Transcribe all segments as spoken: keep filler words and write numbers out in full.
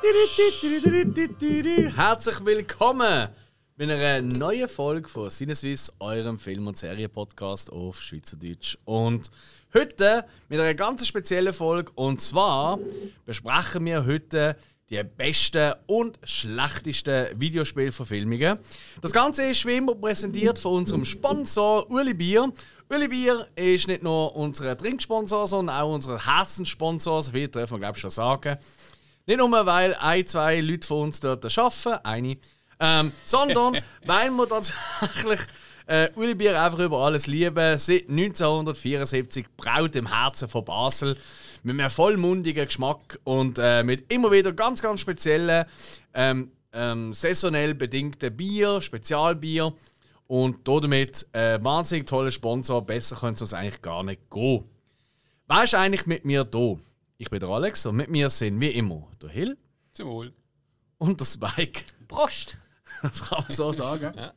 Herzlich willkommen bei einer neuen Folge von Sinneswiss, eurem Film- und Serien-Podcast auf Schweizerdeutsch. Und heute mit einer ganz speziellen Folge. Und zwar besprechen wir heute die besten und schlechtesten Videospielverfilmungen. Das Ganze ist wie immer präsentiert von unserem Sponsor Ueli Bier. Ueli Bier ist nicht nur unser Trinksponsor, sondern auch unser Herzenssponsor, so viel dürfen wir glaube ich schon sagen. Nicht nur, weil ein, zwei Leute von uns dort arbeiten, eine, ähm, sondern weil wir tatsächlich äh, Ueli Bier einfach über alles lieben. Seit neunzehnhundertvierundsiebzig braut im Herzen von Basel. Mit einem vollmundigen Geschmack und äh, mit immer wieder ganz, ganz speziellen, ähm, ähm, saisonell bedingten Bier, Spezialbier. Und damit äh, wahnsinnig toller Sponsor. Besser könnte es uns eigentlich gar nicht gehen. Wer ist eigentlich mit mir da? Ich bin der Alex und mit mir sind wie immer der Hill. Zum Wohl. Und der Spike. Prost! Das kann man so sagen. Ja.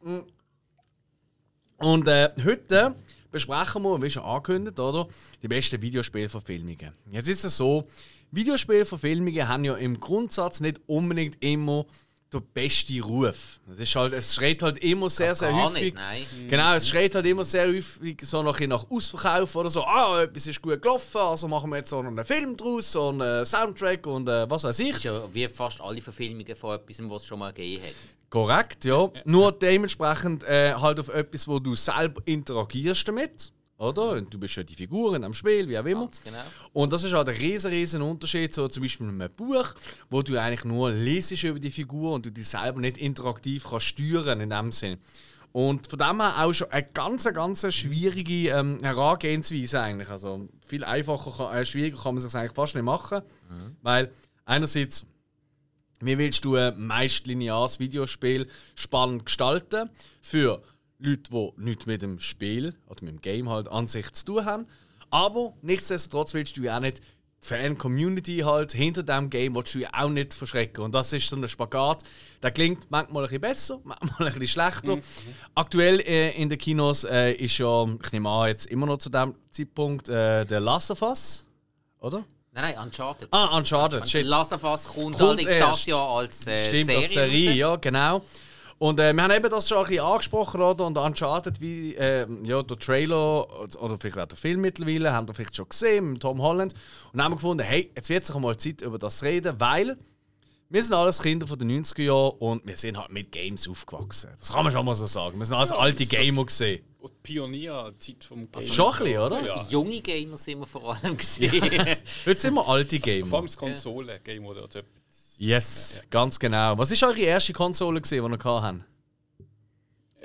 Und äh, heute besprechen wir, wie schon angekündigt, oder, die besten Videospielverfilmungen. Jetzt ist es so, Videospielverfilmungen haben ja im Grundsatz nicht unbedingt immer den besten Ruf. Es, ist halt, es schreit halt immer sehr, sehr Gar häufig. nicht, nein. Genau, es schreit halt immer sehr häufig so nach, nach Ausverkauf oder so. Ah, etwas ist gut gelaufen, also machen wir jetzt so einen Film draus, so einen Soundtrack und äh, was weiß ich. Das ist ja wie fast alle Verfilmungen von etwas, was es schon mal gegeben hat. Korrekt, ja. Nur dementsprechend äh, halt auf etwas, wo du selber interagierst damit. Oder? Und du bist ja die Figur in einem Spiel, wie auch immer. Ganz genau. Und das ist halt ein riesen, riesen Unterschied, so zum Beispiel mit einem Buch, wo du eigentlich nur lesest über die Figur und du dich selber nicht interaktiv kannst steuern in dem Sinn. Und von dem her auch schon eine ganz, ganz schwierige ähm, Herangehensweise eigentlich. Also viel einfacher, äh, schwieriger kann man es eigentlich fast nicht machen. Mhm. Weil einerseits, wie willst du ein meist lineares Videospiel spannend gestalten für Leute, die nichts mit dem Spiel oder mit dem Game halt an sich zu tun haben. Aber nichtsdestotrotz willst du ja auch nicht die Fan-Community halt hinter diesem Game willst du ja auch nicht verschrecken. Und das ist so ein Spagat. Der klingt manchmal ein bisschen besser, manchmal ein bisschen schlechter. Mhm. Aktuell äh, in den Kinos äh, ist ja, ich nehme an, jetzt immer noch zu diesem Zeitpunkt äh, der Last of Us, oder? Nein, nein, Uncharted. Ah, Uncharted, shit. Last of Us kommt, kommt allerdings erst. das Jahr als äh, Stimmt, Serie. als Serie, raus. ja, genau. Und äh, wir haben eben das schon ein bisschen angesprochen, oder? Und Uncharted, wie äh, ja, der Trailer oder vielleicht auch der Film mittlerweile, haben wir vielleicht schon gesehen mit Tom Holland. Und dann haben wir gefunden, hey, jetzt wird sich einmal Zeit, über das zu reden, weil wir sind alles Kinder von den neunziger Jahren und wir sind halt mit Games aufgewachsen. Das kann man schon mal so sagen. Wir sind alles ja, alte Gamer gesehen. Die Pionierzeit vom Game. Also schon ein bisschen, oder? Ja. Junge Gamer sind wir vor allem gesehen. Ja. Heute sind wir alte Gamer. Also, vor allem das Konsole-Game oder etwas. Yes, ja, ja. ganz genau. Was war eure erste Konsole, die ihr hatten? Äh,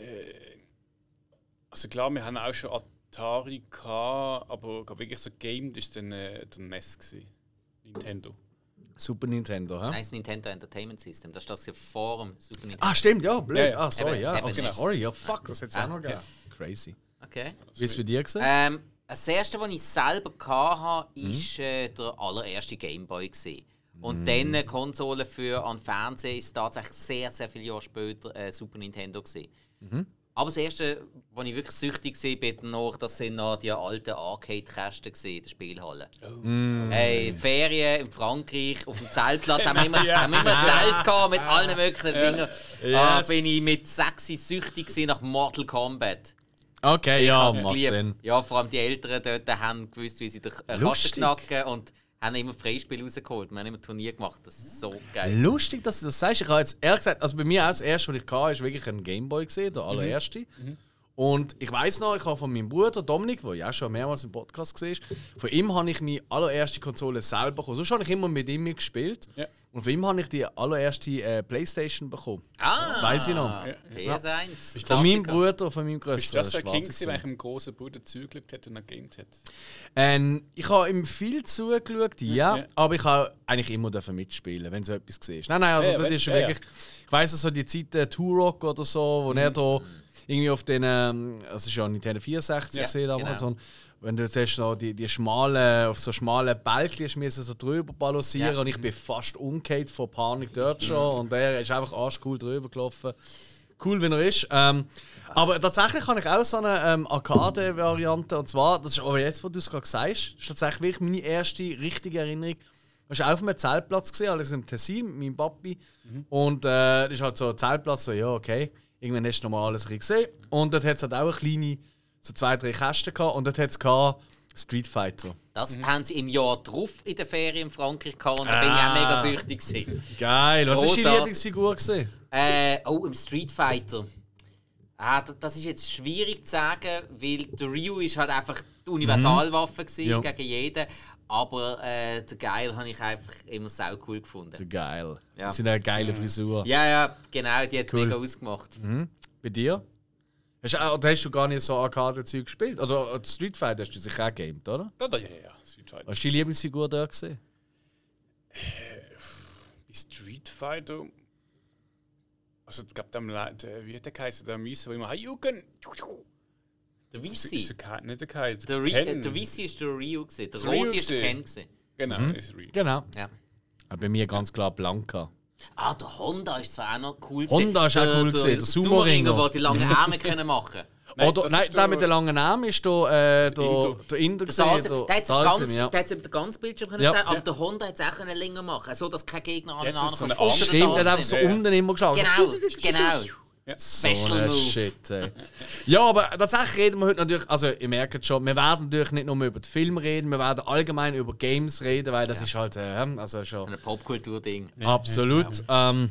also klar, wir haben auch schon Atari gehabt, aber glaub, wirklich so Game, das war dann äh, der N E S gewesen. Nintendo. Super Nintendo, hä? Nein, das Nintendo Entertainment System. Das ist das hier vor dem Super Nintendo. Ah, stimmt, ja, blöd. Ja, ja. Ah, sorry, Eben, ja. eben, Okay, genau. sorry, ja, fuck, das hätte es Ah, auch noch gegeben. ja. Crazy. Okay. Wie ist es bei dir gewesen? Ähm, das erste, was ich selber hatte, war mhm. äh, der allererste Gameboy. Und Mm. dann eine Konsole für an Fernsehen ist tatsächlich sehr, sehr viele Jahre später äh, Super Nintendo gewesen. Mhm. Aber das erste, wo ich wirklich süchtig war, noch, das sind noch die alten Arcade-Kästen in der Spielhalle. Oh. Mm. Hey, Ferien in Frankreich, auf dem Zeltplatz haben wir immer, ja. haben wir immer ein Zelt gehabt mit allen möglichen Dingen. Yes. Da bin ich mit sechs süchtig nach Mortal Kombat. Okay, Ich ja, hab's macht geliebt. Sinn. Ja, vor allem die Eltern dort haben gewusst, wie sie den Kasten Lustig. knacken und haben immer Freispiel rausgeholt. Wir haben immer Turnier gemacht. Das ist so geil. Lustig, dass du das sagst. Ich habe jetzt ehrlich gesagt, also bei mir auch das erste, was ich hatte, ist wirklich ein Gameboy gesehen, der allererste. Mhm. Und ich weiss noch, ich habe von meinem Bruder Dominik, der ja auch schon mehrmals im Podcast war, von ihm habe ich meine allererste Konsole selber bekommen. Sonst habe ich immer mit ihm gespielt. Ja. Und von ihm habe ich die allererste äh, Playstation bekommen. Ah, das weiss ich noch. P S eins. Ja. Von meinem Bruder, von meinem Ist größeren. das der King, der einem großen Bruder zugeschaut hat und er gamed hat? Ähm, ich habe ihm viel zugeschaut, ja, ja. aber ich habe eigentlich immer mitspielen, wenn so etwas gesehen Nein, nein, also ja, das ist ja, wirklich. Ja. Ich weiss so die Zeit äh, Turok oder so, wo mhm. er da irgendwie auf den, ähm, das ist ja Nintendo vierundsechzig ja, gesehen damals, genau. und wenn du jetzt noch die, die schmalen, auf so schmalen Bälkchen müssen so drüber balancieren ja. und ich bin fast umgekehrt vor Panik dort schon und er ist einfach arschcool drüber gelaufen. Cool, wie er ist. Ähm, aber tatsächlich habe ich auch so eine ähm, Arcade-Variante. Und zwar, das ist aber jetzt, wo du es gerade sagst, ist tatsächlich wirklich meine erste richtige Erinnerung Das war auf einem Zeltplatz, gewesen, alles im Tessin mit meinem Papi. Mhm. Und äh, das ist halt so ein Zeltplatz, so, ja, okay. Irgendwann hast du nochmal alles ein bisschen gesehen. Und dort hat es halt auch eine kleine, so zwei, drei Kästen gehabt. Und dort hat es Street Fighter. Das mhm. haben sie im Jahr drauf in der Ferien in Frankreich gehabt. Und da ah. bin ich auch mega süchtig gewesen. Geil. Was war deine Lieblingsfigur? Äh, oh, im Street Fighter. Ah, das ist jetzt schwierig zu sagen, weil der Ryu ist halt einfach die Universalwaffe mhm. ja. gegen jeden. Aber äh, der Geil habe ich einfach immer sau cool gefunden. Der Geil. Ja. Das sind eine geile Frisur. Ja, ja, genau, die hat cool. mega ausgemacht. Mhm. Bei dir? Hast du, oder hast du gar nicht so Arcade-Zeug gespielt? Oder, oder Street Fighter hast du sicher auch gegamed, oder? Ja, ja, ja. Street Fighter. Was war deine Lieblingsfigur da gesehen? Äh, Street Fighter. Also, es gab dann, wie hat der geheißen, der Miese, wo immer Hayuken. Der Vissi. Ist der, nicht der Kai, der, der, der Vissi war der Ryu, der, der Rote war der Ken. Genau, mhm. ist Ryu. Genau. Ja. Aber bei mir ganz klar Blanca. Ah, der Honda ist zwar auch noch cool. Honda ist auch cool, der, der, der Sumo-Ringer, der die langen Arme können machen Nein, Oder, nein der mit den langen Armen ist der, äh, der, Indo. der Indo. Der Dalsim. Der hat es über den ganzen Bildschirm können, ja. aber ja. der Honda hat es auch länger machen, so dass kein Gegner aneinander kommt. So stimmt, der hat einfach so ja. unten immer geschaut. Genau, genau. Ja. Special so Shit, ey. Ja, aber tatsächlich reden wir heute natürlich, also ihr merkt schon, wir werden natürlich nicht nur über den Film reden, wir werden allgemein über Games reden, weil das ja. ist halt, äh, also schon... So ein Popkultur-Ding. Absolut. Ja. Ähm,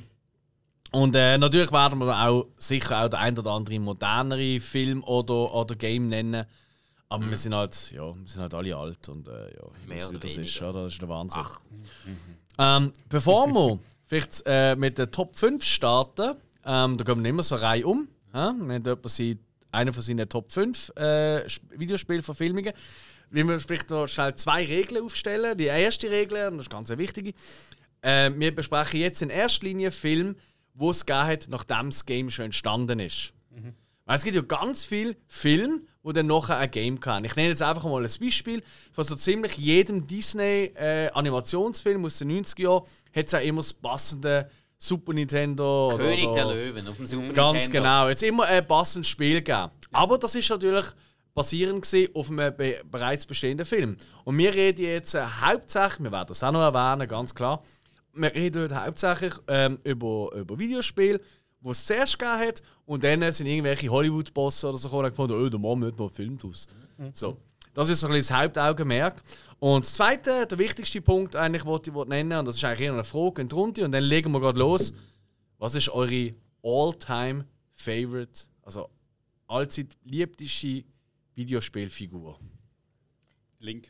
und äh, natürlich werden wir auch sicher auch den ein oder anderen moderneren Film oder, oder Game nennen. Aber mhm. wir sind halt, ja, wir sind halt alle alt und äh, ja, mehr oder das weniger. ist, oder? Das ist der Wahnsinn. Ach. Mhm. Ähm, bevor wir vielleicht äh, mit den Top fünf starten, ähm, da gehen wir immer so eine Reihe um. Ja? Wir haben sie, einen von seinen Top fünf äh, Videospielverfilmungen. Wir müssen vielleicht noch schnell zwei Regeln aufstellen. Die erste Regel, und das ist ganz eine wichtige, äh, wir besprechen jetzt in erster Linie Film, wo es gegeben hat, nachdem das Game schon entstanden ist. Mhm. Weil es gibt ja ganz viele Filme, die dann nachher ein Game haben. Ich nenne jetzt einfach mal ein Beispiel. Von so ziemlich jedem Disney-Animationsfilm äh, aus den neunziger Jahren hat es auch immer das passende Super Nintendo. König oder, der Löwen auf dem Super ganz Nintendo. Ganz genau. Jetzt immer ein passendes Spiel gegeben. Aber das ist natürlich basierend auf einem be- bereits bestehenden Film. Und wir reden jetzt äh, hauptsächlich, wir werden das auch noch erwähnen, ganz klar, wir reden heute hauptsächlich ähm, über, über Videospiele, die es zuerst gegeben hat, und dann sind irgendwelche Hollywood-Bosse oder so gekommen und gefunden, oh, da machen wir nicht noch einen Film draus. Mhm. So. Das ist so ein bisschen das Hauptaugenmerk. Und das zweite, der wichtigste Punkt, eigentlich, den ich nennen will, und das ist eigentlich eher eine Frage und Runde, und dann legen wir gerade los. Was ist eure All-Time-Favorite, also allzeit liebteste Videospielfigur? Link.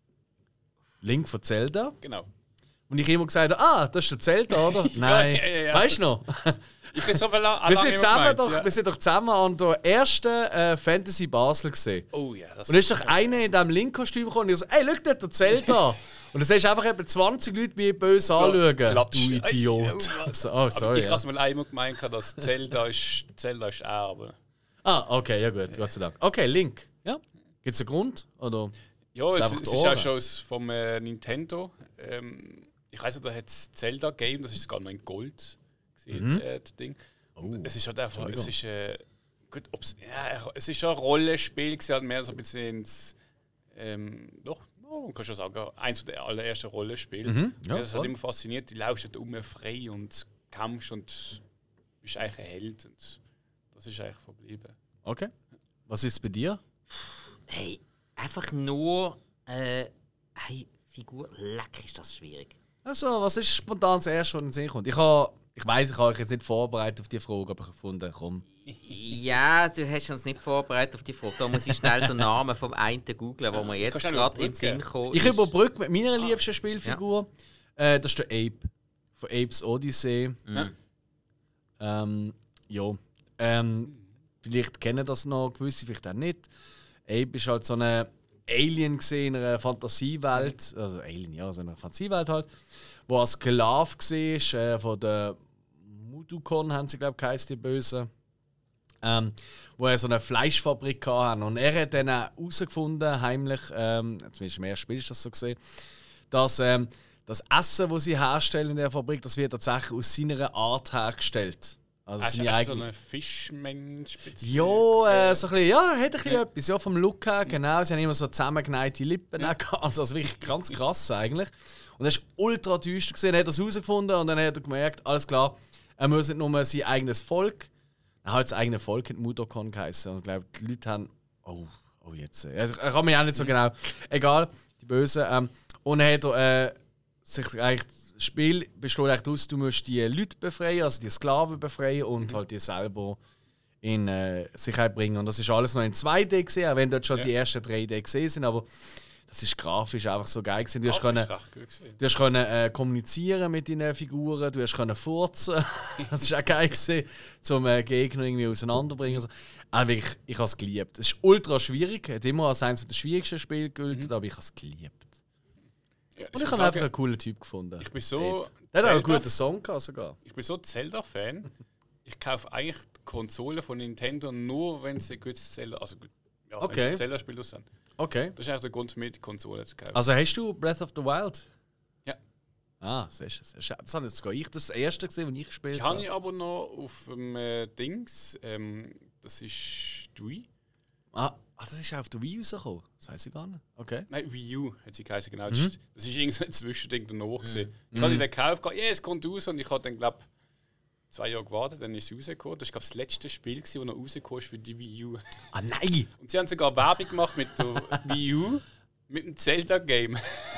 Link von Zelda? Genau. Und ich immer gesagt habe, ah, das ist der Zelda, oder? Nein. Ja, ja, ja. Weißt du noch? Ich weiß aber lang, wir, sind zusammen doch, ja. wir sind doch zusammen an der ersten äh, Fantasy Basel gesehen. Oh ja. Das und dann ist doch einer in diesem Link-Kostüm gekommen und ich so, ey, schau dort, der Zelda. Und dann siehst du einfach etwa zwanzig Leute wie böse so, anschauen. Klatsch. Du Idiot. So, oh, sorry. Ich ja. habe es mal einmal gemeint, dass Zelda ist, Zelda ist Erbe. Ah, okay, ja gut, Gott sei Dank. Okay, Link. Ja? Gibt es einen Grund? Oder ja, es, es ist auch schon vom äh, Nintendo. Ähm, ich weiss nicht, da hat es Zelda-Game, das ist sogar noch in Gold. Mhm. Äh, das Ding. Oh, es ist halt einfach, es ist, äh, gut, ob's, ja, es ist schon ein Rollenspiel, es hat mehr so ein bisschen ins, ähm, doch, oh, man kann schon sagen, eins der allerersten Rollenspiele. Mhm. Ja, das hat immer fasziniert, du laufst halt um frei und kämpfst und bist eigentlich ein Held, und das ist eigentlich verblieben. Okay. Was ist bei dir? Hey, einfach nur äh, eine Figur, leck, ist das schwierig. Also, was ist spontan das Erste, was in den Sinn kommt? Ich habe Ich weiss, ich habe euch jetzt nicht vorbereitet auf die Frage, aber ich habe gefunden, komm. Ja, du hast uns nicht vorbereitet auf die Frage. Da muss ich schnell den Namen vom einen googeln, wo mir jetzt gerade in den Sinn kommt. Ich überbrücke mit meiner liebsten Spielfigur. Ja. Äh, das ist der Ape. Von Apes Odyssey. Mhm. Ähm, ja. Ähm, vielleicht kennen das noch gewisse, vielleicht auch nicht. Ape ist halt so eine Alien in einer Fantasiewelt. Also Alien, ja, so eine Fantasiewelt halt. Wo als Sklave war, äh, von der Mudokon, haben sie, glaube ich, geheißen, die Bösen. Ähm, wo er so eine Fleischfabrik hatte. Und er hat dann herausgefunden, heimlich, ähm, zumindest im ersten Spiel ist das so gesehen, dass ähm, das Essen, das sie herstellen in der Fabrik, das wird tatsächlich aus seiner Art hergestellt. Also hast seine du eigene... so einen Fischmensch? Ja, äh, so ein bisschen, ja, hat ein bisschen ja. etwas, ja, vom Look her, genau. Sie haben immer so zusammengeneigte Lippen, ja. also, also wirklich ganz krass eigentlich. Und er war ultra düster gesehen, hat er es herausgefunden und dann hat er gemerkt, alles klar, er muss nicht nur sein eigenes Volk, er hat das eigene Volk in Mudokon geheißen. Und ich glaube, die Leute haben, oh, oh jetzt, äh, ich kann mich auch nicht so genau, egal, die Bösen. Ähm, und dann hat er äh, sich eigentlich, das Spiel besteht eigentlich daraus, du musst die Leute befreien, also die Sklaven befreien und mhm. halt die selber in äh, Sicherheit bringen. Und das ist alles noch in zwei D gesehen, auch wenn dort schon ja. die ersten drei D gesehen sind, aber das ist grafisch einfach so geil gewesen. Du hast können, du hast können äh, kommunizieren mit deinen Figuren, du hast können furzen. Das ist auch geil gewesen, zum äh, Gegner irgendwie auseinanderbringen. Also, äh, wirklich, ich habe es geliebt. Es ist ultra schwierig, hat immer als eines der schwierigsten Spiele gegolten, mhm. aber ich habe es geliebt. Ja, und ich habe einfach einen coolen Typ gefunden. Ich bin so. Der hat auch einen guten Song gehabt sogar. Ich bin so Zelda-Fan. Ich kaufe eigentlich die Konsole von Nintendo nur, wenn sie ein gutes Zelda, also ja, okay. wenn sie Zelda-Spiele sind. Okay. Das ist eigentlich der Grund für mich, die Konsole zu kaufen. Also hast du Breath of the Wild? Ja. Ah, siehst du. Das habe sogar ich das erste gesehen, das ich gespielt die habe. Die habe ich aber noch auf dem äh, Dings. Ähm, das ist Wii. Ah, ah, das ist auch auf der Wii rausgekommen. Das weiß ich gar nicht. Okay. Nein, Wii U hat sie geheißen, genau. Mhm. Das ist irgendein Zwischending danach gesehen. Mhm. Ich habe den gekauft, ja, yeah, es kommt raus und ich habe dann, glaube zwei Jahre gewartet, dann ist es rausgekommen. Das war das letzte Spiel, das noch rausgekommen ist für die Wii U. Ah nein! Und sie haben sogar Werbung gemacht mit der Wii U, mit dem Zelda-Game.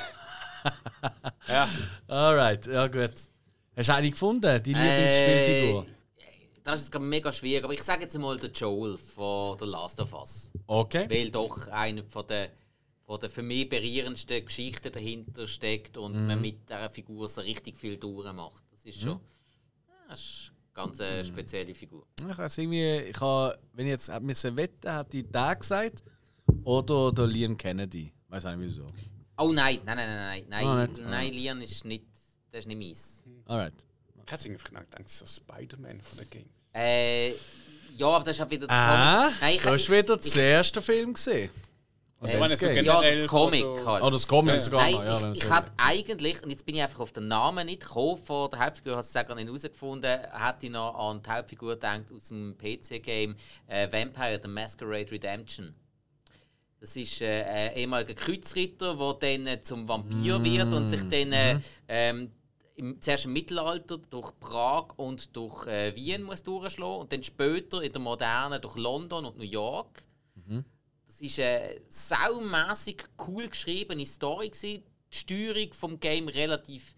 Ja. Alright, ja gut. Hast du eine gefunden, die Lieblingsspielfigur? Äh, das ist mega schwierig, aber ich sage jetzt mal der Joel von The Last of Us. Okay. Weil doch eine von der, von der für mich berührendsten Geschichten dahinter steckt und mhm. man mit dieser Figur so richtig viel durchmacht. Das ist schon... Mhm. Das ist eine ganz äh, spezielle Figur. Ich weiß irgendwie, ich habe, wenn ich jetzt müssen wetten, hätte ich den gesagt oder der Liam Kennedy. Ich weiß auch nicht wieso. Oh nein, nein, nein, nein, nein, oh, nein, nein, Liam ist nicht, das ist nicht meins. Alright. Ich hätte irgendwie gedacht, so Spider-Man von der Game. Äh, ja, aber das ist auch wieder der ah, Comic. Nein, ich, du hast ich, wieder ich, den ersten Film gesehen. Also äh, so ja, das Comic halt. Oh, das Comic ja. sogar Nein, noch. Ja, ich, ich hatte eigentlich, und jetzt bin ich einfach auf den Namen nicht gekommen, von der Hauptfigur, hast du es gar nicht herausgefunden, hätte ich noch an die Hauptfigur gedacht aus dem P C-Game äh, Vampire the Masquerade Redemption. Das ist äh, ein ehemaliger Kreuzritter, der dann äh, zum Vampir mm. wird und sich dann äh, ähm, im, zuerst im Mittelalter durch Prag und durch äh, Wien muss durchschlagen und dann später in der Moderne durch London und New York. Mhm. Es war eine saumässig cool geschriebene Story. Die Steuerung vom Game relativ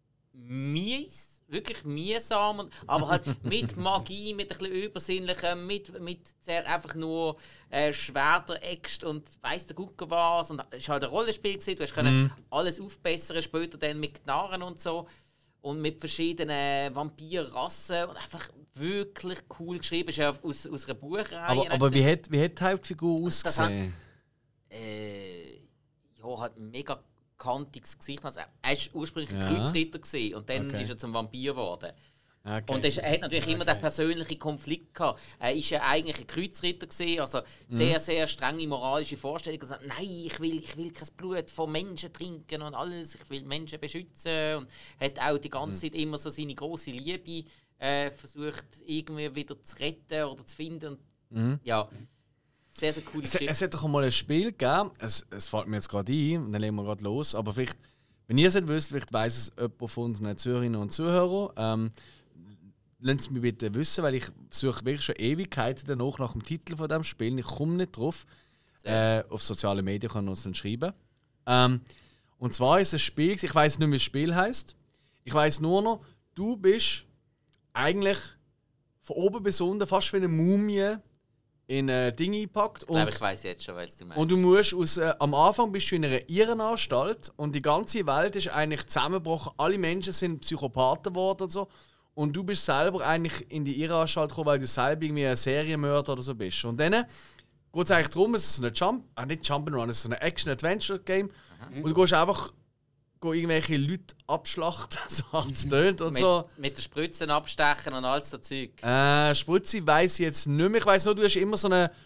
mies, wirklich mühsam, aber halt mit Magie, mit ein bisschen Übersinnlichem, mit, mit sehr einfach nur äh, Schwerter, Äxt und weiss der Gucke was. Und es war halt ein Rollenspiel, gewesen. Du hast mm. alles aufbessern, später dann mit Knarren und so. Und mit verschiedenen Vampirrassen und einfach wirklich cool geschrieben. Es ist ja aus, aus einer Buchreihe. Aber, aber wie, hat, wie hat die Hauptfigur ausgesehen? Hat, äh, ja, hat ein mega kantiges Gesicht. Also, er war ursprünglich ein ja. Kreuzritter gewesen, und dann okay. ist er zum Vampir geworden. Okay. Und er hat natürlich okay. immer den persönlichen Konflikt gehabt. Er war ja eigentlich ein Kreuzritter gewesen, also sehr, mhm. sehr strenge moralische Vorstellungen. Also, nein, ich will, ich will kein Blut von Menschen trinken und alles. Ich will Menschen beschützen. Und hat auch die ganze mhm. Zeit immer so seine große Liebe äh, versucht, irgendwie wieder zu retten oder zu finden. Und, mhm. ja, sehr, sehr coole es, es hat doch mal ein Spiel gegeben. Es, es fällt mir jetzt gerade ein, und dann legen wir gerade los. Aber vielleicht, wenn ihr es nicht wisst, vielleicht weiss es jemand von unseren Zuhörerinnen und Zuhörern. Ähm, Lasst es mich bitte wissen, weil ich suche wirklich schon Ewigkeiten danach nach dem Titel von diesem Spiel. Ich komme nicht drauf. Äh, auf sozialen Medien kann man uns dann schreiben. Ähm, und zwar ist es ein Spiel, ich weiß nicht mehr, wie das Spiel heisst. Ich weiß nur noch, du bist eigentlich von oben bis unten fast wie eine Mumie in ein Ding eingepackt. Ich glaube, ich weiß jetzt schon, was du meinst. Und du musst aus, äh, am Anfang bist du in einer Irrenanstalt und die ganze Welt ist eigentlich zusammengebrochen. Alle Menschen sind Psychopathen geworden und so. Und du bist selber eigentlich in die Irrenanstalt gekommen, weil du selber irgendwie ein Serienmörder oder so bist. Und dann geht es eigentlich darum, es ist so ein Jump, äh, nicht Jump'n'Run, es ist so ein Action-Adventure-Game. Mhm. Und du gehst einfach go irgendwelche Leute abschlachten, so hart es tönt und mit, so. Mit den Spritzen abstechen und all so Zeug. Äh, Spritze weiss ich jetzt nicht mehr. Ich weiss nur, du hast immer so eine,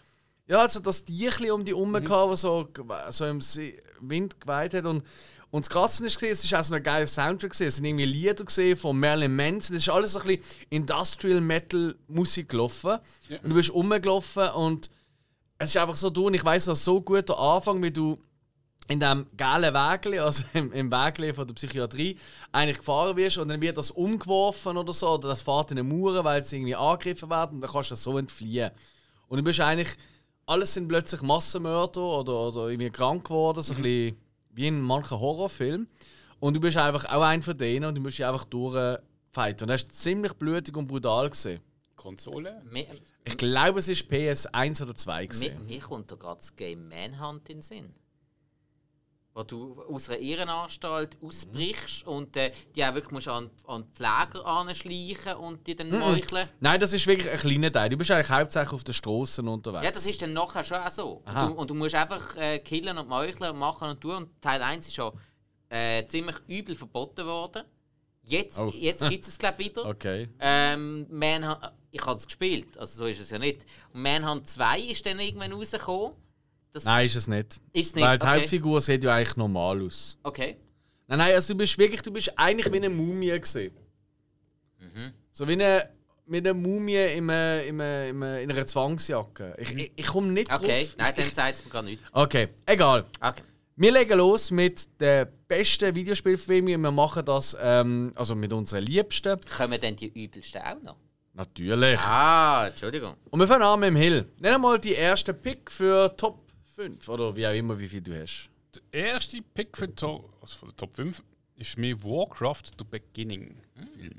Ja, also das Tierchen um die herum, mhm. das so, so im Wind geweht hat. Und, und das Krasse ist, es war auch so ein geiler Soundtrack. Es sind irgendwie Lieder von Marilyn Manson. Das ist alles so ein bisschen Industrial Metal Musik gelaufen. Ja. Und du bist rumgelaufen und es ist einfach so du. Und ich weiss noch so gut der Anfang, wie du in diesem gelben Wägli, also im, im Wägli von der Psychiatrie, eigentlich gefahren wirst und dann wird das umgeworfen oder so. Oder das fährt in eine Mauer, weil sie irgendwie angegriffen werden und dann kannst du so entfliehen. Und du bist eigentlich. Alles sind plötzlich Massenmörder oder, oder irgendwie krank geworden, so mhm. ein bisschen wie in manchen Horrorfilmen. Und du bist einfach auch einer von denen und du musst dich einfach durchfighten. Und das war ziemlich blutig und brutal gewesen. Konsole? Me- ich glaube, es war P S eins oder zwei gewesen. Mir, mir kommt da gerade das Game Manhunt in den Sinn. Wo du aus einer Irrenanstalt ausbrichst mhm. und äh, die auch wirklich musst an, an die Lager anschleichen und die dann mhm. meucheln. Nein, das ist wirklich ein kleiner Teil. Du bist eigentlich hauptsächlich auf den Strassen unterwegs. Ja, das ist dann nachher schon auch so. Und du, und du musst einfach äh, killen und meucheln und machen und tun. Und Teil eins ist schon äh, ziemlich übel verboten worden. Jetzt, oh. jetzt gibt es es, glaube ich, wieder. Okay. Ähm, Manhunt, ich habe es gespielt, also so ist es ja nicht. Und Manhunt zwei ist dann irgendwann rausgekommen. Das nein, ist es nicht. Ist es nicht? Weil die okay. Hauptfigur sieht ja eigentlich normal aus. Okay. Nein, nein, also du bist wirklich, du bist eigentlich wie eine Mumie gewesen. Mhm. So wie eine, mit einer Mumie in, einer, in, einer, in einer Zwangsjacke. Ich, ich, ich komme nicht okay. drauf. Nein, dann zeigt es mir gar nicht. Okay, egal. Okay. Wir legen los mit den besten Videospielfilmen. Wir machen das ähm, also mit unseren Liebsten. Kommen denn die übelsten auch noch? Natürlich. Ah, Entschuldigung. Und wir fangen an mit dem Hill. Nenn mal die ersten Pick für Top fünf oder wie auch immer, wie viel du hast. Der erste Pick für, to- also für Top fünf ist mir Warcraft The Beginning. Film.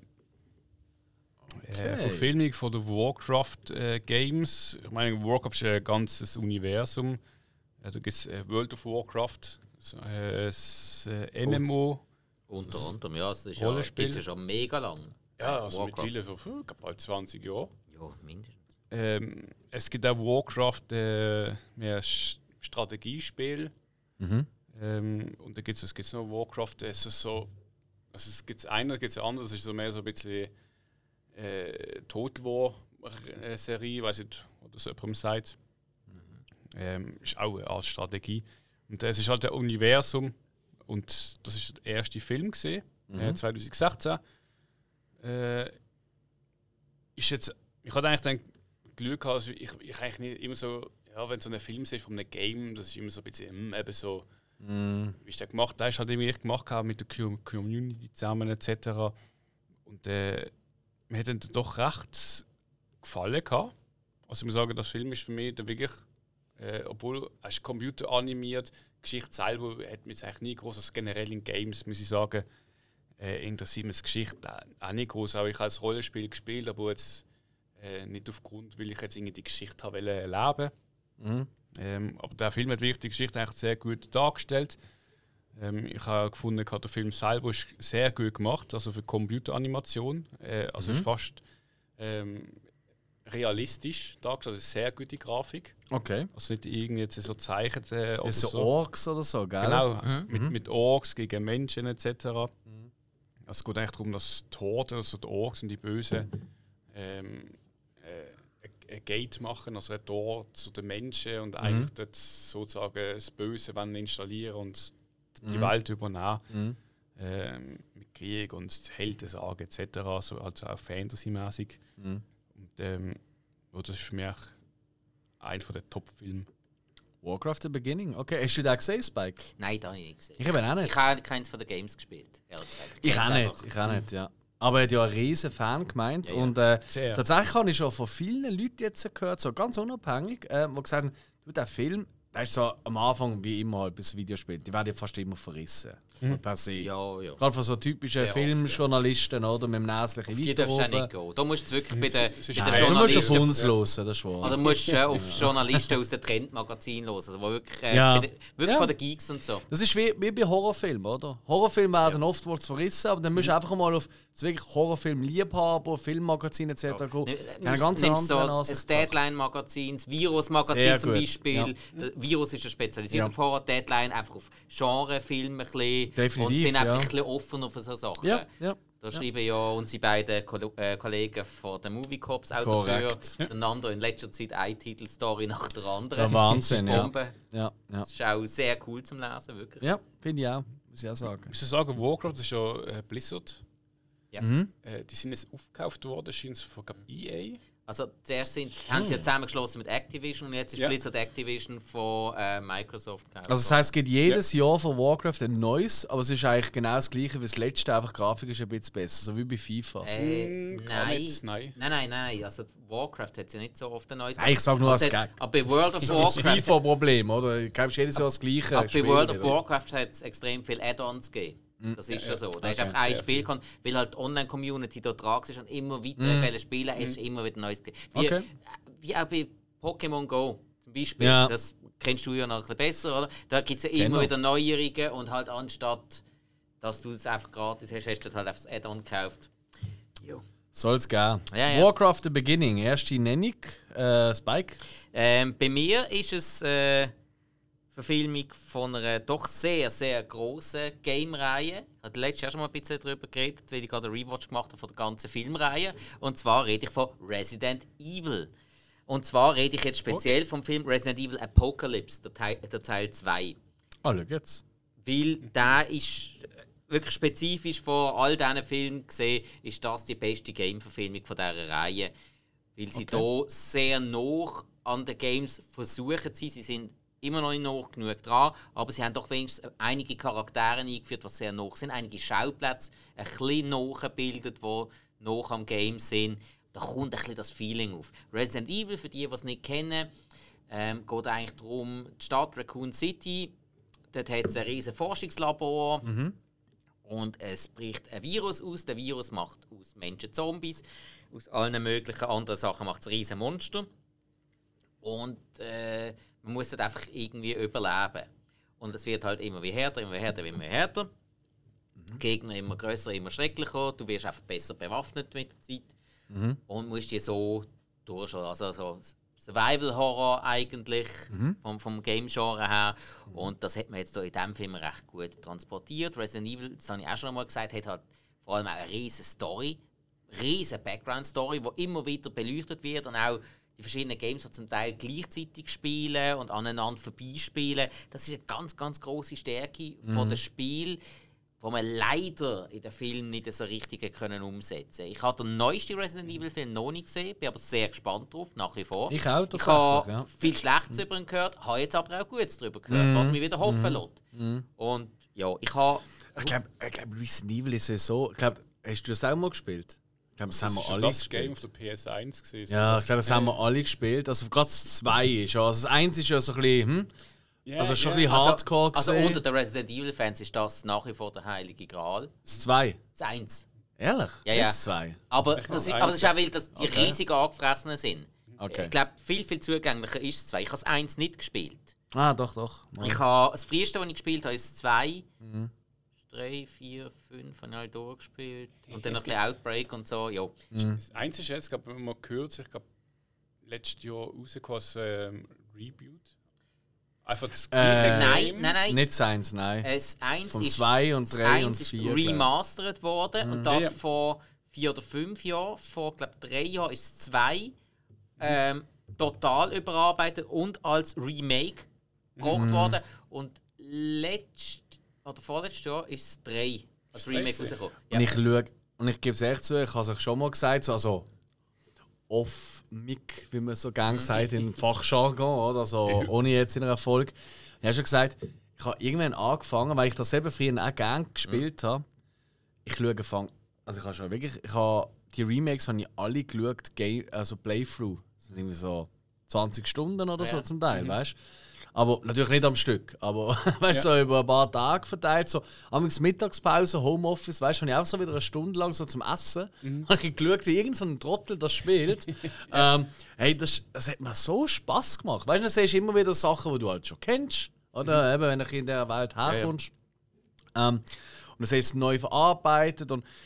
Okay. Äh, Verfilmung von den Warcraft äh, Games. Ich meine, Warcraft ist ein ganzes Universum. Äh, da gibt es äh, World of Warcraft, äh, das äh, M M O. Oh, unter anderem, ja. Das ist ja, gibt's ja schon mega lang. Ja, also mittlerweile so bald zwanzig Jahre. Ja, mindestens. Ähm, es gibt auch Warcraft, äh, mehr Strategiespiel. Mhm. Ähm, und da gibt es gibt's noch Warcraft, es ist so. Also es gibt einer, gibt es anderes, es ist so mehr so ein bisschen äh, Total War-Serie, weiß nicht, ob das jemandem sagt. Mhm. Ähm, ist auch eine Art Strategie. Und es ist halt ein Universum. Und das ist der erste Film gesehen, mhm. äh, zwanzig sechzehn. Äh, ist jetzt, ich hatte eigentlich gedacht, Glück also ich, ich eigentlich nicht immer so, ja, wenn so ein Film ist von einem Game, das ist immer so ein bisschen mm, eben so, mm. wie ist der gemacht? Das hat immer ich gemacht mit der Community zusammen et cetera. Und äh, mir hat dann doch recht gefallen gehabt. Also ich muss sagen, das Film ist für mich dann wirklich, äh, obwohl es Computer animiert, die Geschichte selber hat mich eigentlich nie groß, also generell in Games muss ich sagen, äh, interessiert mich die Geschichte auch nicht groß. Auch ich habe als Rollenspiel gespielt, aber jetzt Äh, nicht aufgrund, weil ich jetzt irgendwie die Geschichte habe erleben. Mhm. Ähm, aber der Film hat wirklich die Geschichte eigentlich sehr gut dargestellt. Ähm, ich habe gefunden, der Film selber ist sehr gut gemacht, also für Computeranimation. Äh, also mhm. ist fast ähm, realistisch dargestellt, also sehr gute Grafik. Okay. Also nicht irgendwie jetzt so gezeichnet äh, oder so. so Orks oder so, gell? Genau, mhm. mit, mit Orks gegen Menschen et cetera. Mhm. Also es geht eigentlich darum, dass die Horden, also die Orks und die Bösen, ähm, ein Gate machen, also ein Tor zu den Menschen und mhm. eigentlich dort sozusagen das Böse installieren und die mhm. Welt übernehmen. Mhm. Ähm, mit Krieg und Heldensagen et cetera. Also, also auch Fantasy-mäßig. Mhm. Und ähm, das ist für mich einer der Top-Filme. Warcraft The Beginning? Okay, hast du den gesehen, Spike? Nein, da habe ich nicht gesehen. Ich habe auch nicht. Ich habe keins von den Games gespielt, ehrlich gesagt. Ich, ich auch nicht, ich auch nicht, ja. Aber er hat ja einen riesen Fan gemeint. Ja, ja. Und äh, tatsächlich habe ich schon von vielen Leuten jetzt gehört, so ganz unabhängig, äh, die gesagt haben, du, der Film, der ist so am Anfang wie immer halt bis Videospiel, die werden ja fast immer verrissen. Mhm. Per se. Ja, ja. Gerade von so typischen ja, Filmjournalisten, ja. Oder mit dem näslichen Video. Die darfst du nicht gehen. Da musst du wirklich bei den, bei den Nein, Journalisten... Du musst auf uns hören, das ist wahr. Oder du musst äh, auf Journalisten aus den Trendmagazinen hören, also wo wirklich, äh, ja. den, wirklich ja. von den Geeks und so. Das ist wie, wie bei Horrorfilmen, oder? Horrorfilme werden ja. oftmals verrissen, aber dann musst du einfach mal auf wirklich Horrorfilm-Liebhaber, Filmmagazine et cetera ja. gehen. Nimm, ganz nimmst so das Deadline-Magazin, das Virus-Magazin zum Beispiel. Ja. Virus ist ja spezialisiert ja. auf Horror, Deadline einfach auf Genrefilme ein bisschen. Definitiv, und sind einfach ja. ein bisschen offener für so Sachen. Ja, ja. Da schreiben ja unsere beiden Ko äh, Kollegen von den Movie Cops auch Korrekt. dafür. Einander in letzter Zeit eine Titelstory nach der anderen. Der Wahnsinn, das ja. Bombe. Ja, ja. Das ist auch sehr cool zum Lesen, wirklich. Ja, finde ich auch. Muss ich auch sagen. Ich muss sagen, Warcraft das ist ja äh, Blizzard. Ja. Mhm. Äh, die sind jetzt aufgekauft worden, scheint es von E A. Also zuerst sind, hm. haben sie ja zusammengeschlossen mit Activision und jetzt ist ja. Blizzard Activision von äh, Microsoft gekauft. Also das heisst, es gibt jedes ja. Jahr von Warcraft ein neues, aber es ist eigentlich genau das gleiche wie das letzte, einfach die Grafik ist ein bisschen besser, so wie bei FIFA. Äh, Mm, nein. Nicht, nein. Nein, nein, nein. Also Warcraft hat ja nicht so oft ein neues. Nein, ich sage nur also als Gag. Aber bei World of Das ist das Warcraft. FIFA-Problem, oder? Du kaufst jedes Jahr das gleiche. Aber bei Spiel World of wieder. Warcraft hat es extrem viele Add-ons gegeben. Das ist ja, ja so. Da okay. ist einfach ein Spiel gekommen, weil halt die Online-Community da dran ist und immer weiter mm. wollen spielen, hast du mm. immer wieder Neues gegeben. Wie, okay. wie auch bei Pokémon Go zum Beispiel. Ja. Das kennst du ja noch ein bisschen besser, oder? Da gibt es ja immer wieder Neuerungen und halt anstatt, dass du es einfach gratis hast, hast du halt einfach das Add-on gekauft. Jo. Soll es geben. Ja, ja. Warcraft The Beginning, erste Nennung, äh, Spike? Ähm, bei mir ist es äh, Verfilmung von einer doch sehr, sehr grossen Game-Reihe. Ich habe letztes Jahr schon mal ein bisschen darüber geredet, weil ich gerade einen Rewatch gemacht habe von der ganzen Filmreihe. Und zwar rede ich von Resident Evil. Und zwar rede ich jetzt speziell okay. vom Film Resident Evil Apocalypse, der Teil, der Teil zwei. Ah, schau jetzt. Weil der ist wirklich spezifisch von all diesen Filmen gesehen, ist das die beste Game-Verfilmung von dieser Reihe. Weil sie hier okay. sehr nah an den Games versuchen zu sein. Sie sind immer noch nicht noch genug dran, aber sie haben doch wenigstens einige Charaktere eingeführt, die sehr nah sind. Einige Schauplätze ein bisschen nachgebildet, die noch am Game sind. Da kommt ein bisschen das Feeling auf. Resident Evil, für die, die es nicht kennen, ähm, geht eigentlich darum, die Stadt Raccoon City, dort hat es ein riesiges Forschungslabor mhm. und es bricht ein Virus aus. Der Virus macht aus Menschen Zombies, aus allen möglichen anderen Sachen macht es riesige Monster. Und äh, man muss halt einfach irgendwie überleben. Und es wird halt immer wie härter, immer härter, immer härter. Mhm. Gegner immer grösser, immer schrecklicher. Du wirst einfach besser bewaffnet mit der Zeit. Mhm. Und musst die so durchschauen. Also so Survival-Horror eigentlich, mhm. vom, vom Game-Genre her. Mhm. Und das hat man jetzt in diesem Film recht gut transportiert. Resident Evil, das habe ich auch schon einmal gesagt, hat halt vor allem auch eine riesige Story. Riesige Background-Story, die immer wieder beleuchtet wird und auch die verschiedenen Games, die zum Teil gleichzeitig spielen und aneinander vorbeispielen. Das ist eine ganz, ganz grosse Stärke mhm. von dem Spiel, die man leider in den Filmen nicht so richtig können umsetzen konnte. Ich habe den neuesten Resident Evil-Film noch nicht gesehen, bin aber sehr gespannt drauf, nach wie vor. Ich auch, Ich habe ja. viel Schlechtes mhm. über ihn gehört, habe jetzt aber auch Gutes darüber gehört, mhm. was mich wieder hoffen mhm. lässt. Mhm. Und ja, ich habe... Ich glaube, glaub, Resident Evil ist ja so... Ich glaube, hast du das auch mal gespielt? Ich glaube, das, das haben wir alle das gespielt. Game auf der P S eins gewesen. Ja, ich glaube, das haben wir alle gespielt. Also gerade das zwei ist ja. Also das eins ist ja so ein bisschen, hm? Yeah, also schon yeah. ein bisschen Hardcore also, gesehen. also unter den Resident Evil Fans ist das nach wie vor der heilige Gral. Das zwei? Das eins. Ehrlich? Ja, ja. Das zwei? Aber das, ist, aber das ist auch, weil das die okay. riesig angefressenen sind. Okay. Ich glaube, viel, viel zugänglicher ist das zwei. Ich habe das eins nicht gespielt. Ah, doch, doch. Ja. Ich habe, das früheste, das ich gespielt habe, ist das zwei. Mhm. drei, vier, fünf habe ich halt durchgespielt. Und dann noch ein bisschen Outbreak und so. Ja. Mhm. Das eins ist jetzt, glaube ich, man gehört, ich glaube, letztes Jahr rausgekommen als ähm, Reboot. Einfach das äh, Nein, nein, nein. Nicht das eins, nein. Das eins von ist, zwei und drei und vier. Ist remastert worden. Mhm. Und das ja. vor vier oder fünf Jahren. Vor, glaube ich, drei Jahren ist es zwei. Ähm, total überarbeitet und als Remake gebracht mhm. worden. Und letztes oder vorletztes Jahr ist es drei als Remake rausgekommen. Ja. Und ich schaue, und ich gebe es echt zu, ich habe es euch schon mal gesagt, also off-mic, wie man so gerne sagt, in Fachjargon, oder? Also ohne jetzt in einer Folge. Ich habe schon gesagt, ich habe irgendwann angefangen, weil ich das selber früher auch gerne gespielt mhm. habe. Ich schaue, fang, also ich habe schon wirklich, ich habe die Remakes habe ich alle geschaut, Game, also Playthrough. Das sind irgendwie so zwanzig Stunden oder so ja. zum Teil, mhm. weißt du? Aber natürlich nicht am Stück, aber weißt, ja. so über ein paar Tage verteilt. So, amigs Mittagspause, Homeoffice, weißt du, habe ich auch so wieder eine Stunde lang so zum Essen. Mhm. Habe ich geschaut, wie irgendein so Trottel das spielt. ähm, hey, das, das hat mir so Spass gemacht. Weißt du, dann siehst du immer wieder Sachen, die du halt schon kennst, oder? Mhm. Eben, wenn du in dieser Welt herkommst. Ja, ja. Ähm, und dann siehst du neu verarbeitet. Und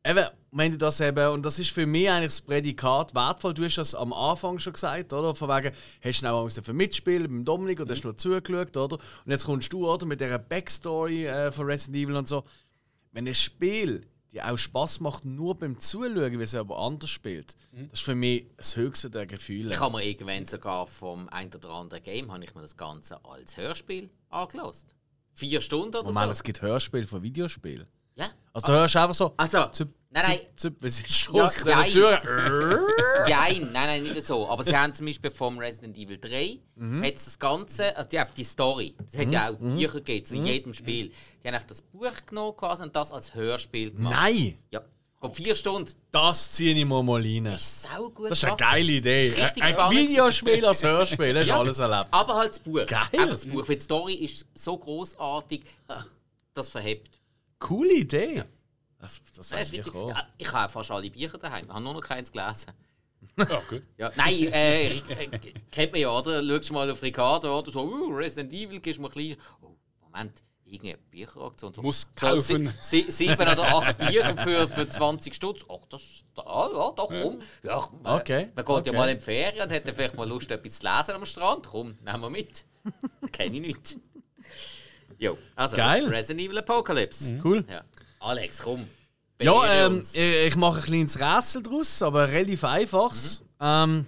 eben, wenn du das eben, und das ist für mich eigentlich das Prädikat wertvoll, du hast das am Anfang schon gesagt, oder? Von wegen, hast du auch für mitspielen beim Dominik und hast nur zugeschaut, oder? Und jetzt kommst du, oder, mit dieser Backstory äh, von Resident Evil und so. Wenn ein Spiel dir auch Spass macht, nur beim Zuschauen, wie es jemand anders spielt, mhm. das ist für mich das höchste der Gefühle. Ich habe mir irgendwann sogar vom ein oder anderen Game habe ich mir das Ganze als Hörspiel angelassen. Vier Stunden oder Moment, so. Es gibt Hörspiele von Videospielen. Ja. Also du hörst einfach so. Also, zip, nein, nein. Zip, zip, es ist schon Ja, ja, Tür. Nein, nein, nein, nicht so. Aber sie haben zum Beispiel vom Resident Evil drei mhm. hat's das Ganze, also die einfach die Story, das hat mhm. ja auch Bücher gegeben zu mhm. jedem Spiel. Die haben einfach das Buch genommen und das als Hörspiel gemacht. Nein! Ja. Und vier Stunden. Das ziehe ich mir mal rein. Das ist sau gut. Das ist eine geile Idee. Das ist ein Videospiel als Hörspiel, das ist ja. alles erlebt. Aber halt das Buch. Geil. Einfach das Buch, weil die Story ist so großartig, das verhebt. Coole Idee. Ja. Das, das ja, weiß ich auch. Ja, ich habe fast alle Bücher daheim. Ich habe nur noch keins gelesen. Ja, gut. Ja, nein, äh, äh, kennt man ja, oder? Schaust du mal auf Ricardo, oder so, uh, Resident Evil, gibst du mir ein bisschen. Oh, Moment, irgendeine Bücheraktion. So, muss kaufen. So, sie, sieben oder acht Bücher für, für zwanzig Stutz. Ach, das, da, ja, doch, komm. Ja, man, okay. man geht okay. ja mal in die Ferien und hat dann vielleicht mal Lust, etwas zu lesen am Strand. Komm, nehmen wir mit. Kenne ich nicht. Jo, also, geil. Resident Evil Apocalypse. Mhm. Cool. Ja. Alex, komm. Ja, ähm, ich mache ein kleines Rätsel draus, aber relativ einfaches. Mhm. Ähm,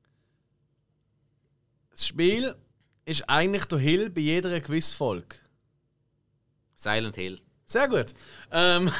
das Spiel ist eigentlich der Hill bei jeder Quizfolge. Silent Hill. Sehr gut. Ähm,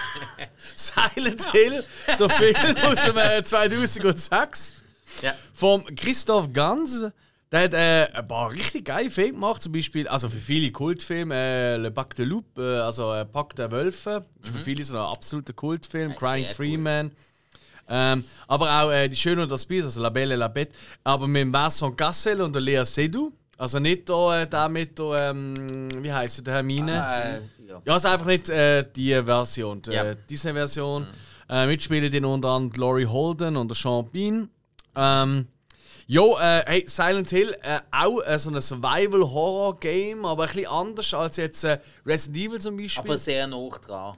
Silent Hill, der Film aus dem äh, zweitausendsechs. Ja. Vom Christoph Gans. Der hat äh, ein paar richtig geile Filme gemacht, zum Beispiel, also für viele Kultfilme, äh, Le Bac de Loup, äh, also äh, Pack der Wölfe, mhm. ist für viele so ein absoluter Kultfilm, ja, Crying Freeman. Cool. Ähm, aber auch äh, Die Schöne und das Biest, also La Belle et la Bête, aber mit Vincent Cassel und der Lea Seydoux. Also nicht da, äh, der mit der, ähm, wie heisst der, Hermine? Ah, äh, ja. ja, also einfach nicht äh, die Version, die ja. Disney-Version. Mhm. Äh, mitspielen den unter anderem Laurie Holden und der Sean Bean. Ähm, Jo, äh, hey, Silent Hill, äh, auch äh, so ein Survival-Horror-Game, aber ein bisschen anders als jetzt äh, Resident Evil zum Beispiel. Aber sehr nah dran.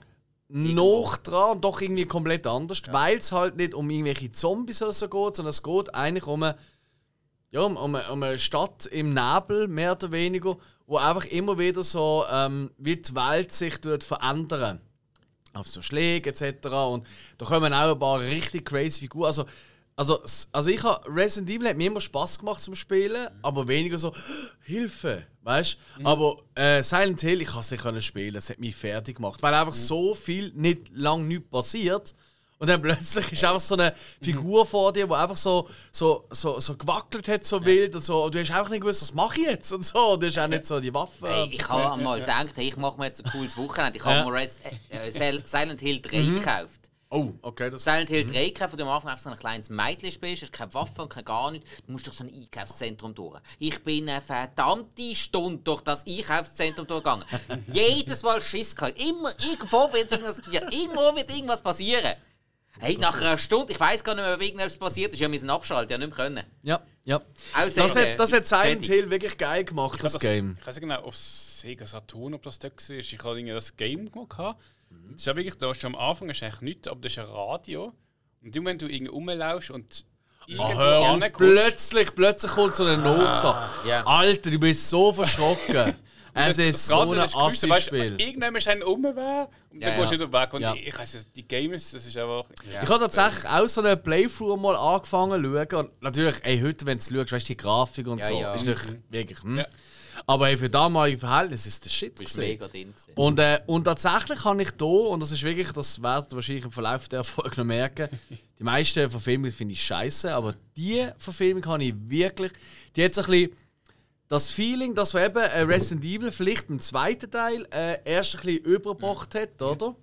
Noch dran, doch irgendwie komplett anders, ja. Weil es halt nicht um irgendwelche Zombies oder so geht, sondern es geht eigentlich um eine, ja, um, um, eine, um eine Stadt im Nebel, mehr oder weniger, wo einfach immer wieder so, ähm, wie die Welt sich verändern. Auf so Schläge et cetera. Und da kommen auch ein paar richtig crazy Figuren. Also, Also, also ich habe Resident Evil hat mir immer Spass gemacht zum Spielen, mhm. aber weniger so Hilfe, weißt? Mhm. Aber äh, Silent Hill, ich kann es nicht spielen, es hat mich fertig gemacht, weil einfach mhm. so viel nicht lang nichts passiert und dann plötzlich ist einfach so eine Figur mhm. vor dir, die einfach so, so, so, so gewackelt hat, so ja. wild und so. Und du hast auch nicht gewusst, was mache ich jetzt und so. Und du hast auch nicht so die Waffe. Hey, ich habe einmal gedacht, hey, ich mache mir jetzt ein cooles Wochenende. Ich habe ja. mir Res- äh, Silent Hill drei mhm. gekauft. Oh, okay. Das Silent Hill drei gekauft, wo du am Anfang einfach so ein kleines Mädchen spielst, hast keine Waffe und kein gar nichts. Du musst durch so ein Einkaufszentrum durch. Ich bin eine verdammte Stunde durch das Einkaufszentrum durchgegangen. Jedes Mal Schiss gehabt. Immer, irgendwo wird irgendwas passieren. Irgendwo wird irgendwas passieren. Hey, nach einer Stunde, ich weiss gar nicht mehr, ob irgendwas passiert ist. Ja, wir müssen abschalten, ja, nicht mehr können. Ja, ja. Also, das, hat, das hat Silent Hill wirklich geil gemacht, das, das Game. Ich weiß nicht genau, auf Sega Saturn, ob das da war. Ich hatte das Game gemacht. Das ist ja wirklich, da schon am Anfang ist eigentlich nichts, aber das ist ein Radio. Und wenn du irgendwie rumlaufst und irgendwo oh, ankommst... Plötzlich, plötzlich kommt so ein Nachsatz. Ah, yeah. Alter, du bist so verschrocken. Es ist so ein Assi-Spiel. Irgendwann ist ein Umwehr und ja, dann gehst du ja. wieder weg. Und ja. ich weiss, die Games, das ist einfach... Ja. Ich habe tatsächlich auch so einen Playthrough mal angefangen zu schauen. Und natürlich, ey, heute, wenn du schaust, weißt du, die Grafik und ja, so, ja. ist natürlich mhm. wirklich... Hm. Ja. Aber ey, für damalige Verhältnisse ist das Shit. Du bist mega drin. Und, äh, und tatsächlich habe ich hier, und das ist wirklich, das werdet ihr wahrscheinlich im Verlauf der Folge noch merken, die meisten Verfilmungen finde ich scheiße, aber die Verfilmung habe ich wirklich... Die hat so ein bisschen das Feeling, dass wir eben äh, Resident Evil vielleicht im zweiten Teil äh, erst ein bisschen übergebracht hat, oder?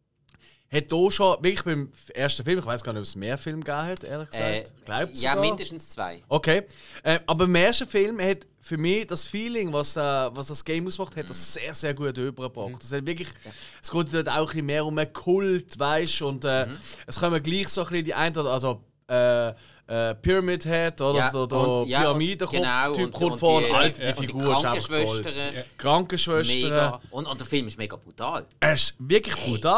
Hat hier schon, wirklich beim ersten Film, ich weiß gar nicht, ob es mehr Filme gegeben hat, ehrlich gesagt. Äh, ja, mindestens zwei. Okay. Äh, aber im ersten Film hat für mich das Feeling, was, äh, was das Game ausmacht, hat das sehr, sehr gut übergebracht. Mhm. Das hat wirklich, ja. Es geht dort auch ein bisschen mehr um einen Kult, weißt du, und äh, mhm. es kommen gleich so ein bisschen die ein oder also äh, äh, Pyramid Head oder ja, so, der ja, Pyramidenkopf-Typ genau, kommt vor und alt, die, die Figur ist einfach Gold. Ja. Krankenschwestern. Mega. Und, und der Film ist mega brutal. Er ist wirklich brutal.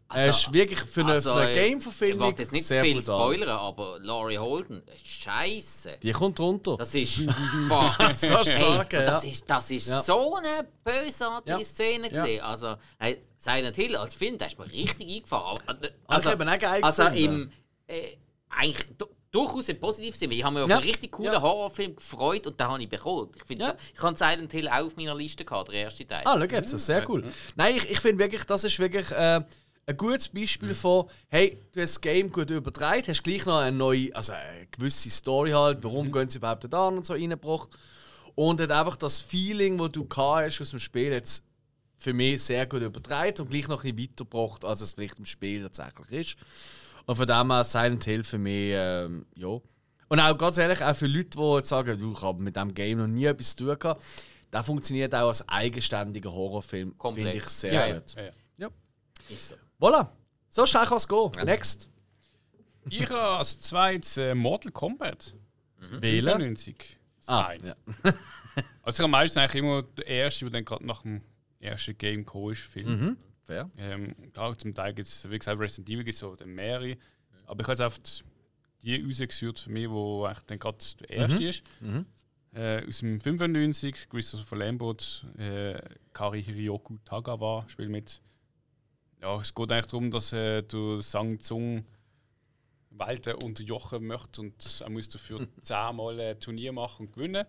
Also, er ist wirklich für eine, also, eine Game-Verfilmung. Ich will jetzt nicht zu viel spoilern, aber Laurie Holden, Scheiße. Die kommt runter. Das ist. Boah, das kannst du hey, sagen. Das ja. ist, das ist ja. so eine bösartige ja. Szene ja. gesehen. Also, hey, Silent Hill als Film, der ist mir richtig eingefahren. Also, also, auch also im. Äh, eigentlich. Durchaus im positiven Sinne. Ich habe mich auf ja. einen richtig coolen ja. Horrorfilm gefreut und den habe ich bekommen. Ich, ja. ich habe Silent Hill auch auf meiner Liste gehabt, der erste Teil. Ah, schau jetzt, sehr cool. Nein, ich, ich finde wirklich, das ist wirklich äh, ein gutes Beispiel von, hey, du hast das Game gut übertragen, hast gleich noch eine neue, also eine gewisse Story halt, warum mhm. gehen sie überhaupt da und so reingebracht. Und hat einfach das Feeling, das du hast aus dem Spiel, jetzt für mich sehr gut übertragen und gleich noch ein bisschen weitergebracht, als es vielleicht im Spiel tatsächlich ist. Und von dem her Silent Hill für mich, ähm, ja. Und auch ganz ehrlich, auch für Leute, die jetzt sagen, du, ich habe mit diesem Game noch nie etwas zu tun gehabt, der funktioniert auch als eigenständiger Horrorfilm, finde ich sehr ja, gut. Ja, ja. Ja. Ist so. Voilà, so schnell kann es gehen. Ja. Next. Ich habe als zweites äh, Mortal Kombat. Mhm. Wählen? fünfundneunzig. Ah, ja. Also am meisten eigentlich immer der erste, der dann gerade nach dem ersten Game gekommen ist, Film. Mhm. Ja. Ähm, klar, zum Teil gibt es, wie gesagt, Resident Evil gibt es so mehrere. Aber ich habe jetzt einfach die rausgesucht für mich, wo eigentlich dann gerade der erste mhm. ist. Mhm. Äh, aus dem fünfundneunzig, Christopher Lambert, äh, Kari Hiryoku Tagawa spielt mit. Ja, es geht eigentlich darum, dass äh, du Sang Tsung Welten unterjochen möchte und er muss dafür zehnmal ein Turnier machen und gewinnen.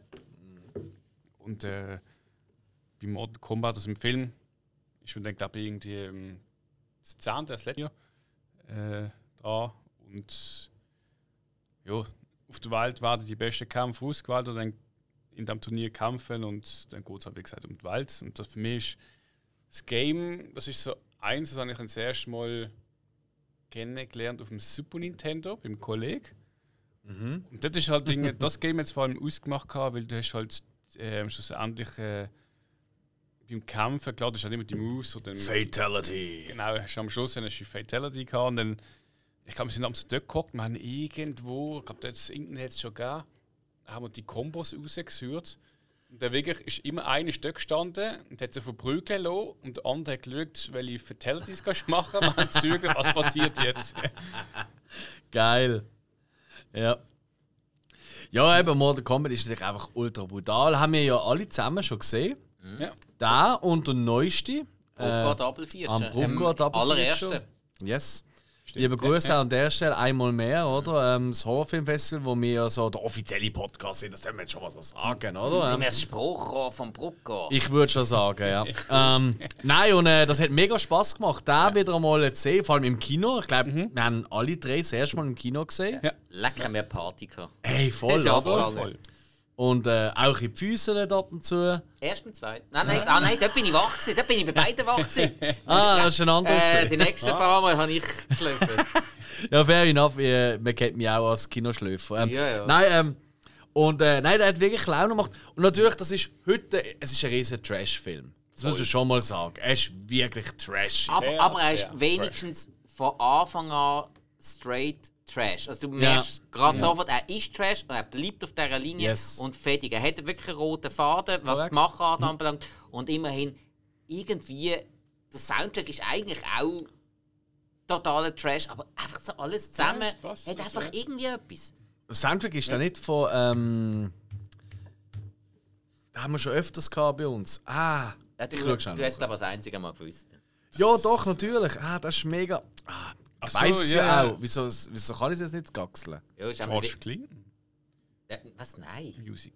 Und äh, bei Mortal Kombat, also im Film, ist mir dann, glaube ich, irgendwie ähm, das zehnte, das letzte Jahr äh, dran. Und ja, auf der Welt werden die besten Kämpfer ausgewählt und dann in diesem Turnier kämpfen und dann geht es halt, wie gesagt, um die Welt. Und das für mich ist das Game, das ist so eins, das habe ich das erste Mal kennengelernt auf dem Super Nintendo beim Kollegen. Mhm. Und das ist halt Dinge, das Game jetzt vor allem ausgemacht, weil du hast halt äh, schlussendlich äh, beim Kämpfen, klar, das ist halt immer die Moves oder Fatality. Genau, hast am Schluss hast du die Fatality gehabt und dann, ich glaube, wir sind am dort geguckt, wir haben irgendwo, ich glaube, das Internet hat es schon gegeben, haben wir die Kombos rausgesucht. Und der wirklich ist immer eine Stück gestanden und hat sich verprügeln lassen und der andere hat geschaut, welche Fatalities kannst du machen, man hat zügelt, was passiert jetzt. Geil. Ja. Ja, eben, Mortal Kombat ist natürlich einfach ultra brutal. Haben wir ja alle zusammen schon gesehen. Ja. Da und der neueste. Brugger Double Feature. Am Brugger Double allererste. Yes. Liebe Grüße ja. an der Stelle einmal mehr, oder? Ähm, das Horrorfilmfestival, wo wir ja so der offizielle Podcast sind, das können wir jetzt schon mal so sagen, oder? Sind wir das Spruchrohr vom Brugger? Ich würde schon sagen, ja. ähm, nein, und äh, das hat mega Spass gemacht, den ja. wieder einmal zu sehen, vor allem im Kino. Ich glaube, mhm. wir haben alle drei das erste Mal im Kino gesehen. Ja. Lecker mehr Party gehabt. Ey, voll, ja oder? Voll. Und äh, auch in die Füße nicht ab und zu. Erst mit zwei. Nein, nein, ah, nein, dort bin ich wach gewesen. Dort bin ich bei beiden wach gewesen. ah, das ist ein anderer. Äh, die nächsten ah. paar Mal habe ich geschlafen. Ja, fair enough. Ich, man kennt mich auch als Kinoschläfer. Ähm, ja, ja. Nein, ähm, und äh, nein, der hat wirklich Laune gemacht. Und natürlich, das ist heute, es ist ein riesen Trash-Film. Das muss man schon mal sagen. Er ist wirklich trash. Aber, sehr, aber er ist wenigstens trash. Von Anfang an straight Trash. Also du merkst ja. gerade ja. sofort, er ist Trash und er bleibt auf dieser Linie yes. und fertig. Er hat wirklich einen roten Faden, was Correct. Die Machart mhm. anbelangt. Und immerhin, irgendwie, der Soundtrack ist eigentlich auch totaler Trash, aber einfach so alles zusammen ja, passt, hat einfach ja. irgendwie etwas. Der Soundtrack ist ja nicht von, ähm, da haben wir schon öfters gehabt bei uns. Ah, ja, du, du hast glaube ich das einzige Mal gewusst. Ja, doch, natürlich. Ah, das ist mega... Ah. Ich so, weiss es ja, ja auch. Wieso, wieso kann ich es jetzt nicht gaxeln? Ja, George Clinton? Ja, was? Nein. Music.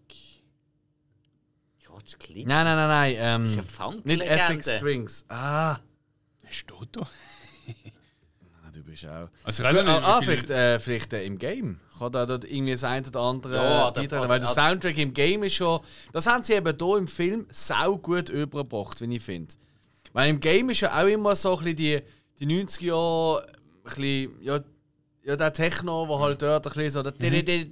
George Clinton? Nein, nein, nein, nein. Ähm, das ist eine Funk nicht F X Strings. Ah. Der steht da. ah, du bist auch... Also, ah, nicht, ah vielleicht, äh, vielleicht äh, im Game. Kann da dort irgendwie das eine oder andere ja, beitragen. Weil der Soundtrack im Game ist schon... Das haben sie eben hier im Film sau gut übergebracht, wie ich finde. Weil im Game ist ja auch immer so ein bisschen die, die neunziger Jahre... Ein bisschen, ja, ja, der Techno, der halt dort ein bisschen so... Mhm.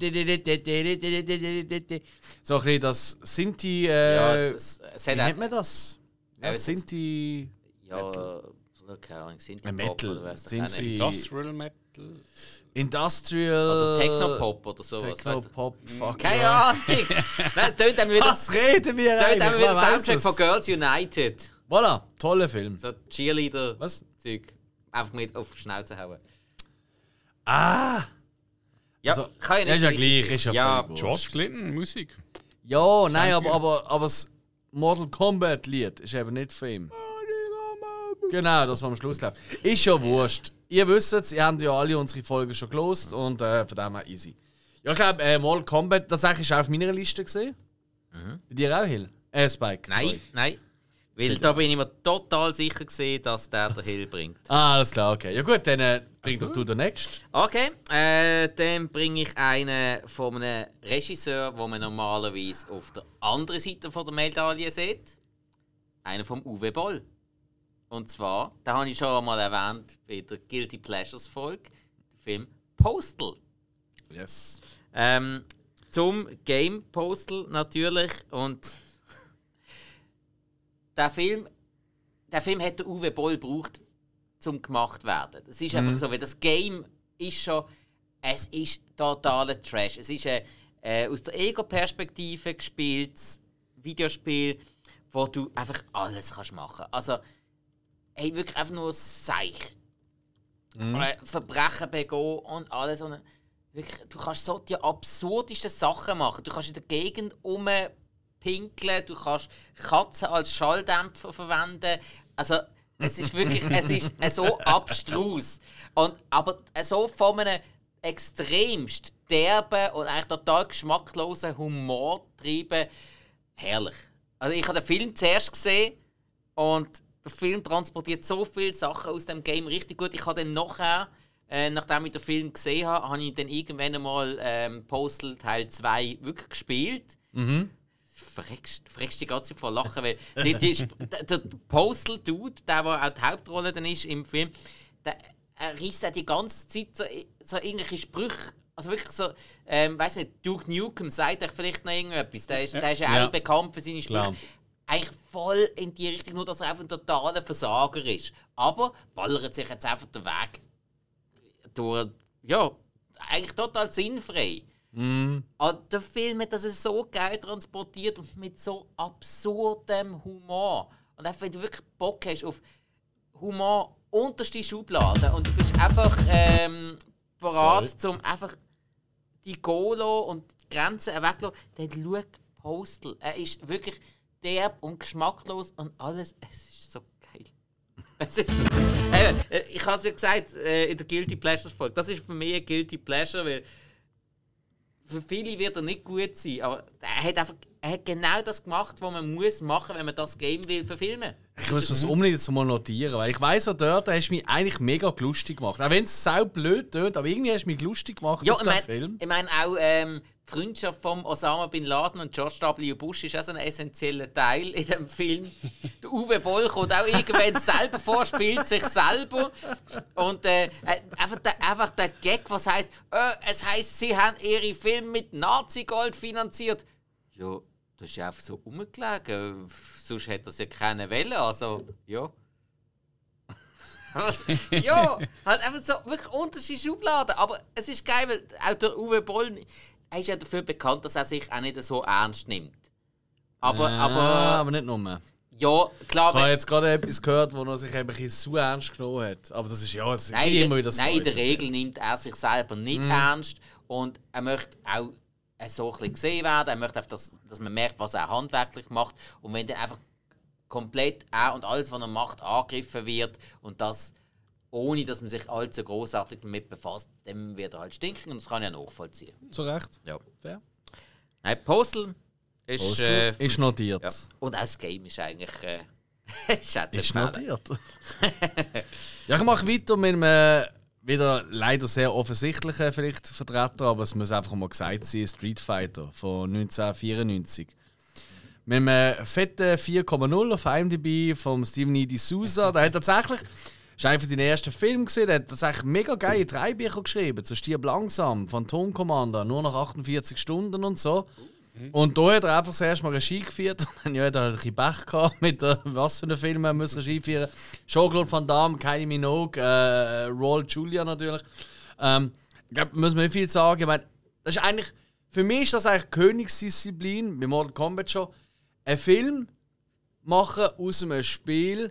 So ein bisschen das Sinti... Äh, ja, es, es wie nennt man das? Ja, ja, Sinti... Ja, keine Ahnung, Sinti Metal. Pop Sinti Industrial Metal? Industrial... Oder Techno-Pop oder sowas. Techno-Pop, fuck Keine ja. Ahnung! Nein, wieder, was reden wir eigentlich? Tönt wieder Soundtrack von Girls United. Voilà, toller Film. So Cheerleader... Was? Zeug. einfach mit auf die Schnauze hauen. Ah! Ja, also, kann ich nicht. Ist ja gleich, ist ja, ja George Clinton, Musik. Ja, nein, aber, aber, aber das Mortal Kombat Lied ist eben nicht von ihm. Genau, das, was am Schluss läuft. Ist ja wurscht. Ihr wisst es, ihr habt ja alle unsere Folgen schon gelost und äh, von dem her easy. Ja, ich glaube, äh, Mortal Kombat, das ist auch auf meiner Liste gesehen. Mhm. Bei dir auch, Hill? Äh, Spike. Nein, sorry. nein. Weil Zählt da bin ich mir total sicher gewesen, dass der der Hill bringt. Ah, alles klar, okay. Ja gut, dann äh, bring doch du den nächsten. Okay, äh, dann bringe ich einen von einem Regisseur, den man normalerweise auf der anderen Seite von der Medaille sieht. Einen vom Uwe Boll. Und zwar, da habe ich schon einmal erwähnt bei der Guilty Pleasures Folge, der Film Postal. Yes. Ähm, zum Game Postal natürlich. Und der Film, der Film hat der Uwe Boll gebraucht, um gemacht zu werden. Das ist einfach mhm. so, weil das Game ist schon, es ist totaler Trash. Es ist ein äh, aus der Ego-Perspektive gespieltes Videospiel, wo du einfach alles kannst machen. Also, hey, wirklich einfach nur Seich. Mhm. Äh, Verbrechen begehen und alles. Und wirklich, du kannst so die absurdesten Sachen machen. Du kannst in der Gegend rumpinkeln, du kannst Katzen als Schalldämpfer verwenden. Also, es ist wirklich, es ist so abstrus. Und, aber so von einem extremst derben und eigentlich total geschmacklosen Humor treiben, herrlich. Also ich habe den Film zuerst gesehen und der Film transportiert so viele Sachen aus dem Game richtig gut. Ich habe dann nachher, äh, nachdem ich den Film gesehen habe, habe ich dann irgendwann einmal ähm, Postal Teil zwei wirklich gespielt. Mhm. Verreckst, verreckst die ganze Zeit vor Lachen, weil die, die, der, der Postal-Dude, der, der auch die Hauptrolle dann ist im Film, der er reisst auch die ganze Zeit so, so irgendwelche Sprüche. Also wirklich so, ähm, weiss nicht, Duke Nukem sagt euch vielleicht noch irgendetwas. Der ist ja, der ist ja auch bekannt für seine Sprüche. Klar. Eigentlich voll in die Richtung, nur dass er einfach ein totaler Versager ist. Aber ballert sich jetzt einfach den Weg durch, ja, eigentlich total sinnfrei. Mm. Aber der Film hat das so geil transportiert und mit so absurdem Humor. Und einfach, wenn du wirklich Bock hast auf Humor unterste Schublade und du bist einfach ähm, bereit, um einfach die Golo und die Grenzen wegzulassen, dann schau Postal. Er ist wirklich derb und geschmacklos und alles. Es ist so geil. Es ist so, äh, ich habe es ja gesagt äh, in der Guilty Pleasures Folge. Das ist für mich ein Guilty Pleasure, weil für viele wird er nicht gut sein, aber er hat einfach er hat genau das gemacht, was man muss machen, wenn man das Game will verfilmen. Ich muss das unbedingt jetzt mal notieren, weil ich weiss, auch dort hast du mich eigentlich mega lustig gemacht. Auch wenn es sau blöd tönt, aber irgendwie hast du mich lustig gemacht ja, auf ich dem mein, Film. Ich meine auch ähm, die Freundschaft von Osama Bin Laden und George W. Bush ist auch so ein essentieller Teil in dem Film. Der Uwe Boll kommt auch irgendwann selber vor, spielt sich selber. Und äh, einfach, der, einfach der Gag, was heisst, äh, es heisst, sie haben ihre Filme mit Nazi-Gold finanziert. Ja, das ist einfach so rumgelegen. Sonst hätte das ja keine Welle. Also, ja. Ja, halt einfach so wirklich unterschiedliche Schubladen. Aber es ist geil, weil auch der Uwe Boll, er ist ja dafür bekannt, dass er sich auch nicht so ernst nimmt. Aber, äh, aber, aber nicht nur. Ja, klar. Ich habe jetzt gerade etwas gehört, wo er sich ein bisschen zu ernst genommen hat. Aber das ist ja das ist nein, immer wieder das Nein, in der Regel nimmt er sich selber nicht mm. ernst. Und er möchte auch so ein bisschen gesehen werden. Er möchte einfach, dass, dass man merkt, was er handwerklich macht. Und wenn dann einfach komplett er und alles, was er macht, angegriffen wird und das ohne, dass man sich allzu großartig damit befasst, dann wird er halt stinken und das kann ja nachvollziehen. Zu Recht. Ja. Fair. Nein, Postal ist, Postal äh, ist notiert. Ja. Und auch das Game ist eigentlich äh, ist, ist notiert. Ja, ich mache weiter mit einem wieder leider sehr offensichtlichen vielleicht Vertreter, aber es muss einfach mal gesagt sein, Street Fighter von neunzehnhundertvierundneunzig. Mit einem fetten vier Komma null auf I M D B von Steven E. D'Souza. Der hat tatsächlich, das war einer seiner ersten Filme, der hat tatsächlich mega geile Drei-Bücher geschrieben, zu Stirb langsam, Phantom Commander, nur nach achtundvierzig Stunden und so. Mhm. Und da hat er einfach das erste Mal Regie geführt und dann ja, hat er halt ein bisschen Pech gehabt mit der, was für einen Film er muss Regie führen. Jean-Claude Van Damme, Kylie Minogue, äh, Raul Julia natürlich. Ähm, ich glaube, muss man nicht viel sagen. Ich meine, das ist eigentlich, für mich ist das eigentlich Königsdisziplin, bei Mortal Kombat schon, einen Film machen aus einem Spiel,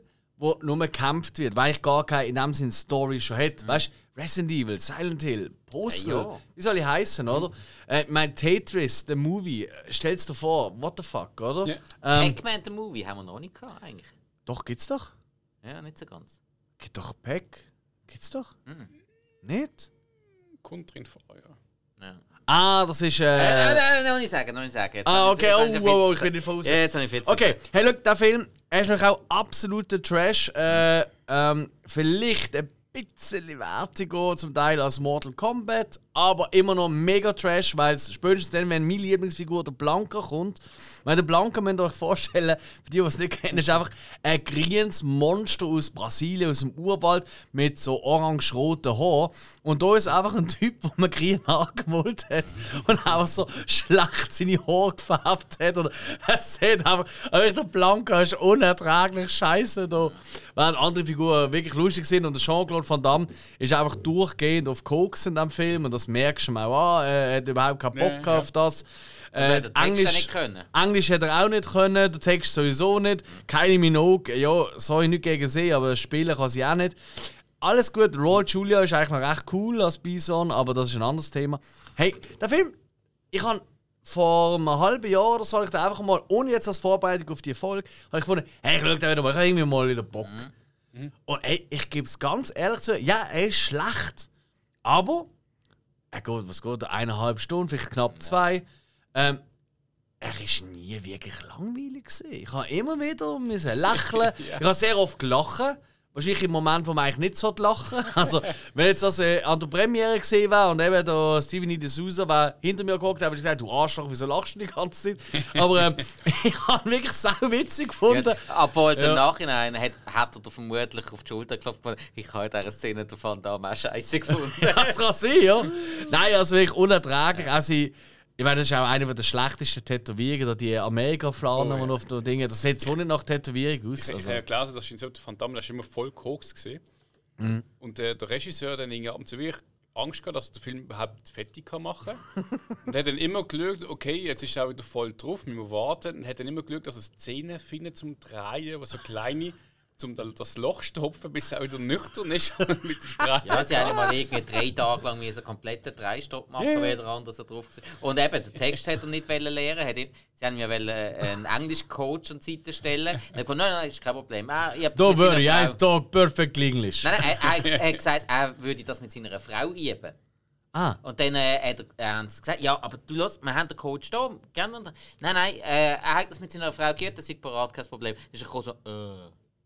wo nur gekämpft wird, weil ich gar keine in dem Sinne Story schon hätte. Mhm. Weißt du, Resident Evil, Silent Hill, Postal, ja, wie soll ich heißen, oder? Mhm. Äh, mein Tetris, der Movie, stell's dir vor, what the fuck, oder? Ja. Ähm, Pac-Man, der Movie, haben wir noch nicht gehabt, eigentlich. Doch, gibt's doch. Ja, nicht so ganz. Gibt doch ein Pack. Gibt's doch? Mhm. Nicht? Kommt drin vor, ja. ja. Ah, das ist. Äh, äh, äh, noch nicht sagen, noch nicht sagen. Jetzt ah, okay, oh, wow, wow, ich bin nicht voll. Ja, jetzt habe ich viel zu Okay, hey, look, der Film, er ist natürlich auch absoluter Trash. Äh, ähm, vielleicht ein bisschen wertiger zum Teil als Mortal Kombat, aber immer noch mega Trash, weil es spätestens dann, wenn meine Lieblingsfigur, der Blanca, kommt. Weil der Blanca, müsst ihr euch vorstellen, für die, die es nicht kennen, ist einfach ein grünes Monster aus Brasilien, aus dem Urwald, mit so orange-roten Haaren. Und da ist einfach ein Typ, der man grün angemalt hat und einfach so schlecht seine Haare gefärbt hat. Und er sieht einfach, also der Blanca ist unerträglich scheiße da. Während andere Figuren wirklich lustig sind und der Jean-Claude Van Damme ist einfach durchgehend auf Koks in diesem Film und das merkst du ihm auch an. Er hat überhaupt keinen Bock nee, ja. auf das. Äh, Englisch, nicht können. Englisch hätte er auch nicht können, der Text sowieso nicht. Kylie Minogue, ja, soll ich nicht gegen sie, aber spielen kann sie auch nicht. Alles gut, Raul Julia ist eigentlich noch recht cool als Bison, aber das ist ein anderes Thema. Hey, der Film, ich habe vor einem halben Jahr oder so, habe ich da einfach mal, ohne jetzt als Vorbereitung auf die Folge, habe ich gefunden, hey, ich schaue da wieder mal, ich habe irgendwie mal wieder Bock. Mhm. Und ey, ich gebe es ganz ehrlich zu, ja, er ist schlecht, aber, er geht, was geht, eineinhalb Stunden, vielleicht knapp zwei. Ähm, er war nie wirklich langweilig gewesen. Ich habe immer wieder müssen lächeln. ja. Ich habe sehr oft gelacht. Wahrscheinlich im Moment, wo man eigentlich nicht so lachen. Also, wenn jetzt das äh, an der Premiere gesehen wäre und eben der Stephanie D'Souza wäre hinter mir geguckt, habe ich gesagt, du Arschloch, wieso lachst du die ganze Zeit? Aber ähm, ich habe ihn wirklich sau witzig gefunden. Ja, obwohl ja. im Nachhinein hat, hat er vermutlich auf die Schulter geklopft. Ich habe in dieser Szene den Van Damme auch scheiße gefunden. Das kann sein, ja. Nein, also wirklich unerträglich. Also, ich meine, das ist auch eine der schlechtesten Tätowierungen, die Amerika-Flanen, oh, ja. auf den Dingen. Das sieht so nicht nach Tätowierung aus. Ich, ich also. habe ja gelesen, dass der Van Damme ist immer voll Koks gesehen. Mhm. Und äh, der Regisseur dann ab und zu wirklich Angst gehabt, dass er den Film überhaupt fertig machen kann. Und hat dann immer geschaut, okay, jetzt ist er auch wieder voll drauf, müssen wir warten. Und hat dann immer geschaut, dass er Szenen findet zum Drehen, was so kleine, um das Loch stopfen, bis er wieder nüchtern ist. mit ja, sie haben mal irgendwie drei Tage lang einen kompletten Dreistopp machen, yeah. weil der andere so drauf war. Und eben, den Text hat er nicht lernen. Hat, sie haben mir einen Englisch-Coach an die Seite stellen. Und ich dachte, nein, nein, ist kein Problem. Ah, Don't worry, I talk perfect English. Nein, nein, er, er, er hat gesagt, er würde das mit seiner Frau üben. Ah. Und dann äh, hat er, äh, haben sie gesagt, ja, aber du los, wir haben den Coach da. Gerne. Nein, nein, äh, er hat das mit seiner Frau geübt, das ist parat, kein Problem. Dann ist er so, äh...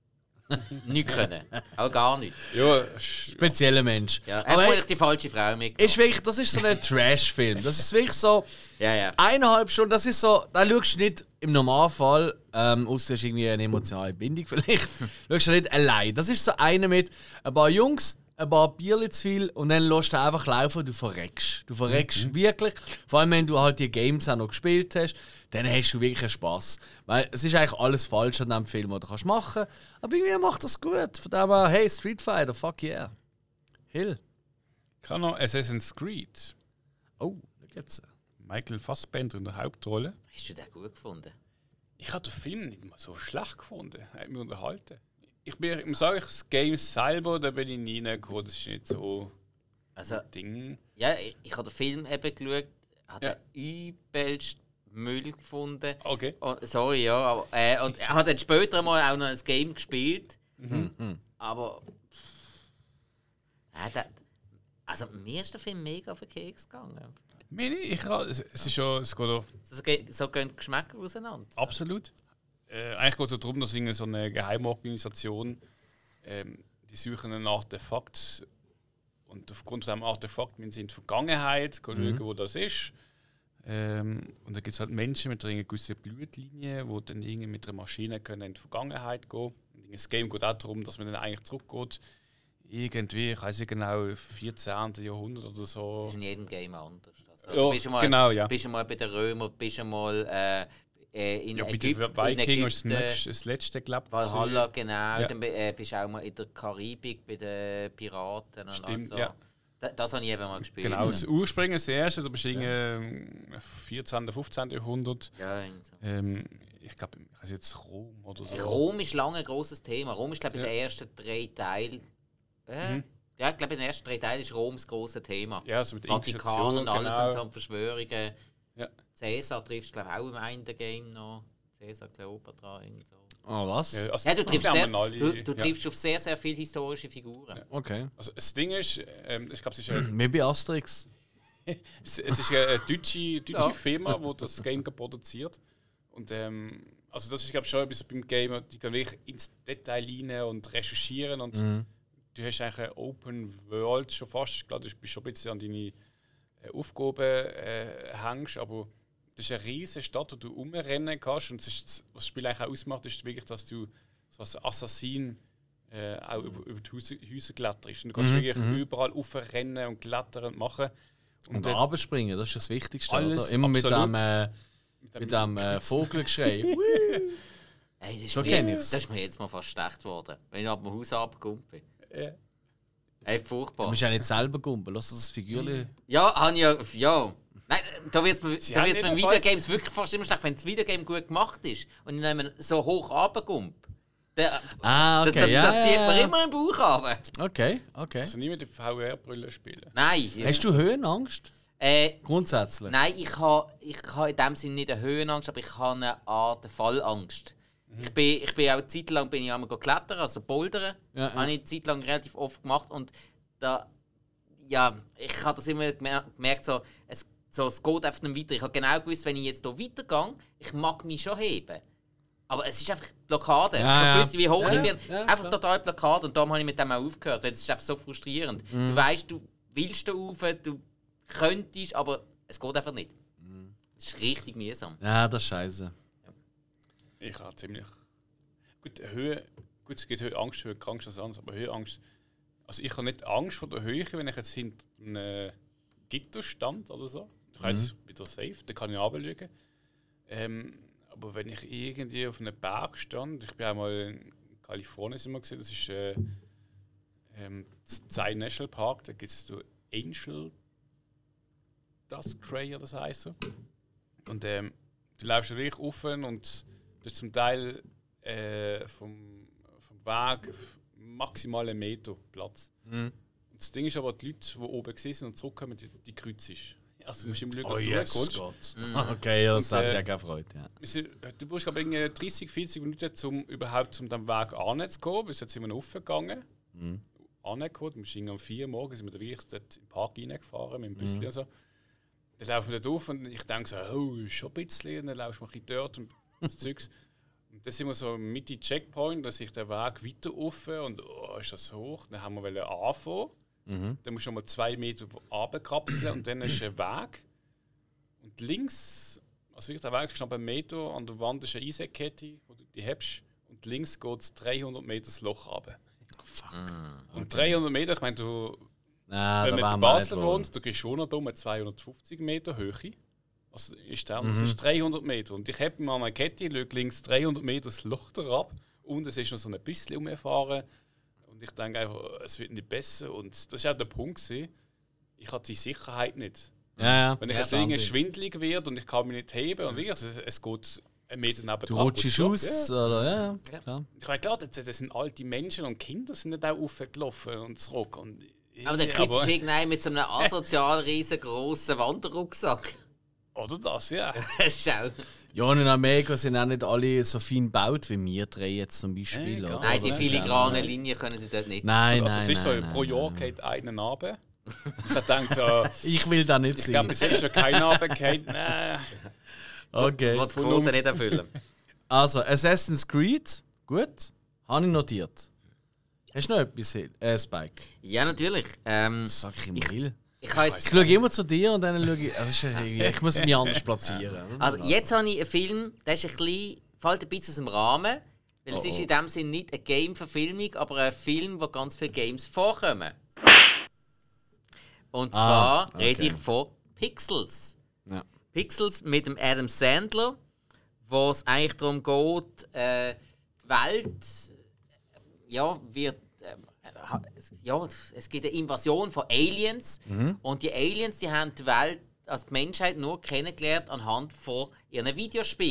nicht können. Auch gar nicht. Ja, spezieller Mensch. Ja, er hat vielleicht die falsche Frau mitgenommen. Ist wirklich, das ist so ein Trash-Film. Das ist wirklich so. ja, ja. Eineinhalb Stunden, das ist so. Da schaust du nicht im Normalfall, ähm, außer hast irgendwie eine emotionale Bindung vielleicht, schaust du nicht allein. Das ist so einer mit ein paar Jungs, ein paar Bierchen zu viel und dann lässt du einfach laufen und du verreckst. Du verreckst mhm. wirklich. Vor allem, wenn du halt die Games auch noch gespielt hast, dann hast du wirklich Spass. Weil es ist eigentlich alles falsch an diesem Film, was du kannst machen kannst. Aber irgendwie macht das gut. Von dem her, hey, Street Fighter, fuck yeah. Hill. Ich habe noch Assassin's Creed. Oh, da geht's. Michael Fassbender in der Hauptrolle. Hast du den gut gefunden? Ich habe den Film nicht mal so schlecht gefunden. Er hat mich unterhalten. Ich bin, ich muss sagen, das Game selber, da bin ich nie reingekommen. Das ist nicht so also, ein Ding. Ja, ich, ich habe den Film eben geschaut, habe ja. den übelst Müll gefunden. Okay. Und, sorry, ja. Aber, äh, und er hat dann später mal auch noch ein Game gespielt. Mhm. Mhm. Aber. Äh, der, also, mir ist der Film mega auf den Keks gegangen. Meine, ich habe. Es ist schon. Es geht auch, so, geht, so gehen die Geschmäcker auseinander. Absolut. Äh, eigentlich geht es darum, dass so eine Geheimorganisation ähm, die suchen ein Artefakt und aufgrund von diesem Artefakt müssen sie in die Vergangenheit schauen, mhm. wo das ist. Ähm, und dann gibt es halt Menschen mit einer gewissen Blutlinie, die dann irgendwie mit einer Maschine können in die Vergangenheit gehen können. Das Game geht auch darum, dass man dann eigentlich zurückgeht. Irgendwie, ich weiß nicht genau, vierzehnten Jahrhundert oder so. Das ist in jedem Game anders. Also, ja, du bist mal, genau, ja. bist mal bei den Römern, bist mal äh, in ja, Ägypten. Bei den Viking ist das, das letzte, glaube ich. Valhalla, genau. Ja. Dann äh, bist du auch mal in der Karibik bei den Piraten. Und Stimmt, also. ja. Das, das habe ich eben mal gespielt. Genau, das Ursprung, das erste, da bist du ja. im vierzehnten, fünfzehnten Jahrhundert. Ja, ähm, ich glaube, ich weiß jetzt Rom oder so. Rom ist lange ein grosses Thema. Rom ist, glaube ich, ja. in den ersten drei Teilen. Äh, mhm. Ja, ich glaube, in den ersten drei Teilen ist Rom das grosse Thema. Ja, also mit Vatikan und alles genau. und so Verschwörungen. Ja. Caesar triffst du, glaube ich, auch im einen Game noch. Caesar, Kleopatra und so. Oh, was? Ja, also ja, du triffst, sehr, alle, du, du ja. triffst auf sehr, sehr viele historische Figuren. Ja. Okay. Also das Ding ist, ähm, ich glaube, es ist ein... Wie bei Asterix. es, es ist eine deutsche, deutsche ja. Firma, die das Game produziert. Und ähm, also das ist, glaube ich, schon etwas beim Game, die können wirklich ins Detail rein und recherchieren. Und mhm. du hast eigentlich eine Open World schon fast. Klar, du bist schon ein bisschen an deine Aufgaben äh, hängst, aber das ist eine riesige Stadt, wo du rumrennen kannst. Und das, ist, was das Spiel eigentlich auch ausmacht, ist wirklich, dass du so als Assassin äh, auch über, über die Häuser, Häuser kletterst. Und du kannst mhm. wirklich mhm. überall raufrennen und klettern und machen. Und, und runterspringen, das ist das Wichtigste. Alles, oder? Immer mit dem, äh, mit dem äh, Vogelgeschrei. Hey, das, so ist mir, das ist mir jetzt mal fast schlecht geworden, wenn ich ab dem Haus abgekumpelt bin. Ja. Hey, furchtbar. Du musst ja nicht selber kumpeln, lass das Figürchen. Ja, habe ich ja. ja. Nein, da wird es beim Videogames wirklich fast immer schlecht, wenn das Videogame gut gemacht ist und ich nehme so hoch runterkump. Ah, okay. Das, das, ja, das zieht ja, mir ja. immer im Bauch runter. Okay, okay. Also nie mit der V R-Brille spielen? Nein. Hast du Höhenangst? Äh, Grundsätzlich? Nein, ich habe ich ha in dem Sinne nicht eine Höhenangst, aber ich habe eine Art Fallangst. Mhm. Ich, bin, ich bin auch eine Zeit lang bin ich einmal klettern, also bouldern. Ja, ja. Habe ich eine Zeit lang relativ oft gemacht und da, ja, ich habe das immer gemerkt, so, es, so, es geht einfach nicht weiter. Ich habe genau gewusst, wenn ich jetzt hier weitergehe, ich mag mich schon heben. Aber es ist einfach Blockade. Ja, ich habe gewusst, wie hoch ja, ich bin. Ja, einfach klar. total Blockade. Und darum habe ich mit dem auch aufgehört. Weil es ist einfach so frustrierend. Mhm. Du weißt, du willst da rauf, du könntest, aber es geht einfach nicht. Mhm. Das ist richtig mühsam. Ja, das ist scheiße. Ja. Ich habe ziemlich. Gut, Höhe. Gut, es gibt Höhenangst, Höhenangst als anderes, aber Höhenangst. Also ich habe nicht Angst vor der Höhe, wenn ich jetzt hinter einem Gitter stand oder so. Ich weiß, mhm. wieder safe, da kann ich runterschauen. Ähm, aber wenn ich irgendwie auf einem Berg stand, ich bin einmal in Kalifornien sind wir gesehen, das ist äh, ähm, Zion National Park, da gibt es so Angel Dust Cray oder das heisst so. Und ähm, du läufst wirklich rauf und du hast zum Teil äh, vom, vom Weg maximal einen Meter Platz. Mhm. Und das Ding ist aber, die Leute, die oben sind und zurückkommen, die, die Kreuz ist. Also du musst immer schauen, was oh, du yes, kommst. Mhm. Okay, das und, hat äh, ja keine Freude. Ja. Du brauchst aber irgendwie dreißig, vierzig Minuten, um überhaupt zum dem Weg anzukommen. Bis jetzt sind wir noch aufgegangen. Mhm. Angekommen. Wir sind um vier Uhr morgens sind wir wirklich dort im Park reingefahren mit dem Büsschen mhm. und so. Dann laufen wir dort auf und ich denke so, oh, schon ein bisschen. Und dann laufst du mal ein bisschen dort und das Zeugs. Und dann sind wir so Mitte Checkpoint, dann sich der Weg weiter auf und oh, ist das hoch. Dann haben wir anfangen. Mhm. Dann musst du schon mal zwei Meter runterkrapseln und dann ist ein Weg. Und links, also wirklich der Weg ist noch ein Meter, an der Wand ist eine Eisenkette, wo du die hast. Und links geht es dreihundert Meter das Loch runter. Fuck. Und okay. dreihundert Meter, ich meine, du, Nein, wenn man in Basel wohnt, du gehst schon noch da mit zweihundertfünfzig Meter Höhe. Also ist der, mhm. das ist dreihundert Meter. Und ich habe mal eine Kette, schaue links dreihundert Meter das Loch da ab. Und es ist noch so ein bisschen umgefahren. Und ich denke einfach, es wird nicht besser. Und das war auch der Punkt. Ich hatte die Sicherheit nicht. Ja, ja. Wenn ich ja, jetzt irgendwie schwindelig werde und ich kann mich nicht heben, und wirklich, es, es geht einen Meter neben Du rutschst aus, ja. oder? Ja, ja, klar. Ich meine, klar, das, das sind alte Menschen und Kinder sind nicht auch aufgelaufen und zurück. Und, aber dann kriegst du irgendeinen mit so einem asozial riesengroßen Wanderrucksack. Oder das, ja. Schau. Ja, und in Amerika sind auch nicht alle so fein gebaut wie wir drei jetzt zum Beispiel. Ja, oder? Nein, die filigranen Linien können sie dort nicht. Nein, also, nein, es ist nein, so, nein, pro Jahr geht einen runter. Ich denke so... ich will da nicht ich sein. Ich glaube, bis jetzt schon keinen runtergefallen. Nein. Okay. Was die Quote nicht erfüllen. Also, Assassin's Creed, gut, habe ich notiert. Hast du noch etwas, äh, Spike? Ja, natürlich. Ähm, Sag ich immer will. Ich, ich, jetzt, ich schaue immer zu dir und dann schaue ich... Also ich muss mich anders platzieren. Also jetzt habe ich einen Film, der ist ein bisschen, fällt ein bisschen aus dem Rahmen. Weil oh, es ist in dem Sinne nicht eine Game-Verfilmung, aber ein Film, wo ganz viele Games vorkommen. Und zwar ah, okay. rede ich von Pixels. Ja. Pixels mit dem Adam Sandler, wo es eigentlich darum geht, äh, die Welt ja, wird... Äh, ja, es gibt eine Invasion von Aliens. Mhm. Und die Aliens die haben die Welt, also die Menschheit nur kennengelernt anhand von ihren Videospielen.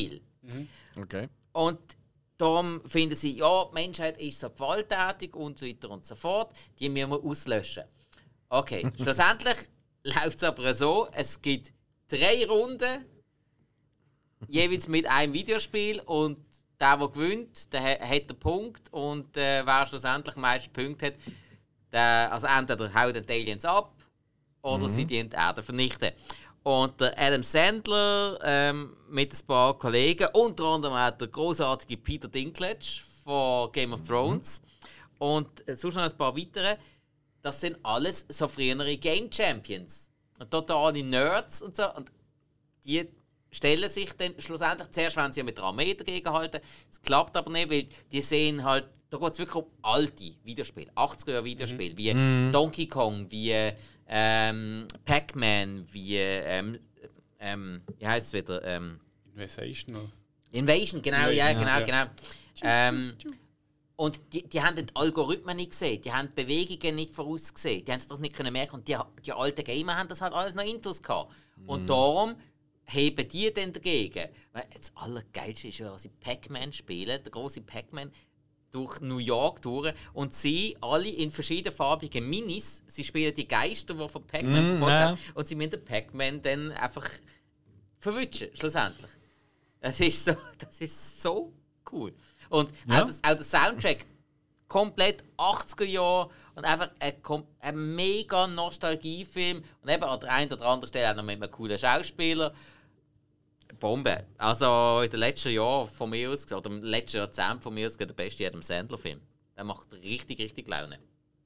Mhm. Okay. Und darum finden sie, ja, die Menschheit ist so gewalttätig und so weiter und so fort. Die müssen wir auslöschen. Okay, schlussendlich läuft es aber so, es gibt drei Runden, jeweils mit einem Videospiel und der, der gewinnt, der hat den Punkt und äh, wer schlussendlich am meisten Punkte hat, der, also entweder haut die Aliens ab oder mhm. sie die Erde vernichten. Und der Adam Sandler ähm, mit ein paar Kollegen, unter anderem auch der großartige Peter Dinklage von Game of Thrones mhm. und äh, sonst noch ein paar weitere, das sind alles so frühere Game Champions. Totale Nerds und so. Und die stellen sich dann schlussendlich, zuerst wenn sie mit der Armee dagegen halten, es klappt aber nicht, weil die sehen halt, da geht es wirklich um alte Videospiele, achtziger-Jahre-Videospiele, mhm. wie mhm. Donkey Kong, wie ähm, Pac-Man, wie, ähm, ähm, wie heisst es wieder? Ähm, Invasion. Invasion, genau, ja, genau, ja. genau. Ähm, und die, die haben die Algorithmen nicht gesehen, die haben die Bewegungen nicht vorausgesehen, die haben sich das nicht können merken und die, die alten Gamer haben das halt alles noch Intus gehabt. Mhm. Und darum heben die dann dagegen. Weil das Allergeilste ist, wenn sie Pac-Man spielen, der große Pac-Man, durch New York durch und sie alle in verschiedenfarbigen Minis, sie spielen die Geister, die von Pac-Man mm, verfolgt haben, ja. und sie müssen den Pac-Man dann einfach verwutschen, schlussendlich. Das ist so, das ist so cool. Und ja. auch, das, auch der Soundtrack, komplett achtziger Jahre und einfach ein, ein mega Nostalgiefilm und eben an der einen oder anderen Stelle auch noch mit einem coolen Schauspieler. Bombe. Also in den letzten Jahren von mir aus, oder im letzten Jahrzehnt von mir aus, der beste Adam Sandler-Film. Der macht richtig, richtig Laune.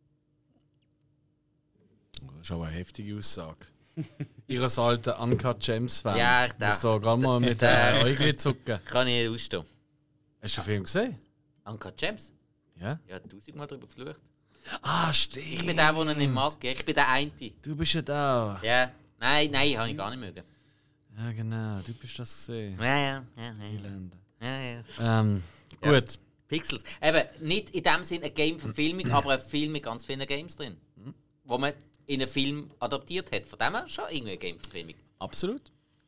Das ist aber eine heftige Aussage. Ihres alten Uncut Gems-Fan. Ja, ich muss da gerade mal mit den äh, Äugeln zucken. Kann ich nicht ausstehen. Hast du den Film gesehen? Uncut Gems? Ja. Ja, tausendmal darüber geflucht. Ah, stimmt. Ich bin der, der ihn nicht mag. Ich bin der eine. Du bist ja da. Ja. Nein, nein, habe ich gar nicht mögen. Ja, genau. Du bist das gesehen. Ja, ja, ja. Elende. Ja, ja. Ähm, gut. Ja. Pixels. Eben, nicht in dem Sinne eine Game-Verfilmung, aber ein Film mit ganz vielen Games drin. Wo man in einen Film adaptiert hat. Von dem her schon irgendwie eine Game-Verfilmung. Absolut.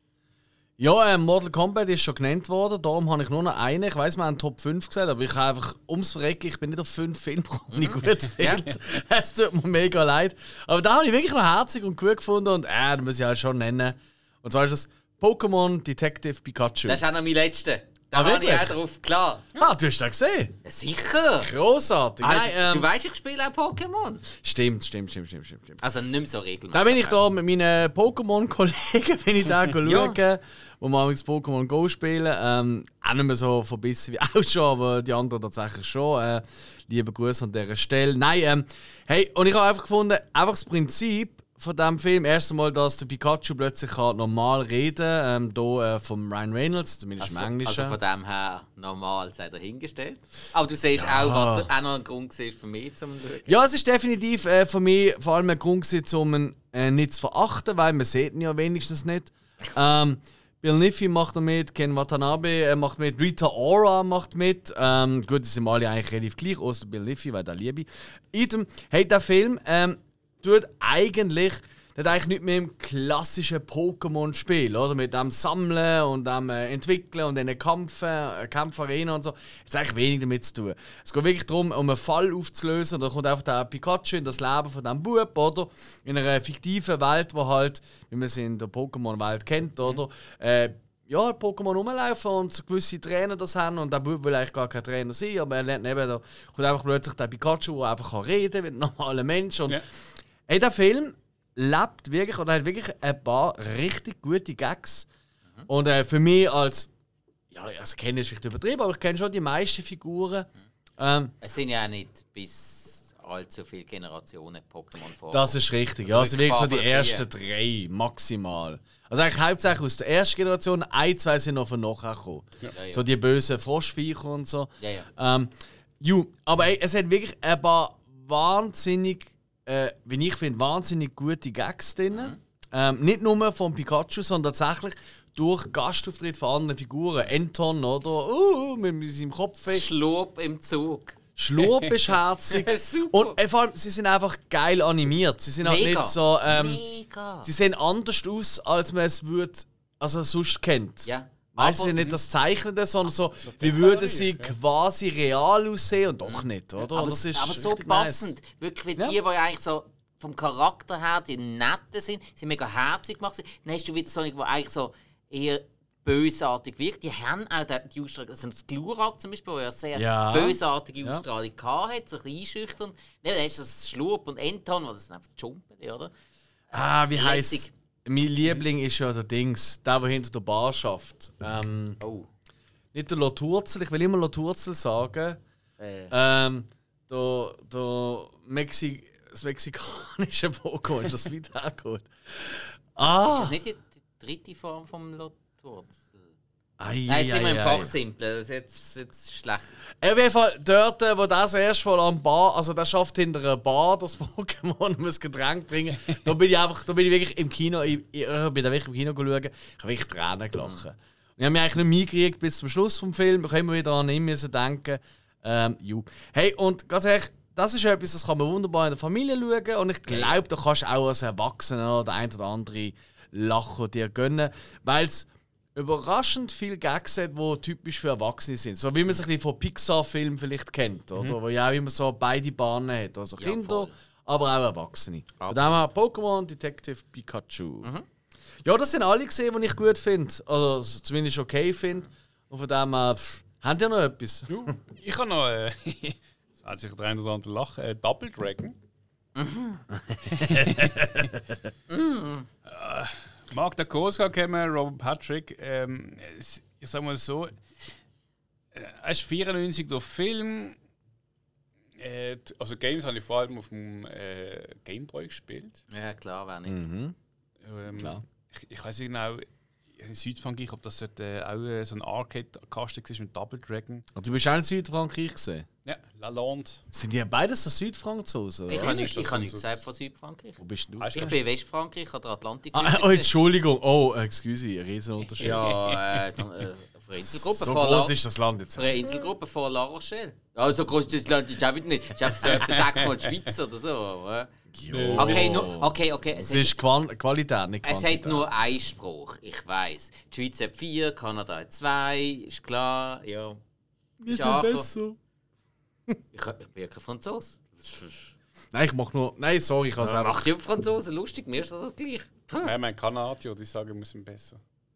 Ja, äh, Mortal Kombat ist schon genannt worden, darum habe ich nur noch einen. Ich weiss, wir haben Top fünf gesagt, aber ich habe einfach ums Verrecken, ich bin nicht auf fünf Filme, die ich gut finde. Es tut mir mega leid. Aber da habe ich wirklich noch herzig und gut gefunden und äh, das muss ich halt schon nennen. Und zwar ist das Pokémon Detective Pikachu. Das ist auch noch mein letzter. Da ah, habe ich auch drauf, klar. Ah, du hast das gesehen? Ja, sicher. Grossartig. Also, Nein, ähm, du weißt, ich spiele auch Pokémon. Stimmt, stimmt, stimmt, stimmt, stimmt. Also nicht mehr so regelmäßig. Da bin ich da mit meinen Pokémon-Kollegen bin ich da schauen, ja. wo wir das Pokémon Go spielen. Ähm, auch nicht mehr so verbissen wie auch schon, aber die anderen tatsächlich schon. Äh, liebe Grüße an dieser Stelle. Nein, ähm, hey, und ich habe einfach gefunden, einfach das Prinzip von diesem Film, erst einmal, dass der Pikachu plötzlich kann normal reden kann, ähm, hier äh, von Ryan Reynolds, zumindest also, im Englischen. Also von dem her normal, sei dahingestellt. Aber du siehst ja. auch, was auch noch ein Grund war für mich zum Schauen. Ja, es ist definitiv äh, für mich vor allem ein Grund gewesen, um ihn äh, nicht zu verachten, weil man sieht ihn ja wenigstens nicht. Ähm, Bill Nighy macht mit, Ken Watanabe äh, macht mit, Rita Ora macht mit. Ähm, gut, die sind alle eigentlich relativ gleich, außer Bill Nighy, weil der liebe. Item, hey, der Film ähm, tut eigentlich, das hat eigentlich nicht mehr im klassischen Pokémon-Spiel, oder? Mit dem Sammeln und dem äh, Entwickeln und den Kampf, äh, Kampfarena und so. Das hat eigentlich wenig damit zu tun. Es geht wirklich darum, um einen Fall aufzulösen. Da kommt einfach der Pikachu in das Leben von diesem Bub, oder? In einer fiktiven Welt, wo halt, wie man sie in der Pokémon-Welt kennt, oder? Äh, ja, Pokémon rumlaufen und so gewisse Trainer das haben und der Bub will eigentlich gar kein Trainer sein, aber er lernt neben, da kommt einfach plötzlich der Pikachu, der einfach reden kann wie ein normaler Mensch. Und ja. Hey, der Film lebt wirklich oder hat wirklich ein paar richtig gute Gags. Mhm. Und äh, für mich als, ja, also kenne ich vielleicht übertrieben, aber ich kenne schon die meisten Figuren. Mhm. Ähm, es sind ja auch nicht bis allzu viele Generationen Pokémon vor. Das ist richtig, ja. Also wirklich so die ersten drei maximal. Also eigentlich hauptsächlich aus der ersten Generation, ein, zwei sind noch von nachher gekommen. Ja. Ja, ja. So die bösen Froschviecher und so. Ja, ja. Ähm, ju, aber ey, es hat wirklich ein paar wahnsinnig, äh, wie ich finde, wahnsinnig gute Gags drin. Mhm. Ähm, nicht nur von Pikachu, sondern tatsächlich durch Gastauftritt von anderen Figuren. Anton, oder? Uh, mit seinem Kopf. Schlurp im Zug. Schlurp ist herzig. Und äh, vor allem, sie sind einfach geil animiert. Sie sind halt nicht so. Ähm, Mega. Sie sehen anders aus, als man es würd, also sonst kennt. Ja. Weißt du, nicht das Zeichnende, sondern so, so wie würden sie ja. quasi real aussehen und doch nicht, oder? Aber, das ist aber so passend. Nice. Wirklich wie ja. die, die eigentlich so vom Charakter her die Netten sind, sind mega herzig gemacht. Dann hast du wieder so, die eigentlich so eher bösartig wirkt. Die haben auch die Ausstrahlung, also das Glurak zum Beispiel, wo ja sehr ja. bösartige Ausstrahlung ja. hatte, so ein bisschen einschüchtern. Dann hast du das Schlurp und Enton, was sind einfach Jumpen, oder? Ah, wie heisst mein Liebling ist ja der Dings, der, der hinter der Bar schafft. Ähm, oh. Nicht der Loturzel, ich will immer Loturzel sagen. Äh. Ähm, der, der Mexi das mexikanische Pokémon, ist das wieder gut. Ah. Ist das nicht die, die dritte Form vom Loturzel? Ai, Nein, jetzt ai, sind wir im ai. Fachsimpeln, das ist jetzt, jetzt schlecht. Auf jeden Fall, dort, wo das erste Mal am Bar, also der schafft hinter einer Bar das Pokémon, muss Getränk bringen. Da bin ich einfach, da bin ich wirklich im Kino, ich, ich, ich bin da wirklich im Kino geschaut, ich habe wirklich Tränen gelacht. Und ich habe mich eigentlich nicht mitgekriegt bis zum Schluss des Films, ich habe immer wieder an ihn müssen denken. Ähm, ju. Hey, und ganz ehrlich, das ist etwas, das kann man wunderbar in der Familie schauen und ich glaube, da kannst du auch als Erwachsener der ein oder andere Lachen dir gönnen, weil es überraschend viele Gags hat, die typisch für Erwachsene sind. So wie man sich von Pixar-Filmen vielleicht kennt, oder? Mhm. Wo ja auch immer so beide Bahnen hat. Also Kinder, ja, aber auch Erwachsene. Und dann haben wir Pokémon Detective Pikachu. Mhm. Ja, das sind alle gesehen, die ich gut finde. Also zumindest okay finde. Und von dem her, pff, habt ihr noch etwas? Du, ich habe noch, äh, das hat sich der eine oder andere lachen, äh, Double Dragon. Mhm. mhm. Mark Dacascos kennen, Robert Patrick. Ähm, ich sag mal so, er ist vierundneunzig der Film. Äh, also Games habe ich vor allem auf dem äh, Gameboy gespielt. Ja klar, wer nicht. Mhm. Ähm, klar. Ich, ich weiß nicht genau, in Südfrankreich, ob das äh, auch äh, so ein Arcade-Kasten war mit Double Dragon. Und du bist auch in Südfrankreich gesehen? Ja, Lalande. Sind die beides so Südfranzosen? Ich habe nicht, nicht gesagt von Südfrankreich. Wo bist du? Ich bin in Westfrankreich an der Atlantik. Ah, oh, Entschuldigung. Oh, excuse, ein Riesenunterschied. Ja, äh, dann, äh, auf einer Inselgruppe so groß ist das Land jetzt. Auf einer Inselgruppe von La Rochelle. Ja, so groß ist das Land jetzt auch wieder nicht. Es ist einfach so etwa sechsmal die Schweiz oder so. Äh. Jo. Okay, nur, okay, okay. Es, es ist Qual Qualität, nicht Quantität. Es hat nur einen Spruch, ich weiss. Die Schweiz hat vier, Kanada hat zwei, ist klar, ja. Wir sind besser. Ich, ich bin ja kein Franzose. Nein, ich mach nur. Nein, sorry, ich kann es ja, einfach. Macht die Franzosen lustig, mir ist das gleich. Hm. Nein, mein Kanadier, die sagen, wir sind besser.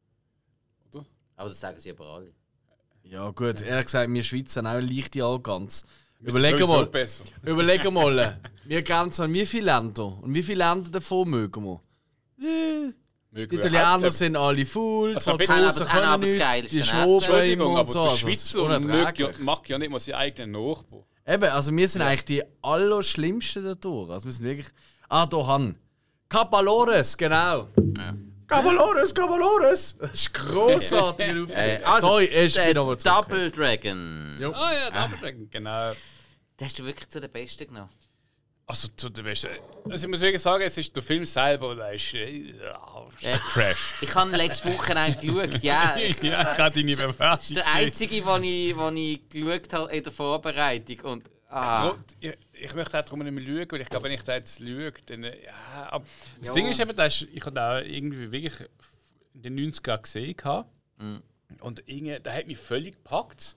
Oder? Aber das sagen sie aber alle. Ja, gut, ehrlich gesagt, wir Schweizer haben auch eine leichte Arroganz. Überlegen mal. Überlegen mal. Wir grenzen an wie viele Länder? Und wie viele Länder davon mögen wir? Äh, die Italiener sind alle faul, die Franzosen können nichts, die Schwaben immer und so. Aber der Schweizer mag ja, mag ja nicht mal seinen eigenen Nachbarn. Eben, also wir sind ja. eigentlich die allerschlimmsten da durch. Also wir sind wirklich... Ah, da Han. Capalores, genau. Ja. Capalores, Capalores! Das ist grossartig. äh, also, Sorry, ich bin nochmal zurück. Double Dragon. Ah oh, ja, Double ah. Dragon, genau. Das hast du wirklich zu den Besten genommen. Also zu den Besten. Also ich muss wirklich sagen, es ist der Film selber, der ist äh, äh, Trash. Ich habe letzte Woche eigentlich geschaut, ja. ja, ich habe deine Bewertung. Das ist der einzige, den ich, den ich geschaut habe in der Vorbereitung. Und, ah. ich, ich möchte auch darum nicht mehr schauen, weil ich glaube, wenn ich da jetzt schaue, dann... Ja, aber das ja. Ding ist eben, dass ich habe da irgendwie wirklich in den neunzigern gesehen. Mhm. Und irgendwie, der hat mich völlig gepackt.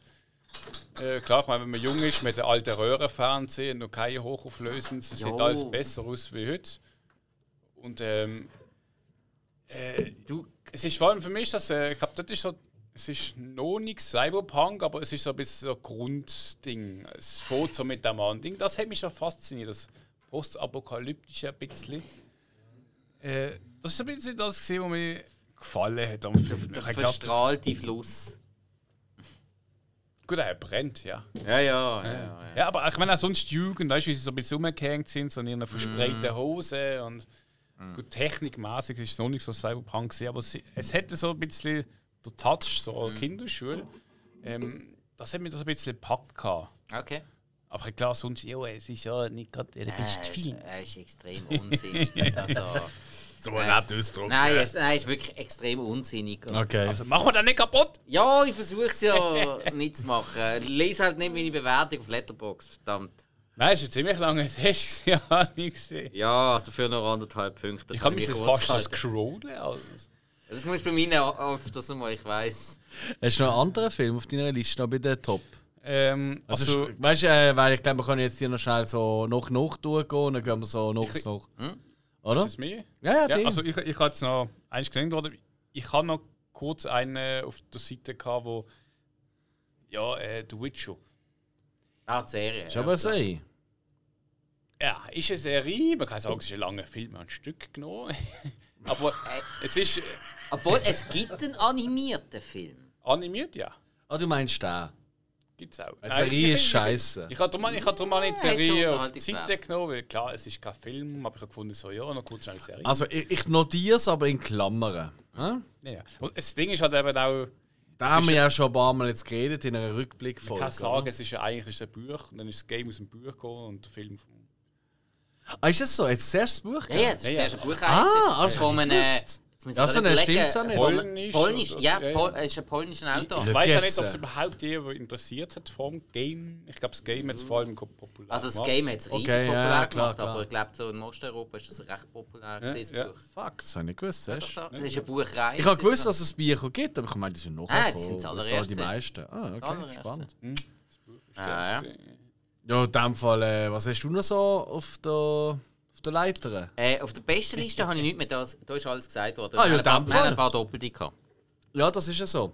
Äh, klar, ich meine, wenn man jung ist, mit den alten Röhrenfernsehen, noch keine hochauflösenden, es sieht alles besser aus wie heute. Und ähm, äh, du, es ist vor allem für mich, dass, äh, ich glaube, das ist so, es ist noch nicht Cyberpunk, aber es ist so ein bisschen so ein Grundding. Es fährt so mit dem anderen Ding. Das hat mich schon fasziniert, das postapokalyptische ein bisschen. Äh, das ist ein bisschen das, was mir gefallen hat. Der verstrahlte Fluss. Gut, er brennt, ja. Ja, ja, ja. Ja, ja. ja aber ich meine auch sonst die Jugend, weißt du, wie sie so ein bisschen umgehängt sind, so in ihren verspreiten Hosen und mm. gut, technikmäßig ist es noch nicht so Cyberpunk gewesen, aber es, es hätte so ein bisschen der Touch, so mm. Kinderschule. Ähm, das hat mir das ein bisschen gepackt gehabt. Okay. Aber klar, sonst, ja, es ist ja nicht gerade der beste Film. Er ist extrem unsinnig. also, so ein netter Ausdruck. Nein, er ist, er ist wirklich extrem unsinnig. Okay. Also machen wir das nicht kaputt? Ja, ich versuche es ja nicht zu machen. Lese halt nicht meine Bewertung auf Letterboxd, verdammt. Nein, es ist ein ziemlich lange Test, ja, habe ich gesehen. Ja, dafür noch anderthalb Punkte. Ich habe mich fast das scrollen. Also. Das muss bei mir öfters mal, ich weiss. Hast du noch einen anderen Film auf deiner Liste, noch bei den Top? Ähm, also, also, weißt du, äh, weil ich glaube, wir können jetzt hier noch schnell so nach nach durchgehen und dann gehen wir so nach ich, nach. Hm? Oder? Ist es mir? Ja, ja, ja also ich, ich habe jetzt noch eins gesehen, oder? Ich habe noch kurz einen auf der Seite gehabt, wo ja, äh, The Witcher. Ah, die Serie. Ist aber eine Serie. Ja, ist eine Serie. Man kann sagen, es ist ein langer Film, ein Stück genommen. Aber es ist. Äh, Obwohl, es gibt einen animierten Film. Animiert, ja. Ah, du meinst den? Gibt es auch. Die Serie ist scheiße. Ich habe darum, ich hab darum eine Ja, Serie hat auf schon die Seite genommen, weil klar, es ist kein Film, aber ich habe gefunden, so ja, noch kurz schnell eine Serie. Also, ich, ich notiere es aber in Klammern. Hm? Ja, ja. Und das Ding ist halt eben auch. Da haben wir ja schon ein paar Mal jetzt geredet in einer Rückblickfolge. Ich kann sagen, es ist ja eigentlich ist ein Buch, und dann ist das Game aus dem Buch gekommen und der Film vom. Ah, ist das so? Jetzt zuerst das Buch? Ja, ja, das ist ja, das erste Buch. Ah, also von einem. Das so stimmt es ja nicht. Polnisch. Polnisch, oder, ja, ja, ja. Pol es ist ein polnischer Autor. Ich weiß ja nicht, ob es Jetzt. überhaupt jemand interessiert hat vom Game. Ich glaube, das Game hat es vor allem populär Also das gemacht. Game hat es riesig Okay, ja, populär klar, gemacht, klar. aber ich glaube, so in Osteuropa ist das recht populär Ja, gewesen, ja. das Buch. Fuck, das habe ich nicht gewusst. Ja, Weißt? doch, doch. Das ist eine Buchreihe. Ich habe gewusst, dass es Bücher gibt, aber ich meine, die sind noch Ah, die sind das so allererste. die meisten. Ah, okay, allererste. spannend. Hm, das Buch ist Ah, ja. ja. Ja, in dem Fall, äh, was hast du noch so auf der, auf der Leiter? Äh, auf der besten Liste habe ich nichts mehr, das, da ist alles gesagt worden. Ah, ja, wir haben ein paar- in dem wir haben Fall. ein paar Doppelte gehabt. Ja, das ist ja so.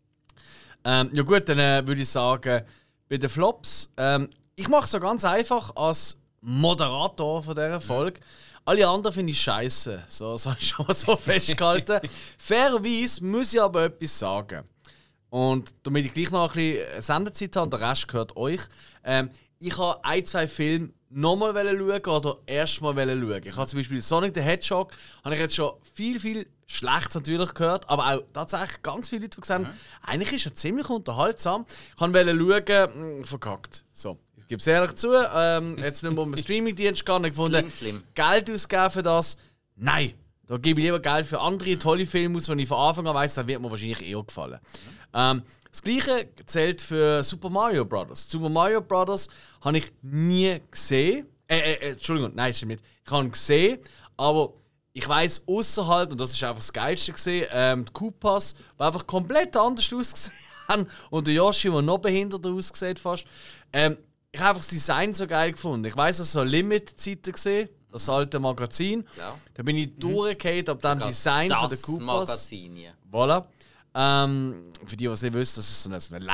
Ähm, ja gut, dann äh, würde ich sagen, bei den Flops, ähm, ich mache es so ganz einfach als Moderator von dieser Folge. Alle anderen finde ich scheiße. So, so habe ich schon mal so festgehalten. Fairerweise muss ich aber etwas sagen. Und damit ich gleich noch ein bisschen Sendezeit habe, der Rest gehört euch. Ähm, ich habe ein, zwei Filme nochmal schauen oder erstmal schauen. Ich habe zum Beispiel Sonic the Hedgehog, habe ich jetzt schon viel, viel Schlechtes natürlich gehört, aber auch tatsächlich ganz viele Leute, die gesagt haben, eigentlich ist er ziemlich unterhaltsam. Ich wollte schauen, mh, verkackt. So, ich gebe es ehrlich zu, ähm, jetzt nicht mehr um einen Streaming-Dienst gegangen, ich gefunden, Slim, slim. Geld ausgeben für das, nein. Da gebe ich lieber Geld für andere tolle Filme aus, die ich von Anfang an weiss, das wird mir wahrscheinlich eher gefallen. Ähm, das Gleiche zählt für Super Mario Bros. Super Mario Bros. Habe ich nie gesehen. Äh, äh, Entschuldigung, nein, stimmt nicht. Ich habe ihn gesehen, aber ich weiss außerhalb, und das ist einfach das Geilste gesehen, ähm, die Koopas, die einfach komplett anders ausgesehen haben, und der Yoshi, der noch behinderter aussieht fast. Ähm, ich habe einfach das Design so geil gefunden. Ich weiss, dass es so Limit-Zeiten gesehen, das alte Magazin. Ja. Da bin ich durchgefallen ab dem Design das von der Koopas. Magazin, ja. Voilà. Ähm, für die, die es nicht wissen, das ist so ein, so ein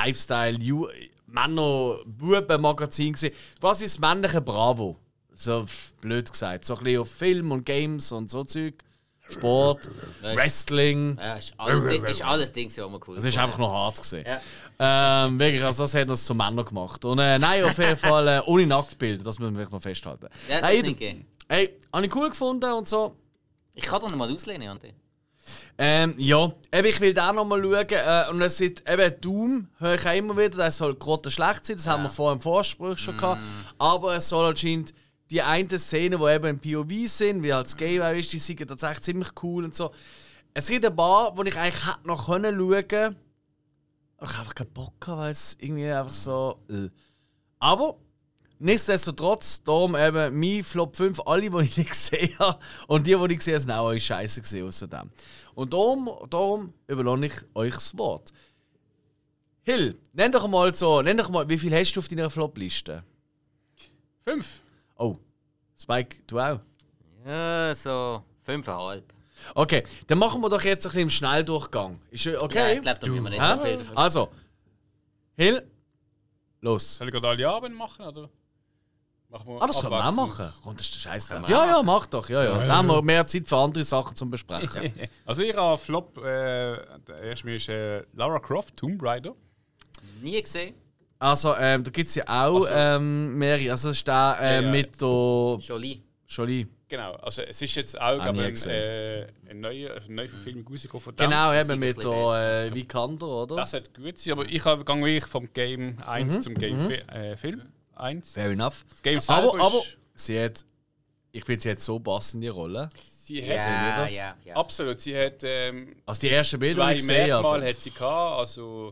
Lifestyle-Männer-Buben-Magazin gewesen. Quasi das männliche Bravo. So pff, blöd gesagt. So ein bisschen auf Film und Games und so Zeug. Sport, Wrestling. Ja, ist alles, Ding, ist alles Ding, was man cool Das ist einfach noch hart gesehen. Ja. Ähm, wirklich, also das hat uns zu Männern gemacht. Und äh, nein, auf jeden Fall äh, ohne Nacktbilder, das müssen wir wirklich noch festhalten. Ja, das Nein, ist nicht gegeben. Hey, habe ich cool gefunden und so. Ich kann doch noch mal auslehnen, Andi. Ähm, ja, eben, ich will da noch mal schauen. Äh, und es sind eben Doom, höre ich auch immer wieder, das soll gerade schlecht sein, das haben wir vorher im Vorspruch schon gehabt. Aber es soll anscheinend die eine Szene, die eben im P O V sind, wie als Game auch ist, die sind tatsächlich ziemlich cool und so. Es gibt ein paar, wo ich eigentlich hätte noch können schauen können. Aber ich habe einfach keinen Bock gehabt, weil es irgendwie einfach so. Äh. Aber nichtsdestotrotz, darum eben mein Flop fünf, alle, die ich nicht gesehen habe. Und die, die ich gesehen habe, sind auch alle scheiße gesehen außerdem. Und darum, darum überlasse ich euch das Wort. Hill, nenn doch mal so, nenn doch mal, wie viel hast du auf deiner Flop-Liste? Fünf. Oh, Spike, du auch? Ja, so fünfeinhalb. Okay, dann machen wir doch jetzt ein bisschen im Schnelldurchgang. Ist okay? Ja, ich glaube, da müssen wir nicht Hä? so viel davon. Also, Hill, los. Soll ich gerade alle Abend machen? Oder? Machen wir Ah, das können wir auch abwechselnd? machen. Kommt, das ist der Scheiß Können drauf. wir Ja, auch ja, mach doch. Ja, ja. Dann haben wir mehr Zeit für andere Sachen zum Besprechen. Also ich habe Flop, äh, der erste ist äh, Lara Croft, Tomb Raider. Nie gesehen. Also, ähm, da gibt es ja auch Also- ähm, mehrere. Also, das ist der äh, Ja, ja. mit der Jolie. Jolie. Genau, also es ist jetzt auch Ah, glaub, nie ein, gesehen. äh, eine neue, eine neue Verfilmung rausgekommen von dem. Genau, das eben ist mit ein bisschen der äh, Vikander, oder? Das hat gut sein, aber ich habe gegangen wirklich vom Game eins Mhm, zum Game Fi- äh, Film eins. Fair enough. Das Game selber Aber, aber ist, sie hat. Ich finde, sie hat so passende Rolle. sie hat, seht ihr Ja, das? ja, ja. Absolut, sie hat ähm, Also, die ersten Bilder, die zwei ich sehe. Merkmale Also. hat sie gehabt, also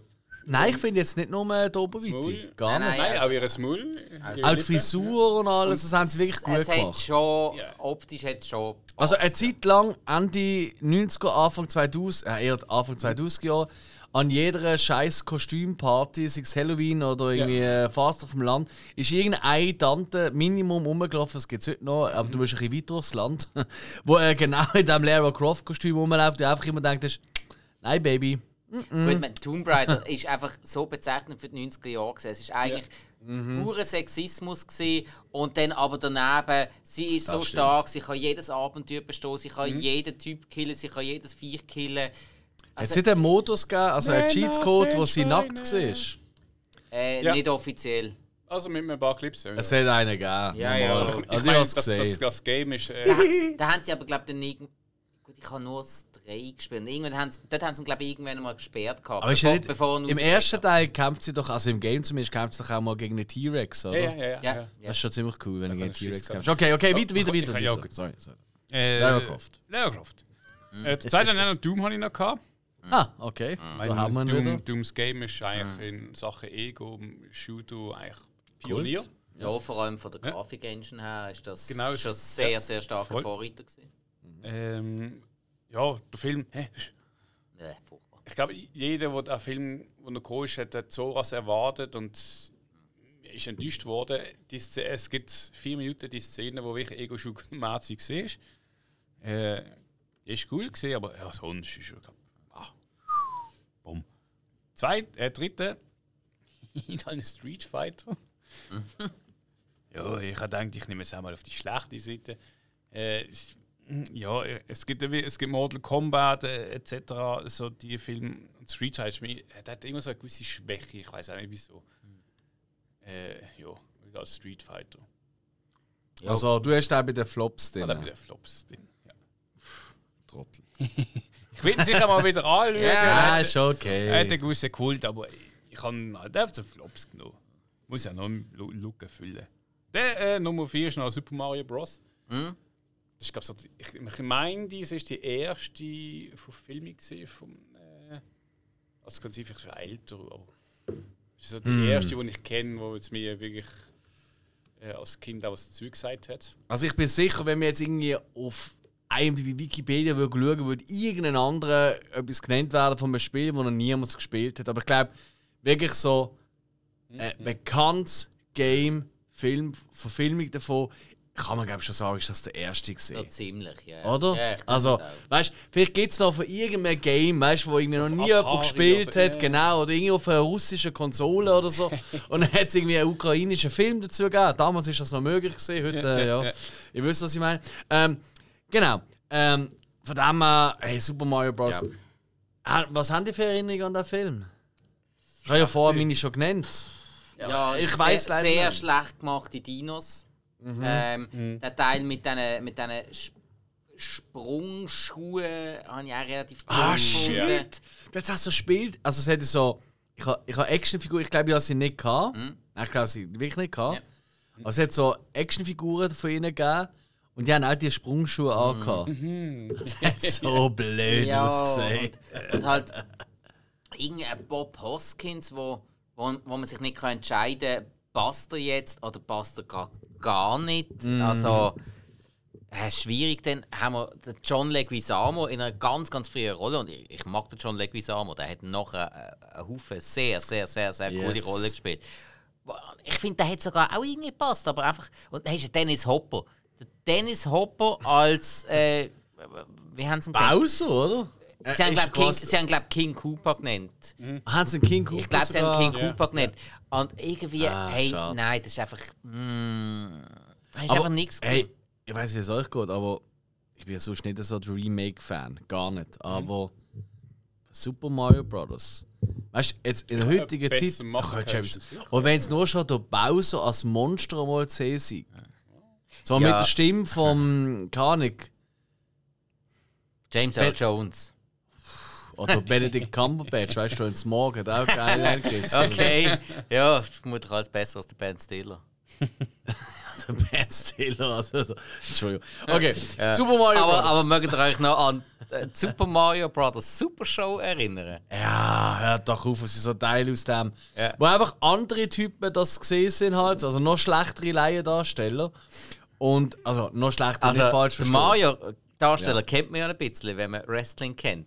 Nein, ich finde jetzt nicht nur die Oberweite. Gar Nein, nicht. Nein, also- auch ihre Maul. Also- Auch die Frisur und alles, das haben sie wirklich gut es hat gemacht. schon, Ja. optisch hat es schon. Also eine Zeit lang, Ende neunziger, Anfang zweitausend, äh, eher Anfang zweitausender Jahre, an jeder scheiß Kostümparty, sei es Halloween oder irgendwie ja. Fast auf dem Land, ist irgendeine Tante Minimum rumgelaufen, das gibt es heute noch, aber du musst ein bisschen weiter aufs Land, wo äh, genau in diesem Lara Croft-Kostüm rumläuft und einfach immer denkt, nein, Baby. Mm-mm. Gut, man, Tomb Raider ist einfach so bezeichnend für die neunziger Jahre gewesen. Es war eigentlich ja. mhm. purer Sexismus gewesen, und dann aber daneben, sie ist das so stimmt. stark, sie kann jedes Abenteuer bestehen, sie kann mhm. jeden Typ killen, sie kann jedes Viech killen. Also, hat es einen Modus gegeben, also einen Cheatcode, wo sie nackt war? Äh, ja. Nicht offiziell. Also mit ein paar Clips. Ja. Es hat einen gegeben. Ja, ja. Ich, ich also meine, ich das, das, das Game ist... Äh da, da haben sie aber, glaube ich, dann irgend... Gut, ich habe nur das drei gespielt. Irgendwann haben sie, dort haben sie, glaube ich, irgendwann mal gesperrt gehabt. Aber bevor, nicht, bevor im ersten Teil kämpft sie doch, also im Game zumindest, kämpft sie doch auch mal gegen einen T-Rex, oder? Ja, ja, ja. ja. ja. Das ist schon ziemlich cool, wenn ja, du gegen T-Rex kämpfst. Okay, okay, weiter, weiter, weiter. Ja, weiter. Sorry, sorry. Äh, Lara Croft. Lara Croft. Mhm. Äh, zur Zeit an Doom hatte ich noch gehabt. Ah, okay. Mhm. Da haben wir Doom, wieder. Dooms Game ist eigentlich mhm. in Sachen Ego, Shooter eigentlich Pionier. Cool. Ja, vor allem von der ja. Grafik-Engine her ist das genau, schon sehr, ja. sehr starker Vorreiter gewesen. Mhm. Ähm, ja, der Film... Hä? Nee, furchtbar. Ich glaube, jeder, der den Film, der noch gekommen ist, hat so was erwartet und ist enttäuscht worden. Die Szene, es gibt vier Minuten die Szene, wo wirklich Ego-Shoot-mäßig war. Äh, die war cool gewesen, aber ja, sonst ist schon... Ah. Bumm. Zweit, äh, dritte... in einem Street Fighter. Ja, ich habe gedacht, ich nehme es einmal auf die schlechte Seite. Äh, es, ja, es gibt, es gibt Mortal Kombat äh, et cetera. So die Filme. Street Fighter hat immer so eine gewisse Schwäche. Ich weiß auch nicht wieso. Äh, ja, als Street Fighter. Ja. Also du hast auch bei den Flops drin. Ja, bei den Flops drin. Ja. Trottel. Ich will ihn sicher mal wieder anschauen. Ja, ist okay. Er hat einen gewissen Kult, aber ich habe halt einfach so Flops genommen. Muss ja noch einen Look erfüllen. Der äh, Nummer vier ist noch Super Mario Bros. Mhm. Das ist, so, ich, ich meine, das ist die erste Verfilmung vom. Äh, also ganz einfach schon älter, aber das ist so die mm. erste, die ich kenne, wo es mir wirklich äh, als Kind auch was dazu gesagt hat. Also ich bin sicher, wenn wir jetzt irgendwie auf I M D B Wikipedia schauen würden, würde irgendein anderer etwas genannt werden von einem Spiel, das noch niemand gespielt hat. Aber ich glaube, wirklich so ein mm. bekanntes Game, Film, Verfilmung davon, kann man glaube schon sagen, ist das der erste gewesen. Ja, ziemlich, ja. Oder? Ja, also, weißt du, vielleicht gibt es noch von irgendeinem Game, weißt, wo irgendwie noch nie jemand gespielt oder, hat, ja. genau, oder irgendwie auf einer russischen Konsole oder so. Und dann hat es irgendwie einen ukrainischen Film dazu gegeben. Damals ist das noch möglich gewesen, heute, ja. Äh, ja. ja. Ihr wisst, was ich meine. Ähm, genau. Ähm, von dem her, hey, Super Mario Bros. Ja. Was haben die für Erinnerungen an den Film? Ich habe ja vorher meine schon genannt. Ja, ja ich weiß leider sehr nicht. Schlecht gemachte Dinos. Mhm. Ähm, mhm. Der Teil mit diesen mit Sp Sprungschuhen habe ich auch relativ gut Ah, shit! Das hast du so gespielt. Also, es hätte so. Ich habe ich ha Actionfiguren, ich glaube, ich habe sie nicht gehabt. Mhm. Ich glaube, sie wirklich nicht gehabt. Ja. Aber es hat so Actionfiguren von ihnen gegeben. Und die haben auch die Sprungschuhe mhm. angehabt. Mhm. Das hat so blöd ja, ausgesehen. Und, und halt irgendein Bob Hoskins, wo, wo, wo man sich nicht kann entscheiden kann, passt er jetzt oder passt er gar, gar nicht. Mm. Also, äh, schwierig. Dann haben wir den John Leguizamo in einer ganz, ganz frühen Rolle. Und ich, ich mag den John Leguizamo. Der hat nachher äh, einen Haufen sehr, sehr, sehr, sehr yes. coole Rolle gespielt. Ich finde, der hat sogar auch irgendwie gepasst. Aber einfach. Und dann ist Dennis Hopper. Der Dennis Hopper als. Äh, wie haben sie ihn genannt? Bowser, oder? Sie haben, glaube King, sie haben, glaub, King Cooper genannt. Mhm. Haben sie King Cooper? Ich glaube, sie haben King Cooper ja. genannt. Und irgendwie, ah, hey, schade. Nein, das ist einfach. Mm, das ist aber, einfach nichts. Hey, ich weiß nicht, wie es euch geht, aber ich bin ja sonst nicht so der Remake-Fan. Gar nicht. Aber mhm. Super Mario Bros. Weißt du, jetzt in der ja, heutigen Zeit. Da kannst du und wenn es nur schon der Bowser als Monster mal zu sehen ist. So ja. mit der Stimme vom Kanik. James Earl Jones. Oder Benedict Cumberbatch, weißt du, ins Morgen hat auch geil eingegessen. Okay, ja, vermutlich alles besser als der Ben Stiller. Der Ben Stiller, also, Entschuldigung. Okay, ja. Super Mario aber, Bros. Aber mögt ihr euch noch an an die Super Mario Bros. Super Show erinnern? Ja, hört doch auf, es ist so Teil aus dem. Ja. Wo einfach andere Typen das gesehen sind, halt, also noch schlechtere Laiendarsteller. Und, also noch schlechter, Also, nicht falsch der verstehen. Mario-Darsteller Ja. kennt man ja ein bisschen, wenn man Wrestling kennt.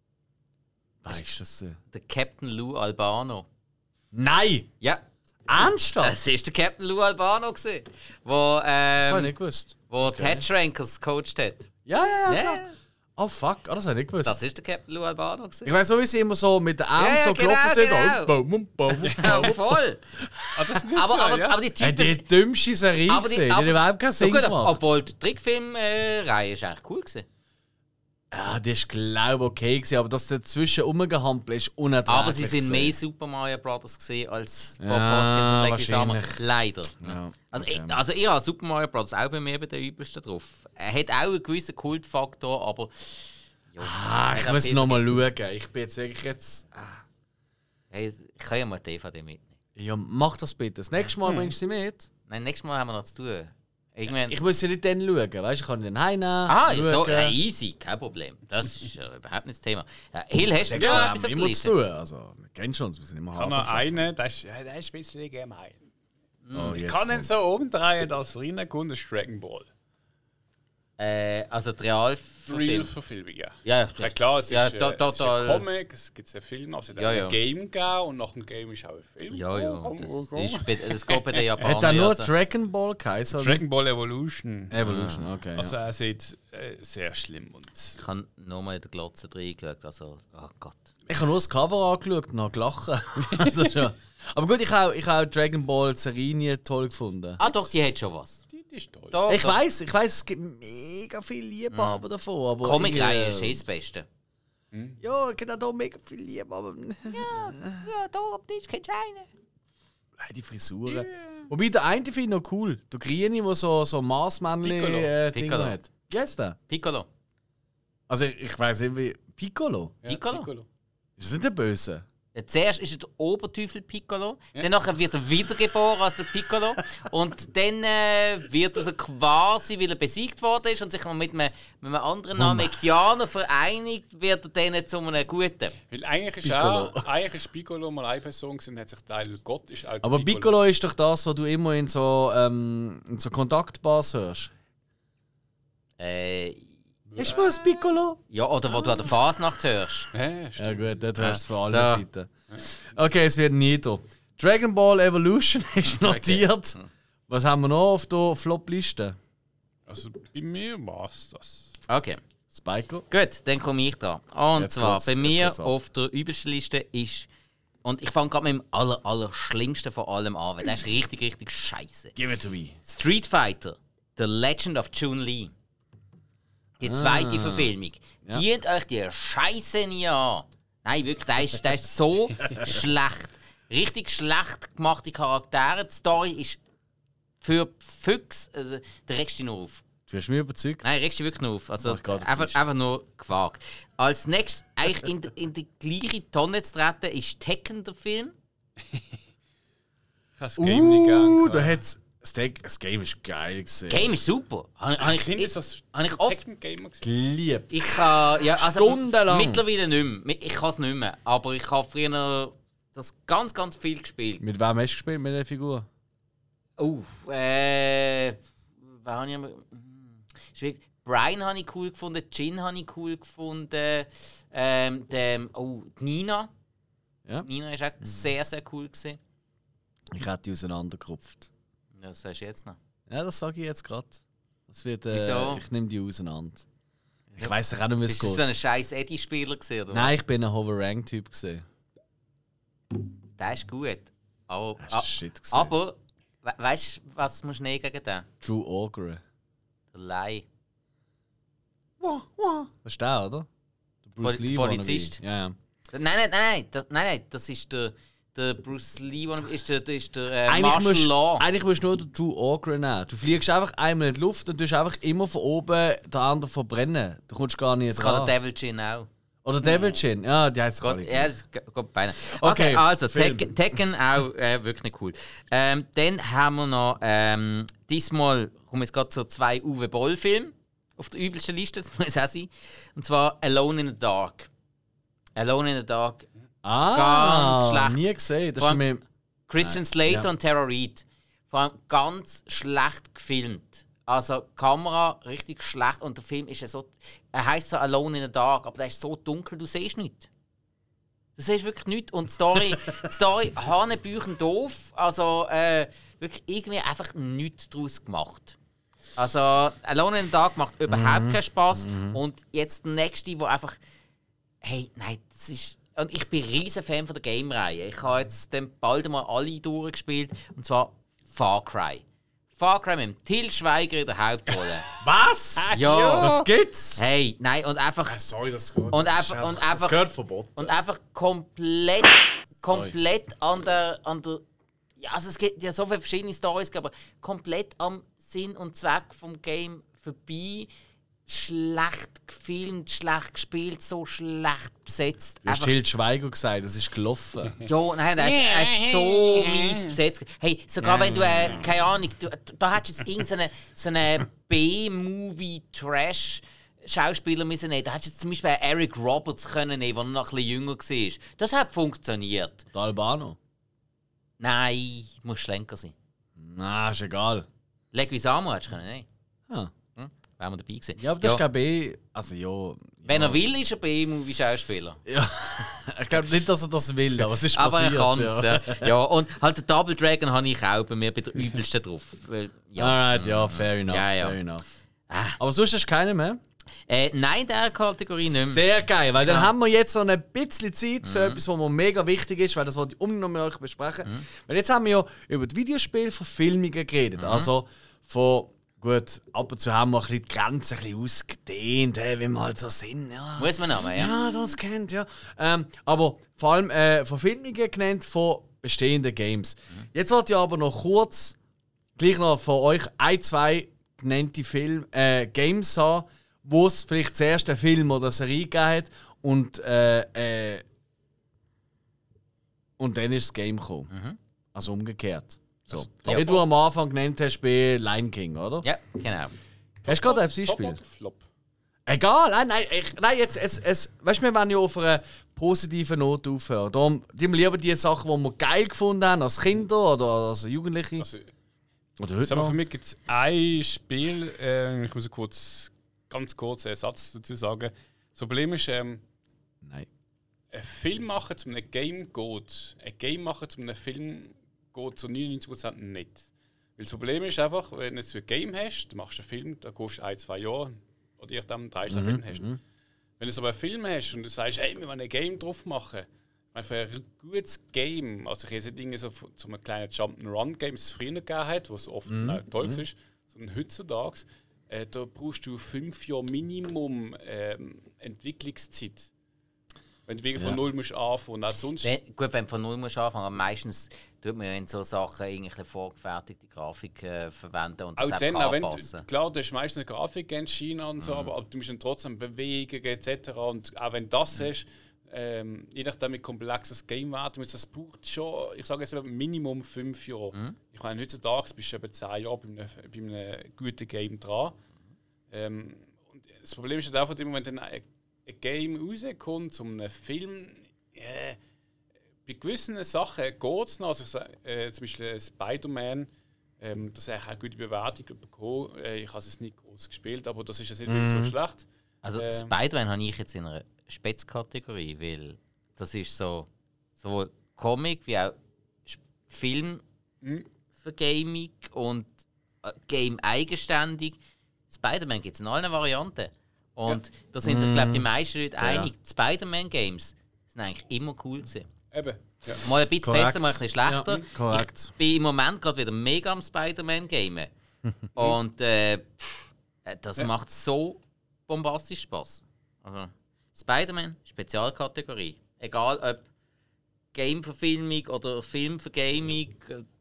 Weißt du das? so? Der Captain Lou Albano. Nein! Ja, Ernsthaft? das war der Captain Lou Albano, gewesen, wo, Das habe ich ähm, nicht gewusst. wo die Hedge-Rankers gecoacht hat. Ja, ja, ja, Ja, klar. ja. Oh fuck, ah, das habe ich nicht gewusst. Das war der Captain Lou Albano. Gewesen. Ich weiss so, wie sie immer so mit den Armen Ja, ja, so genau, gelaufen sind. genau. Oh, boom, boom, boom, Ja, boom. voll. Ah, das sind jetzt Aber, zwei, aber, ja? aber die Hey, Typen... die dümmste Serie aber die, gesehen. Die aber, hat überhaupt keinen ja Sinn gut, gemacht. obwohl die Trickfilm-Reihe ist eigentlich cool gewesen. Ja, die ist glaube ich okay gewesen, aber das dazwischen rumgehampelt ist unerträglich. Aber sie sind gewesen. mehr Super Mario Bros. Gesehen als Bob Ja, Hoskins und Leguizamo. wahrscheinlich. Leider. Ja, Also, okay. ich, also ich habe Super Mario Bros. Auch bei mir bei den übelsten drauf. Er hat auch einen gewissen Kultfaktor, aber... Ja, Ah, ich er muss hat noch mal schauen. Ich bin jetzt wirklich jetzt... Hey, ich kann ja mal die D V D mitnehmen. Ja, mach das bitte. Das nächste Mal bringst du sie mit. Nein, nächstes Mal haben wir noch zu tun. Irgendwann... Ich muss sie nicht dann schauen, weißt du? Ich kann sie dann heimnehmen. Ah, schauen. so, äh, easy, kein Problem. Das ist äh, überhaupt nicht das Thema. Ja, Hill, hast du Nächstes noch Mal haben etwas wir auf der immer Liste? zu tun. Also, wir kennen schon, wir sind immer Ich hart habe am noch Arbeiten. einen, der ist, ja, der ist ein bisschen gemein. Oh, Ich jetzt kann ihn kommt's. so umdrehen, dass er reinkommt, das ist Dragon Ball. Äh, also die Realverfilmung. Real-Verfilmung, ja. Ja, Ja klar, es ist, ja, äh, to- es ist ein total. Comic, es gibt einen Film, also es hat Ja, auch ja. ein Game gegeben und nach dem Game ist auch ein Film. Ja, ja. Oh, komm, oh, Das, komm. ist, bei- das geht bei den Japanern. Hat er nur also. Dragon Ball geheißen? oder? Dragon Ball Evolution. Evolution, okay. Also ja. er sieht äh, sehr schlimm und Ich habe nochmal in der Glotze reingeschaut. Also, oh Gott. Ich habe nur das Cover angeschaut und habe gelacht. Also schon. Aber gut, ich habe ich habe Dragon Ball Serie toll gefunden. Ah, doch, die hat schon was. die, die ist toll. Doch, Ich doch. weiß, ich weiß, es gibt mega viel Liebhaber davon. Aber Comic-Reihe ich, ist äh, eh das Beste. Ja, es gibt auch da mega viel Liebhaber. Ja, da am Tisch kennst du einen. Nein, die Frisuren. Wobei der eine finde ich noch cool. Der Grüne, der so, so Piccolo. Maßmännchen-Dinger Piccolo. hat. Wie heißt der? Piccolo. Also ich weiß nicht wie. Piccolo? Ja, Piccolo. Ist das nicht der Böse? Ja, zuerst ist er der Oberteufel Piccolo, dann nachher wird er wiedergeboren als der Piccolo und dann äh, wird er so quasi, weil er besiegt worden ist und sich noch mit einem, mit einem anderen Namen Chiano vereinigt, wird er dann zu einem Guten. Weil eigentlich ist, Piccolo. auch, eigentlich ist Piccolo mal eine Person gewesen, hat sich Teil Gott ist auch der Aber Piccolo ist doch das, was du immer in so, ähm, in so Kontaktbars hörst. Äh, Ist du das Piccolo? ja, oder wo du an der Fasnacht hörst. Ja, Ja stimmt. gut, dort hörst du es von allen So. Seiten. Okay, es wird nieder. Dragon Ball Evolution ist notiert. Was haben wir noch auf der Flop-Liste? Also bei mir war es das. Okay, Spiker? gut, dann komme ich dran. Und Jetzt zwar, geht's- bei jetzt mir geht's ab. auf der übelsten Liste ist, und ich fange gerade mit dem aller, aller Schlimmsten von allem an, weil das ist richtig, richtig scheiße. Give it to me. Street Fighter, The Legend of Chun-Li. Die zweite Verfilmung. Ja. Dient euch die Scheiße nie an. Nein, wirklich, der ist, der ist so schlecht. Richtig schlecht gemachte Charaktere. Die Story ist für Füchse. Also, der regst dich nur auf. Du hast mich überzeugt. Nein, regst dich wirklich nur auf. Also, Mach ich gerade auf einfach, Tisch. einfach nur Quark. Als nächstes, eigentlich in, die- in die gleiche Tonne zu treten, ist Tekken der Film. Ich habe das Game nicht Uh, gern. da hat's. Das, Tag- das Game ist geil gesehen. Game ist super. Habe, habe ich, Sind ich, das das habe ich oft Tekken-Gamer gewesen? Geliebt. Ich kann, ja, also Stundenlang. Mittlerweile nicht mehr. Ich kann es nicht mehr. Aber ich habe früher das ganz, ganz viel gespielt. Mit wem hast du gespielt mit der Figur? Oh, äh. Wer habe ich noch- hm, schwierig. Brian habe ich cool gefunden, Jin habe ich cool gefunden. Ähm, dem, oh, die Nina. Ja. Nina ist auch sehr, sehr cool gewesen. Ich hätte die auseinandergerupft. Das sagst du jetzt noch. Ja, das sage ich jetzt gerade. Das wird, äh, Wieso? Ich nehme die auseinander. Ich weiss auch nicht, wie es Bist du geht. so ein scheiß Eddie-Spieler gewesen, oder? Nein, ich bin ein Hover-Rank-Typ gesehen. Der ist gut. Aber, Das ah, ist shit gewesen. aber we weißt du, was musst du nehmen gegen den? Drew Ogre. Der Lai. Das ist der, oder? Der Bruce Poli- Lee Polizist. wannabe. Ja, ja. Nein, nein, nein, nein, das, nein, nein, das ist der, der Bruce Lee, der ist der, der, ist der äh, Eigentlich Martial musst, Law. eigentlich musst du nur den Drew Ogre nehmen. Du fliegst einfach einmal in die Luft und du hast einfach immer von oben den anderen verbrennen. Du kommst gar nicht Das kann dran. der Devil Jin auch. Oder Devil Chin. Ja, die heißt Gott, gerade. ja, das geht geht beinahe. Okay, Okay, also Film. Tekken, Tekken auch äh, wirklich cool. Ähm, dann haben wir noch, ähm, diesmal kommen jetzt gerade so zwei Uwe Boll-Filme. auf der übelsten Liste, das muss auch sein. Und zwar Alone in the Dark. Alone in the Dark. Ah, ganz schlecht. Nie gesehen. Das Vor ist mir... Christian Slater ja. und Tara Reid. Vor allem ganz schlecht gefilmt. Also die Kamera richtig schlecht und der Film ist ja so... Er heisst so Alone in the Dark, aber der ist so dunkel, du siehst nichts. Du siehst wirklich nichts. Und die Story, die Story hanebüchen doof. Also äh, wirklich irgendwie einfach nichts daraus gemacht. Also Alone in the Dark macht überhaupt mhm. keinen Spass. Mhm. Und jetzt der nächste, wo einfach... Hey, nein, das ist... Und ich bin ein riesen Fan von der Game-Reihe. Ich habe jetzt dann bald mal alle durchgespielt. Und zwar Far Cry. Far Cry mit dem Til Schweiger in der Hauptrolle. Was? Ja. Das gibt's? Hey, nein, und einfach... Ah, sorry, das, das, und ist einfach, einfach, und das einfach, gehört verboten. Und einfach komplett, komplett an der, an der... Ja, also es gibt ja so viele verschiedene Storys, aber komplett am Sinn und Zweck vom Game vorbei. Schlecht gefilmt, schlecht gespielt, so schlecht besetzt. Du hast Til Schweiger gesagt, das ist gelaufen. Ja, nein, er ist, er ist so mies besetzt. Hey, sogar wenn du, äh, keine Ahnung, du, da hättest du jetzt irgendeinen so eine B-Movie-Trash-Schauspieler müssen nehmen. Da hättest du jetzt zum Beispiel Eric Roberts können nehmen, der noch ein bisschen jünger war. Das hat funktioniert. Der Albano? Nein, muss schlanker sein. Na, ist egal. Leguizamo hättest du können nehmen. Ah. Wären wir dabei gewesen. Ja, aber das ja. ist glaube ich... Also ja... Wenn ja. er will, ist er B-Movie-Schauspieler. Ja, ich glaube nicht, dass er das will, aber es ist aber passiert. Aber er kann es, ja. ja. ja. Und halt den Double Dragon habe ich auch bei mir bei der übelsten drauf. Weil, ja. Alright, ja, fair enough, ja, ja. fair enough. Ah. Aber sonst hast du keine mehr? Äh, nein, der Kategorie nicht mehr. Sehr geil, weil ja. dann haben wir jetzt noch ein bisschen Zeit für mhm. etwas, was mir mega wichtig ist, weil das wollte ich unbedingt noch mit euch besprechen. Mhm. Weil jetzt haben wir ja über die Videospielverfilmungen geredet. Mhm. Also von... Gut, ab und zu haben wir ein bisschen die Grenzen ein bisschen ausgedehnt, hey, wie wir halt so sind. Ja. Muss man aber, ja. Ja, das kennt, ja. Ähm, aber vor allem äh, Verfilmungen genannt von bestehenden Games. Mhm. Jetzt wollte ich aber noch kurz gleich noch von euch ein, zwei genannte Film, äh, Games haben, wo es vielleicht zuerst einen Film oder eine Serie gegeben hat und, äh, äh, und dann ist das Game gekommen. Mhm. Also umgekehrt. So. Ja. Wie du am Anfang genannt hast bei Lion King, oder? Ja, genau. Hast du gerade ein Beispiel? Flop. Egal, nein, nein, ich, nein jetzt, es, es, weißt du, wir wollen ja auf einer positiven Note aufhören. Darum die wir lieber die Sachen, die wir geil gefunden haben, als Kinder oder als Jugendliche. Also, oder heute noch. Für mich gibt es ein Spiel, äh, ich muss kurz, ganz kurz einen Satz dazu sagen. Das Problem ist, ähm, nein. Ein Film machen zu einem Game geht, ein Game machen zu einem Film geht zu neunundneunzig Prozent nicht. Weil das Problem ist einfach, wenn du ein Game hast, du machst einen Film, da gehst du ein, zwei Jahre oder ich dann drei Jahre Film hast. Mhm. Wenn du aber einen Film hast und du sagst, hey, wir wollen ein Game drauf machen, für ein gutes Game, also ich sehe Dinge so zu einem kleinen Jump'n'Run-Game, das es früher gegeben hat, was oft mhm. auch toll mhm. ist, sondern heutzutage, äh, da brauchst du fünf Jahre Minimum ähm, Entwicklungszeit. Wenn du wirklich ja. von null musst anfangen musst. Sonst wenn, gut, wenn du von null musst anfangen musst, meistens tut man ja in so Sachen eigentlich vorgefertigte Grafik äh, verwenden und das auch dann, auch wenn du, klar, du hast meistens eine Grafik in China und so, mhm. aber, aber du musst dann trotzdem bewegen et cetera. Und auch wenn du das mhm. hast, ähm, je nachdem wie komplex das Game wird, das braucht schon, ich sage jetzt Minimum fünf Jahre. Mhm. Ich meine, heutzutage bist du etwa zehn Jahre bei einem, bei einem guten Game dran. Mhm. Ähm, und das Problem ist halt einfach immer, wenn dann ein Game rauskommt, um einen Film, äh, bei gewissen Sachen geht es noch. Also ich sage, äh, zum Beispiel Spider-Man, ähm, das hat auch eine gute Bewertung bekommen. Äh, ich habe es nicht groß gespielt, aber das ist ja nicht mm. so schlecht. Also äh, Spider-Man habe ich jetzt in einer Spezialkategorie, weil das ist so sowohl Comic wie auch Film mm. für Gaming und äh, Game eigenständig. Spider-Man gibt es in allen Varianten. Und ja. da sind sich, glaube ich, die meisten Leute ja. einig. Die Spider-Man-Games sind eigentlich immer cool gewesen. Eben. Ja. Mal ein bisschen korrekt. Besser, mal ein bisschen schlechter. Ja, korrekt. Ich bin im Moment gerade wieder mega am Spider-Man-Gamen. Und äh, das ja. macht so bombastisch Spaß. Also, Spider-Man, Spezialkategorie. Egal ob Game-Verfilmung oder Film für Gaming.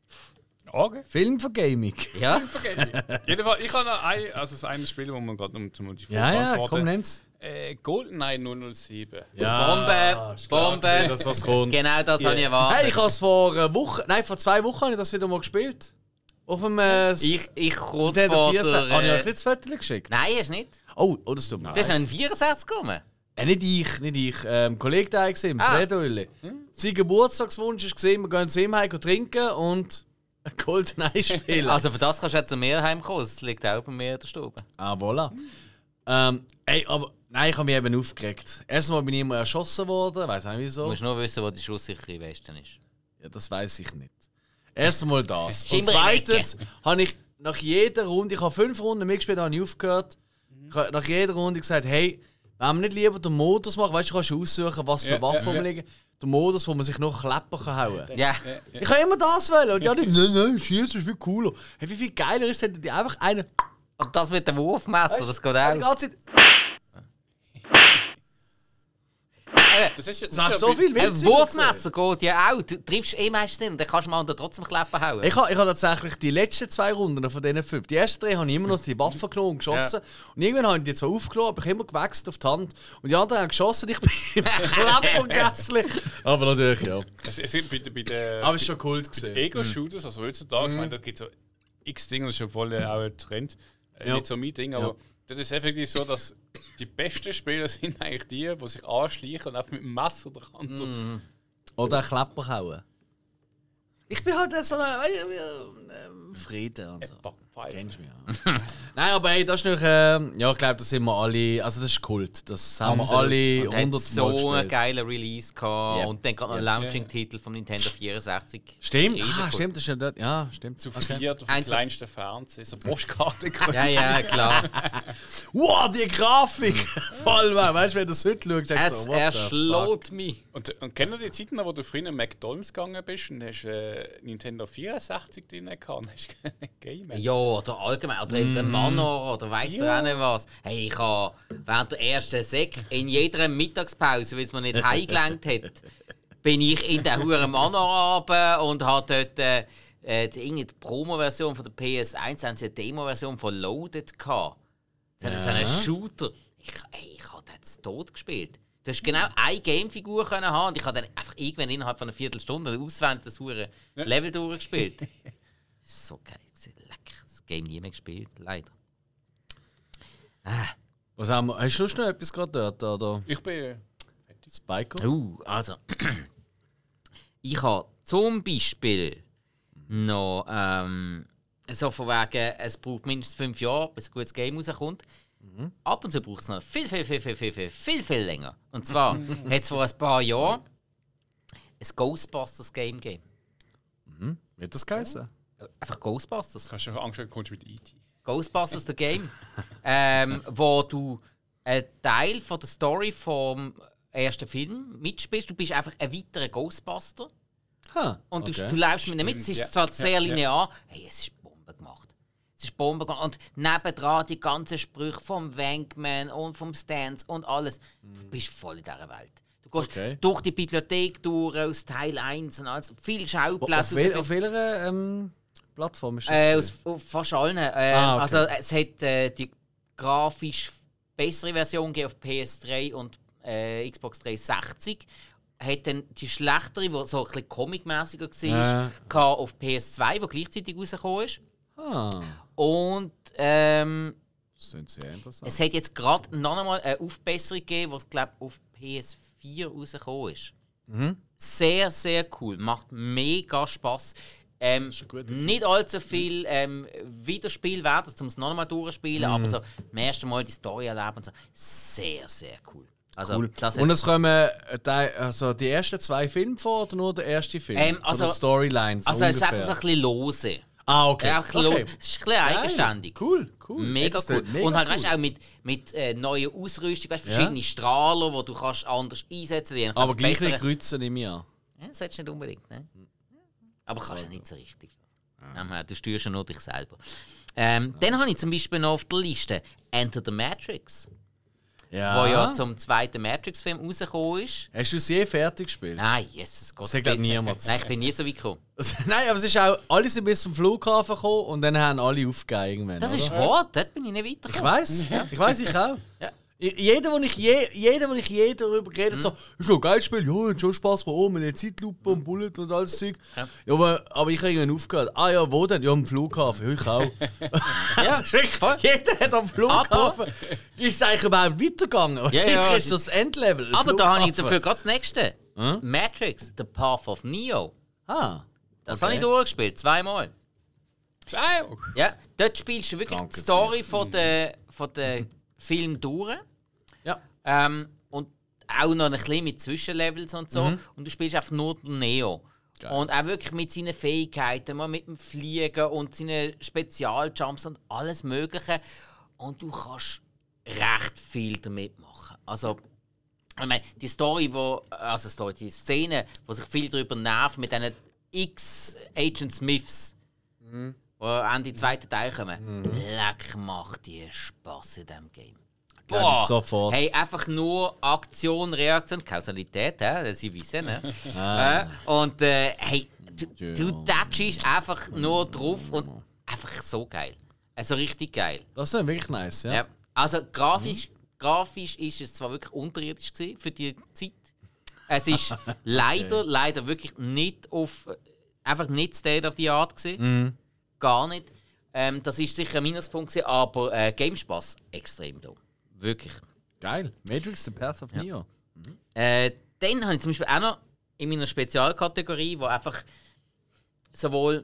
Okay. Film für Gaming. Ja. Film für Gaming. Jedenfalls, ich habe noch ein, also das eine Spiel, wo man gerade um zum die Ja, ja, komm, nenn's. Äh, GoldenEye null null sieben. Ja, Bombe, Bombe. Dass das kommt. Genau das yeah. habe ich erwartet. Hey, ich habe es vor einer Woche, nein, vor zwei Wochen habe ich das wieder mal gespielt. Auf dem... Äh, ich ich kurz vor der... Habe ich euch nicht das Foto geschickt? Nein, hast du nicht. Oh, oh das tut mir leid. Du hast einen vierundsechzig gekommen? Äh, nicht ich, nicht ich. Ähm, ein Kollege da gesehen, Ah. Fredöli. Hm? Sein Geburtstagswunsch ist gesehen, wir gehen zu ihm heim trinken und ein Goldeneye spielen. Also für das kannst du auch zu mir heimkommen. Es liegt auch bei mir in der Stube. Ah, voilà. Ähm, ey, aber nein, ich habe mich eben aufgeregt. Erstmal bin ich immer erschossen worden, weiß nicht wieso. Du musst nur wissen, wo die schusssichere Weste ist. Ja, das weiß ich nicht. Erstmal das. Ist Und immer zweitens habe ich nach jeder Runde, ich habe fünf Runden mitgespielt, habe ich aufgehört. Ich habe nach jeder Runde gesagt, hey, wenn wir nicht lieber den Modus machen, weißt du, du kannst aussuchen, was für Ja, Waffen ja, ja. rumliegen. Der Modus, wo man sich noch Klepper kann hauen kann. Ja. Ich kann immer das wählen. Und die anderen, nein, nein, schießen ist viel cooler. Hey, wie viel geiler ist es, wenn die einfach einen. Und das mit dem Wurfmesser, das geht Die auch. ganze Zeit. Das ist, das Sag ist so ja viel Ein witziger Wurfmesser geht ja auch. Du triffst eh meistens nicht und dann kannst du mal trotzdem Kleppen hauen. Ich habe ich ha tatsächlich die letzten zwei Runden von diesen fünf, die ersten drei habe ich immer noch die Waffe genommen und geschossen. Ja. Und irgendwann habe ich die zwar aufgenommen, aber ich immer gewechselt auf die Hand. Und die anderen haben geschossen und ich bin im Kleppergässli. Aber natürlich, ja. Es, es gibt bei, der- bei der Aber es ist schon Kult gesehen. Ego-Shooters, also heutzutage, ich meine, da gibt es so x Dinge, das ist ja voll äh, auch ein Trend. Äh, Ja. Nicht so mein Ding, aber Ja. das ist effektiv so, dass die besten Spieler sind eigentlich die, die sich anschleichen und einfach mit dem Messer der Hand so. Oder ein Klepper hauen. Ich bin halt so ein äh, Frieden und so. Backpfeife. Kennst du mich, ja. Nein, aber ey, das ist noch. Äh, ja, ich glaube, das sind wir alle. Also, das ist Kult. Das haben wir Absolut. alle Und hat hundert Mal so einen gespielt. geilen Release gehabt. Ja. Und dann gerade noch ein Ja. Launching-Titel vom Nintendo vierundsechzig. Stimmt, Riesen ah, cool. stimmt, das ist ja dort. Ja, stimmt. Zu Okay. viert auf dem Eins- kleinsten Fernseher, so Postkarte. Ja, ja, klar. Wow, die Grafik! Voll, wow. Weißt du, wenn du das heute schaust, denkst du Es so, what the erschlägt mich. Und, und kennst du die Zeiten, wo du früher in McDonalds gegangen bist und hast äh, Nintendo vierundsechzig drin gehabt und hast Game? Ja, oder allgemein, oder in der Manor, oder weiss du auch nicht was. Hey, ich habe während der ersten Sek in jeder Mittagspause, weil es mir nicht heimgelenkt hat, bin ich in der huren Manor runter und habe dort äh, äh, die, die Promo-Version von der P S eins, haben sie eine Demo-Version von Loaded gehabt. Das ist so einen Shooter. Ich, ey, ich habe den zu Tod gespielt. Du hast genau eine Gamefigur können haben und ich habe dann einfach irgendwann innerhalb von einer Viertelstunde auswendig das hure Level durchgespielt. Das ist so geil. Lecker. Das Game nie mehr gespielt, leider. Ah. Was haben wir? Hast du noch etwas gerade dort? Oder? Ich bin. Äh, Spiker? Uh, also. Ich habe zum Beispiel noch ähm, so von wegen, es braucht mindestens fünf Jahre, bis ein gutes Game rauskommt. Mhm. Ab und zu braucht es noch viel, viel, viel, viel, viel, viel, viel, viel länger. Und zwar hat es vor ein paar Jahren ein Ghostbusters-Game gegeben. Mhm. Wird das geheißen? Einfach Ghostbusters. hast du Angst, du kommst mit E T Ghostbusters, the Game. ähm, wo du einen Teil von der Story vom ersten Film mitspielst. Du bist einfach ein weiterer Ghostbuster. Ha, Und du, okay. du läufst mit ihm mit. Es ist ja. zwar sehr Ja, linear, hey, es ist Bombe gemacht. Es ist Bombe gemacht. Und nebendran die ganzen Sprüche vom Wankman und vom Stans und alles. Du bist voll in dieser Welt. Du gehst Okay. durch die Bibliothek durch, aus Teil eins und alles. Viele Wo- Schauplätze. Auf, aus wel der auf welcher ähm, Plattform ist das? äh, drin? aus, auf fast allen. Äh, Ah, okay. Also es hat äh, die grafisch bessere Version gegeben auf P S drei und äh, Xbox dreihundertsechzig. Hat dann die schlechtere, die so ein bisschen comic-mäßiger war, Äh. gehabt auf P S zwei, die gleichzeitig rausgekommen ist. Ah, Und ähm, das klingt sehr interessant. es hat jetzt gerade noch einmal eine Aufbesserung gegeben, die glaube auf P S vier rausgekommen ist. Mhm. Sehr, sehr cool. Macht mega Spass. Ähm, nicht allzu viel ähm, Wiederspielwert, um es noch einmal durchspielen, Mhm. aber so beim ersten Mal die Story erleben und so. Sehr, sehr cool. Also, Cool. das Und hat, es kommen äh, die, also die ersten zwei Filme vor oder nur der erste Film? Ähm, Von also- der Storyline, so also es ist ungefähr. einfach so ein bisschen lose. Ah, okay. Ja, ein bisschen okay. lose. Es ist ein bisschen eigenständig. Cool, cool. Mega Ey, das cool. klingt mega Und halt, cool. weißt du, auch mit, mit äh, neuer Ausrüstung, weißt, Ja. verschiedene Strahler, die du kannst anders einsetzen kannst. Aber gleich nicht kreuzen, nehme ich an. Ja, das solltest du nicht unbedingt, ne? Aber kannst ja nicht so richtig. Ja. Du steuerst ja nur dich selber. Ähm, Dann habe ich zum Beispiel noch auf der Liste Enter the Matrix, Ja. wo ja zum zweiten Matrix-Film rausgekommen ist. Hast du es je fertig gespielt? Nein, Jesus Gott. Das sagt, glaub ich, niemand. Nein, ich bin nie so weit gekommen. Nein, aber es ist auch, alle sind bis zum Flughafen gekommen und dann haben alle aufgegeben irgendwann. Das oder? ist wahr, dort bin ich nicht Ich weitergekommen. weiß, ich weiß, ich auch. Ja. Jeder, wo ich je, jeder, wo ich je darüber geredet mhm. so, ist schon ein geiles Spiel, ja, hat schon Spaß bei oben, eine Zeitlupe und Bullet und alles Zeug. Ja. Ja, aber, aber ich habe irgendwann aufgehört. Ah ja, wo denn? Ja, am Flughafen. Ja, ich auch. Ja, wirklich, jeder hat am Flughafen. Aber, ist eigentlich überhaupt weitergegangen? Wahrscheinlich ja, ja. ist das Endlevel. Aber Flughafen. Da habe ich dafür gerade das nächste. Hm? Matrix, The Path of Neo. Ah. Das okay. habe ich durchgespielt, zweimal. Zwei? Ja, dort spielst du wirklich Danke die Story von der, von der Film durch. Ja. Ähm, und auch noch ein bisschen mit Zwischenlevels und so. Mhm. Und du spielst einfach nur den Neo. Geil. Und auch wirklich mit seinen Fähigkeiten, mal mit dem Fliegen und seinen Spezialjumps und alles Mögliche. Und du kannst recht viel damit machen. Also, ich meine, die Story, wo, also Story, die Szene, wo sich viel darüber nervt mit diesen X-Agent Smiths, mhm. die an die zweiten Teil kommen. Mhm. Leck, macht die Spaß in diesem Game. Boah, sofort. Hey, einfach nur Aktion, Reaktion, Kausalität, äh, sie wissen, ne? ah. äh, und äh, hey, du, du touchst einfach nur drauf und einfach so geil. Also richtig geil. Das ist wirklich nice, ja. ja. Also grafisch, mhm. grafisch ist es zwar wirklich unterirdisch gewesen für die Zeit. Es ist leider, okay. leider wirklich nicht auf, einfach nicht State of the Art gewesen. Mhm. Gar nicht. Ähm, das ist sicher ein Minuspunkt gewesen, aber äh, Gamespaß extrem da. Wirklich. Geil. Matrix, The Path of Neo. Ja. Mhm. Äh, dann habe ich zum Beispiel auch noch in meiner Spezialkategorie, wo einfach sowohl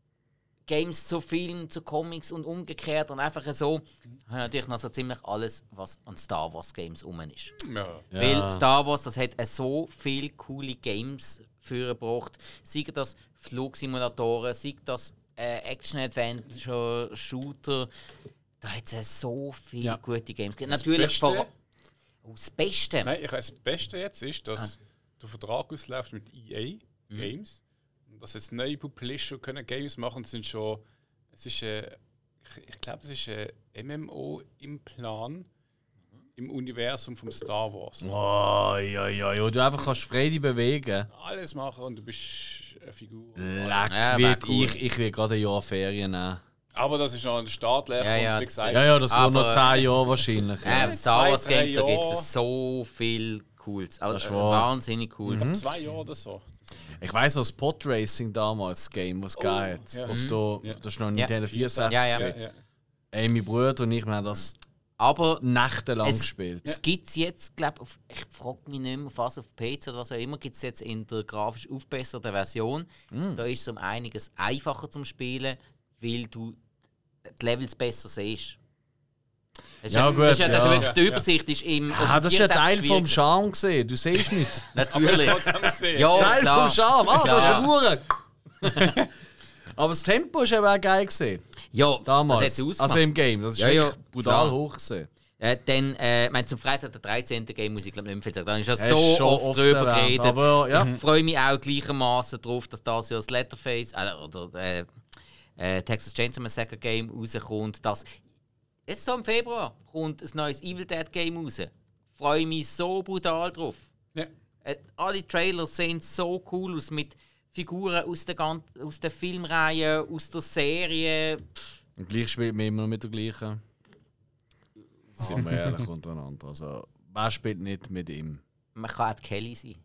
Games zu Filmen, zu Comics und umgekehrt und einfach so, habe natürlich noch so ziemlich alles, was an Star Wars Games rum ist. Ja. Weil ja. Star Wars, das hat so viele coole Games vorgebracht. Sei das Flugsimulatoren, sei das äh, Action-Adventure, Shooter. Da hat es so viele ja. gute Games gegeben. Natürlich vor oh, das Beste. Nein, ich das Beste jetzt ist, dass ah. der Vertrag ausläuft mit E A mhm. Games. Und dass jetzt neue Publisher können Games machen, sind schon. Es ist äh, ich, ich glaube, es ist ein M M O im Plan mhm. im Universum von Star Wars. Oh, ja, ja, ja. Du einfach kannst frei dich bewegen. Alles machen und du bist eine Figur. Leck, ja, wird cool. ich, ich will gerade ein Jahr Ferien nehmen. Aber das ist noch ein Startlehrer. Ja, ja, wie gesagt. ja, ja, das geht noch zehn Jahre wahrscheinlich. Ja, ja. Star Wars Games, da gibt es so viel Cooles. Also, äh, wahnsinnig cool. Mhm. Zwei Jahre oder so. Ich weiss, was Pod Racing damals, das Game, was es oh, gegeben hat. Ja. Auf der, ja. Das war noch Nintendo ja. vierundsechzig. Ja, ja. Ja, ja. Ey, mein Bruder und ich, wir haben das aber nächtelang es, gespielt. Es gibt es jetzt, glaube ich, ich frage mich nicht mehr, auf was auf P C oder was auch immer, gibt es jetzt in der grafisch aufbesserten Version. Mm. Da ist es um einiges einfacher zum Spielen, weil du die Levels besser siehst. Das ist ja, gut, das ist, ja, das ist ja. wirklich die Übersicht ist im ah, das ist ja Teil vom Charme gesehen. Du siehst nicht. Natürlich. ja, Teil klar. vom Charme. Ah, ja. das ist eine Uhr. Aber das Tempo ist eben auch geil gesehen. Ja, damals. Das also im Game. Das ist ja, ja, brutal klar. hoch gesehen. Äh, dann, äh, mein, zum Freitag der dreizehnten Game muss ich glaube nicht mehr viel sagen. Dann ist ja so oft, oft drüber geredet. Aber, ja. Ich freue mich auch gleichermaßen darauf, dass das ja das Letterface äh, oder äh, äh, Texas Chainsaw Massacre Game rauskommt. Das jetzt so im Februar kommt ein neues Evil Dead Game raus. Ich freue mich so brutal drauf. Ja. Äh, alle Trailers sehen so cool aus mit Figuren aus der, ganzen, aus der Filmreihe, aus der Serie. Und gleich spielt man immer noch mit der gleichen. Sind wir ehrlich untereinander. Also, wer spielt nicht mit ihm? Man kann auch Kelly sein.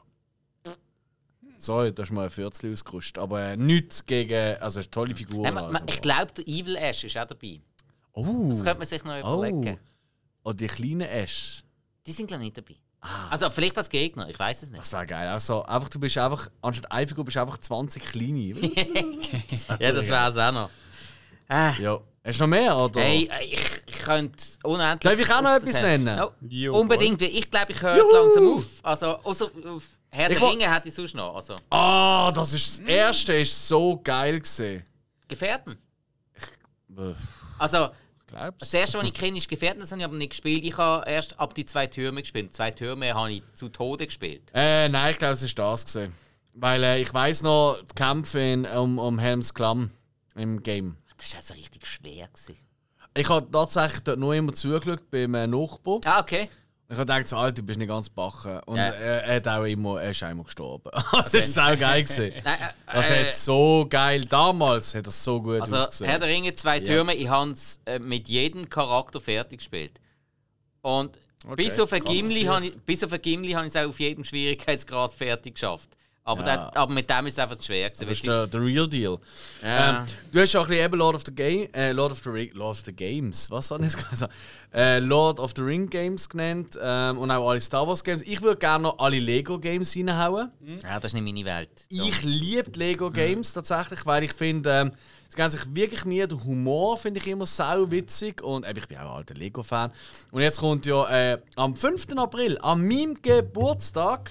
Sorry, da ist mal ein Viertel ausgerustet. Aber äh, nichts gegen. Also, eine tolle Figur. Nein, man, also, ich glaube, der Evil Ash ist auch dabei. Oh. Das könnte man sich noch überlegen. Oh, oh die kleinen Ash. Die sind, glaube ich, nicht dabei. Ah. Also, vielleicht als Gegner, ich weiß es nicht. Das wäre geil. Also, einfach, du bist einfach. Anstatt eine Figur bist du einfach zwanzig kleine. das ja, das wäre es auch noch. Ah. Ja. Hast du noch mehr, oder? Hey, ich, ich könnte unendlich... Darf ich auch noch etwas nennen? No, jo, unbedingt, weil ich glaube, ich höre jetzt langsam auf. Also, außer Herr der Ringe hätte ich sonst noch. Also. Ah, das ist das erste, ist so geil gesehen. Gefährten? Ich, äh, also, glaub's. Das erste, was ich kenne, ist Gefährten, das habe ich aber nicht gespielt. Ich habe erst ab die zwei Türme gespielt. Zwei Türme habe ich zu Tode gespielt. Äh, nein, ich glaube, es ist das gesehen. Weil äh, ich weiss noch, die Kämpfe in, um, um Helms Klamm im Game. Das war also richtig schwer gewesen. Ich habe tatsächlich dort nur immer zugeschaut beim äh, Nachbar. Ah, okay. Ich habe gedacht, so, Alter, du bist nicht ganz bachen. Und ja. er, er, hat auch immer, er ist auch immer gestorben. Das ist auch geil gewesen. Nein, äh, das äh, hat so geil, damals hat das so gut also, ausgesehen. Herr der Ringe, zwei Türme, ja. Ich habe es äh, mit jedem Charakter fertig gespielt. Und okay, bis auf ein Gimli habe ich es auch auf jedem Schwierigkeitsgrad fertig geschafft. Aber, ja. das, aber mit dem ist es einfach zu schwer gewesen. Das ist der, der real deal. Ja. Ähm, du hast auch ein bisschen eben Lord of the Game, äh, Lord of the Ring, Lord of the Games, was soll ich jetzt sagen? Äh, Lord of the Ring Games genannt ähm, und auch alle Star Wars Games. Ich würde gerne noch alle Lego Games reinhauen. Mhm. Ja, das ist nicht meine Welt. So. Ich liebe Lego Games mhm. tatsächlich, weil ich finde, ähm, es geht sich wirklich mir. Der Humor finde ich immer sau witzig und äh, ich bin auch ein alter Lego Fan. Und jetzt kommt ja äh, am fünften April, an meinem Geburtstag,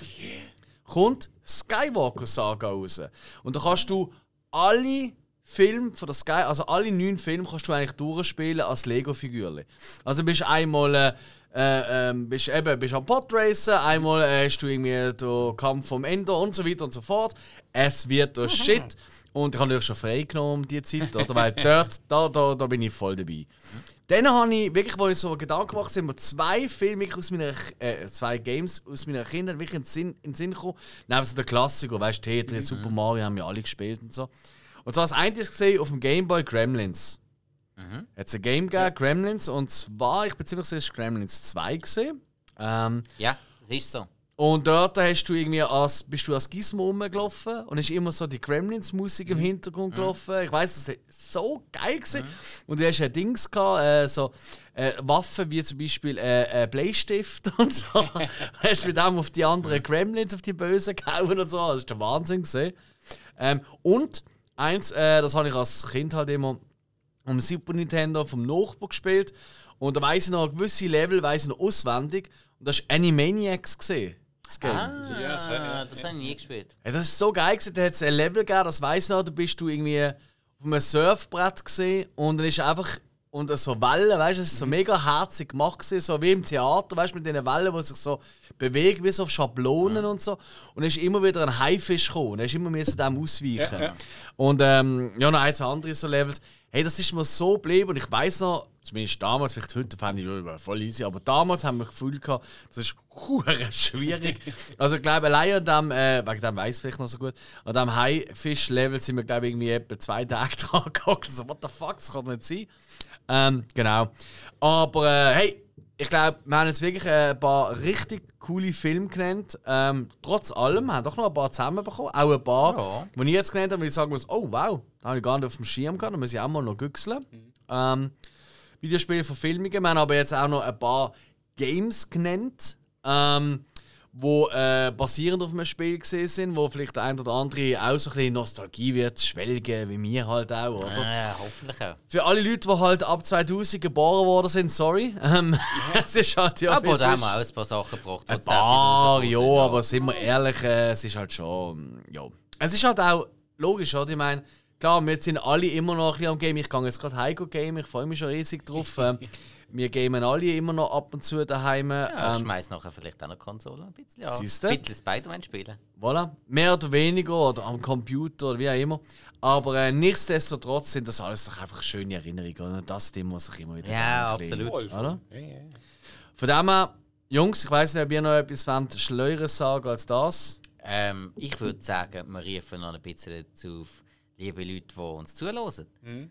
kommt Skywalker Saga raus. Und da kannst du alle Filme von der Sky, also alle neun Filme kannst du eigentlich durchspielen als Lego-Figürchen. Also bist einmal äh, äh, bist eben bist am Podracen, einmal äh, hast du irgendwie den Kampf vom Endor und so weiter und so fort. Es wird der Shit. Und ich habe natürlich schon frei genommen um diese Zeit, oder? Weil dort, da, da, da bin ich voll dabei. Dann habe ich wirklich, wo ich so Gedanken gemacht habe, sind mir zwei Filme aus meiner, äh, zwei Games aus meiner Kindheit wirklich in den Sinn, in den Sinn gekommen. Neben so der Klassiker, weißt du, Tetris, mhm. Super Mario haben wir alle gespielt und so. Und zwar das eine ist gesehen auf dem Game Boy Gremlins. Mhm. Hat es ein Game gegeben, ja. Gremlins, und zwar, ich bin ziemlich sicher, es war Gremlins zwei gesehen. Ähm, ja, das ist so. Und dort hast du irgendwie als, bist du als Gizmo rumgelaufen und hast immer so die Gremlins-Musik im Hintergrund gelaufen. Ich weiss, das war so geil gewesen. Und du hast ja Dings gehabt, äh, so äh, Waffen wie zum Beispiel äh, äh, Bleistift und so. Und hast mit dem auf die anderen Gremlins, auf die Bösen gehauen und so. Das war der Wahnsinn gewesen. Ähm, und eins, äh, das habe ich als Kind halt immer am Super Nintendo vom Nachbar gespielt. Und da weiss ich noch gewisse Level, weiss ich noch auswendig. Und das war Animaniacs gesehen. Das Game. Ah, ja, das, ja. das habe ich nie gespielt. Ja, das ist so geil gewesen. Da hat es ein Level gegeben, das weiss ich noch, da bist du irgendwie auf einem Surfbrett gesehen und dann ist einfach und so Wellen, weißt du, es ist so mega herzig gemacht gewesen, so wie im Theater, weißt du, mit diesen Wellen, die sich so bewegen, wie so auf Schablonen mhm. und so. Und dann ist immer wieder ein Haifisch gekommen, dann ist immer mehr dem ausweichen. Ja, ja. Und ähm, ja, noch ein, zwei andere so Levels. Hey, das ist mir so geblieben und ich weiss noch, zumindest damals, vielleicht heute fand ich ja, voll easy, aber damals haben wir das Gefühl gehabt, das ist hure schwierig. Also ich glaube, allein an dem, äh, wegen dem weiss ich vielleicht noch so gut, an dem Haifisch-Level sind wir, glaube ich, irgendwie etwa zwei Tage dran gegangen. So, what the fuck, das kann nicht sein. Ähm, genau. Aber äh, hey, ich glaube, wir haben jetzt wirklich ein paar richtig coole Filme genannt. Ähm, trotz allem haben wir doch noch ein paar zusammenbekommen. Auch ein paar, ja. die ich jetzt genannt habe, weil ich sagen muss, oh wow, da habe ich gar nicht auf dem Schirm gehabt, da muss ich auch mal noch güchseln. Mhm. Ähm, Videospiele, Verfilmungen. Wir haben aber jetzt auch noch ein paar Games genannt, ähm, die äh, basierend auf einem Spiel gesehen sind, wo vielleicht der ein oder andere auch so ein bisschen Nostalgie wird schwelgen, wie wir halt auch, oder? Äh, hoffentlich auch. Für alle Leute, die halt ab zweitausend geboren worden sind, sorry. Ähm, es ist halt ja... Aber da haben wir auch ein paar Sachen gebracht. Ein paar, ja, ja, aber sind wir ehrlich, äh, es ist halt schon... Ja. Es ist halt auch logisch, oder? Ich meine, klar, wir sind alle immer noch ein bisschen am Game. Ich gehe jetzt gerade heim game, ich freue mich schon riesig drauf. Wir gamen alle immer noch ab und zu daheim. Ja, ähm, schmeiß nachher vielleicht auch noch Konsole ein bisschen an. Siehste? Ein bisschen Spider-Man spielen. Voilà. Mehr oder weniger oder am Computer oder wie auch immer. Aber äh, nichtsdestotrotz sind das alles doch einfach schöne Erinnerungen. Und das Ding muss ich immer wieder Ja, absolut. Oder? Ja, ja. Von dem her, Jungs, ich weiss nicht, ob ihr noch etwas Schleueres sagen als das. Ähm, ich würde sagen, wir riefen noch ein bisschen dazu auf, liebe Leute, die uns zuhören. Mhm.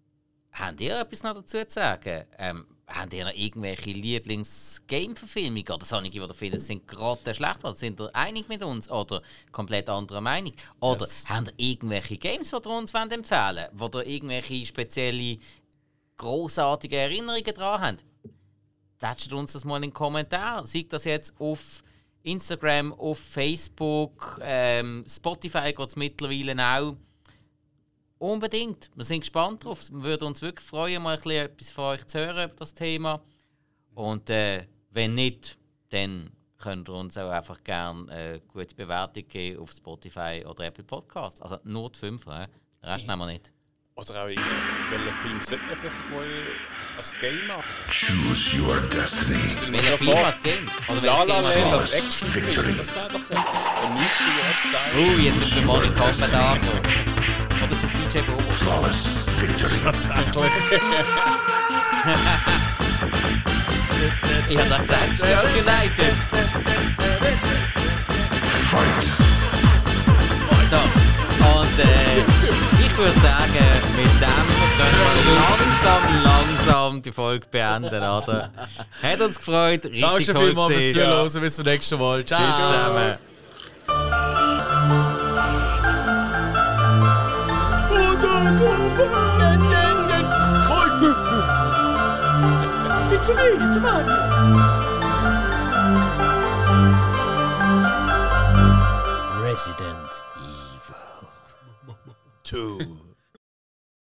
Habt ihr etwas noch dazu zu sagen? Ähm, habt ihr noch irgendwelche Lieblings-Game-Verfilmungen? Oder solche, die finden, sind gerade schlecht? Oder sind ihr einig mit uns? Oder komplett anderer Meinung? Oder yes. habt ihr irgendwelche Games, die ihr uns empfehlen wollt? Wo ihr irgendwelche spezielle, grossartige Erinnerungen dran habt? Tätscht uns das mal in den Kommentaren. Seid das jetzt auf Instagram, auf Facebook, ähm, Spotify geht es mittlerweile auch. Unbedingt. Wir sind gespannt drauf. Wir würden uns wirklich freuen, mal ein bisschen etwas von euch zu hören über das Thema. Und äh, wenn nicht, dann könnt ihr uns auch einfach gerne eine gute Bewertung geben auf Spotify oder Apple Podcasts. Also nur die fünf, äh? Den Rest nehmen wir nicht. Oder auch welchen Film sollten wir vielleicht mal als Game machen? Choose your destiny. Welcher Film als Game? Oder La La Land als Action-Film. Das wäre doch etwas. Der neunziger-Jahre-Style. Uh, jetzt sind wir mal in Kombat angekommen. Oder ist das D J Bobo? Flawless victory. Tatsächlich. Ich hab's auch gesagt, Stars United. Fight. So, und äh, ich würde sagen, mit dem können wir langsam, langsam die Folge beenden, oder? Hat uns gefreut, richtig Danke toll vielmals fürs gewesen. Zuhören, bis zum nächsten Mal. Ciao. Tschüss zusammen. It's me, it's Mario. Resident Evil two.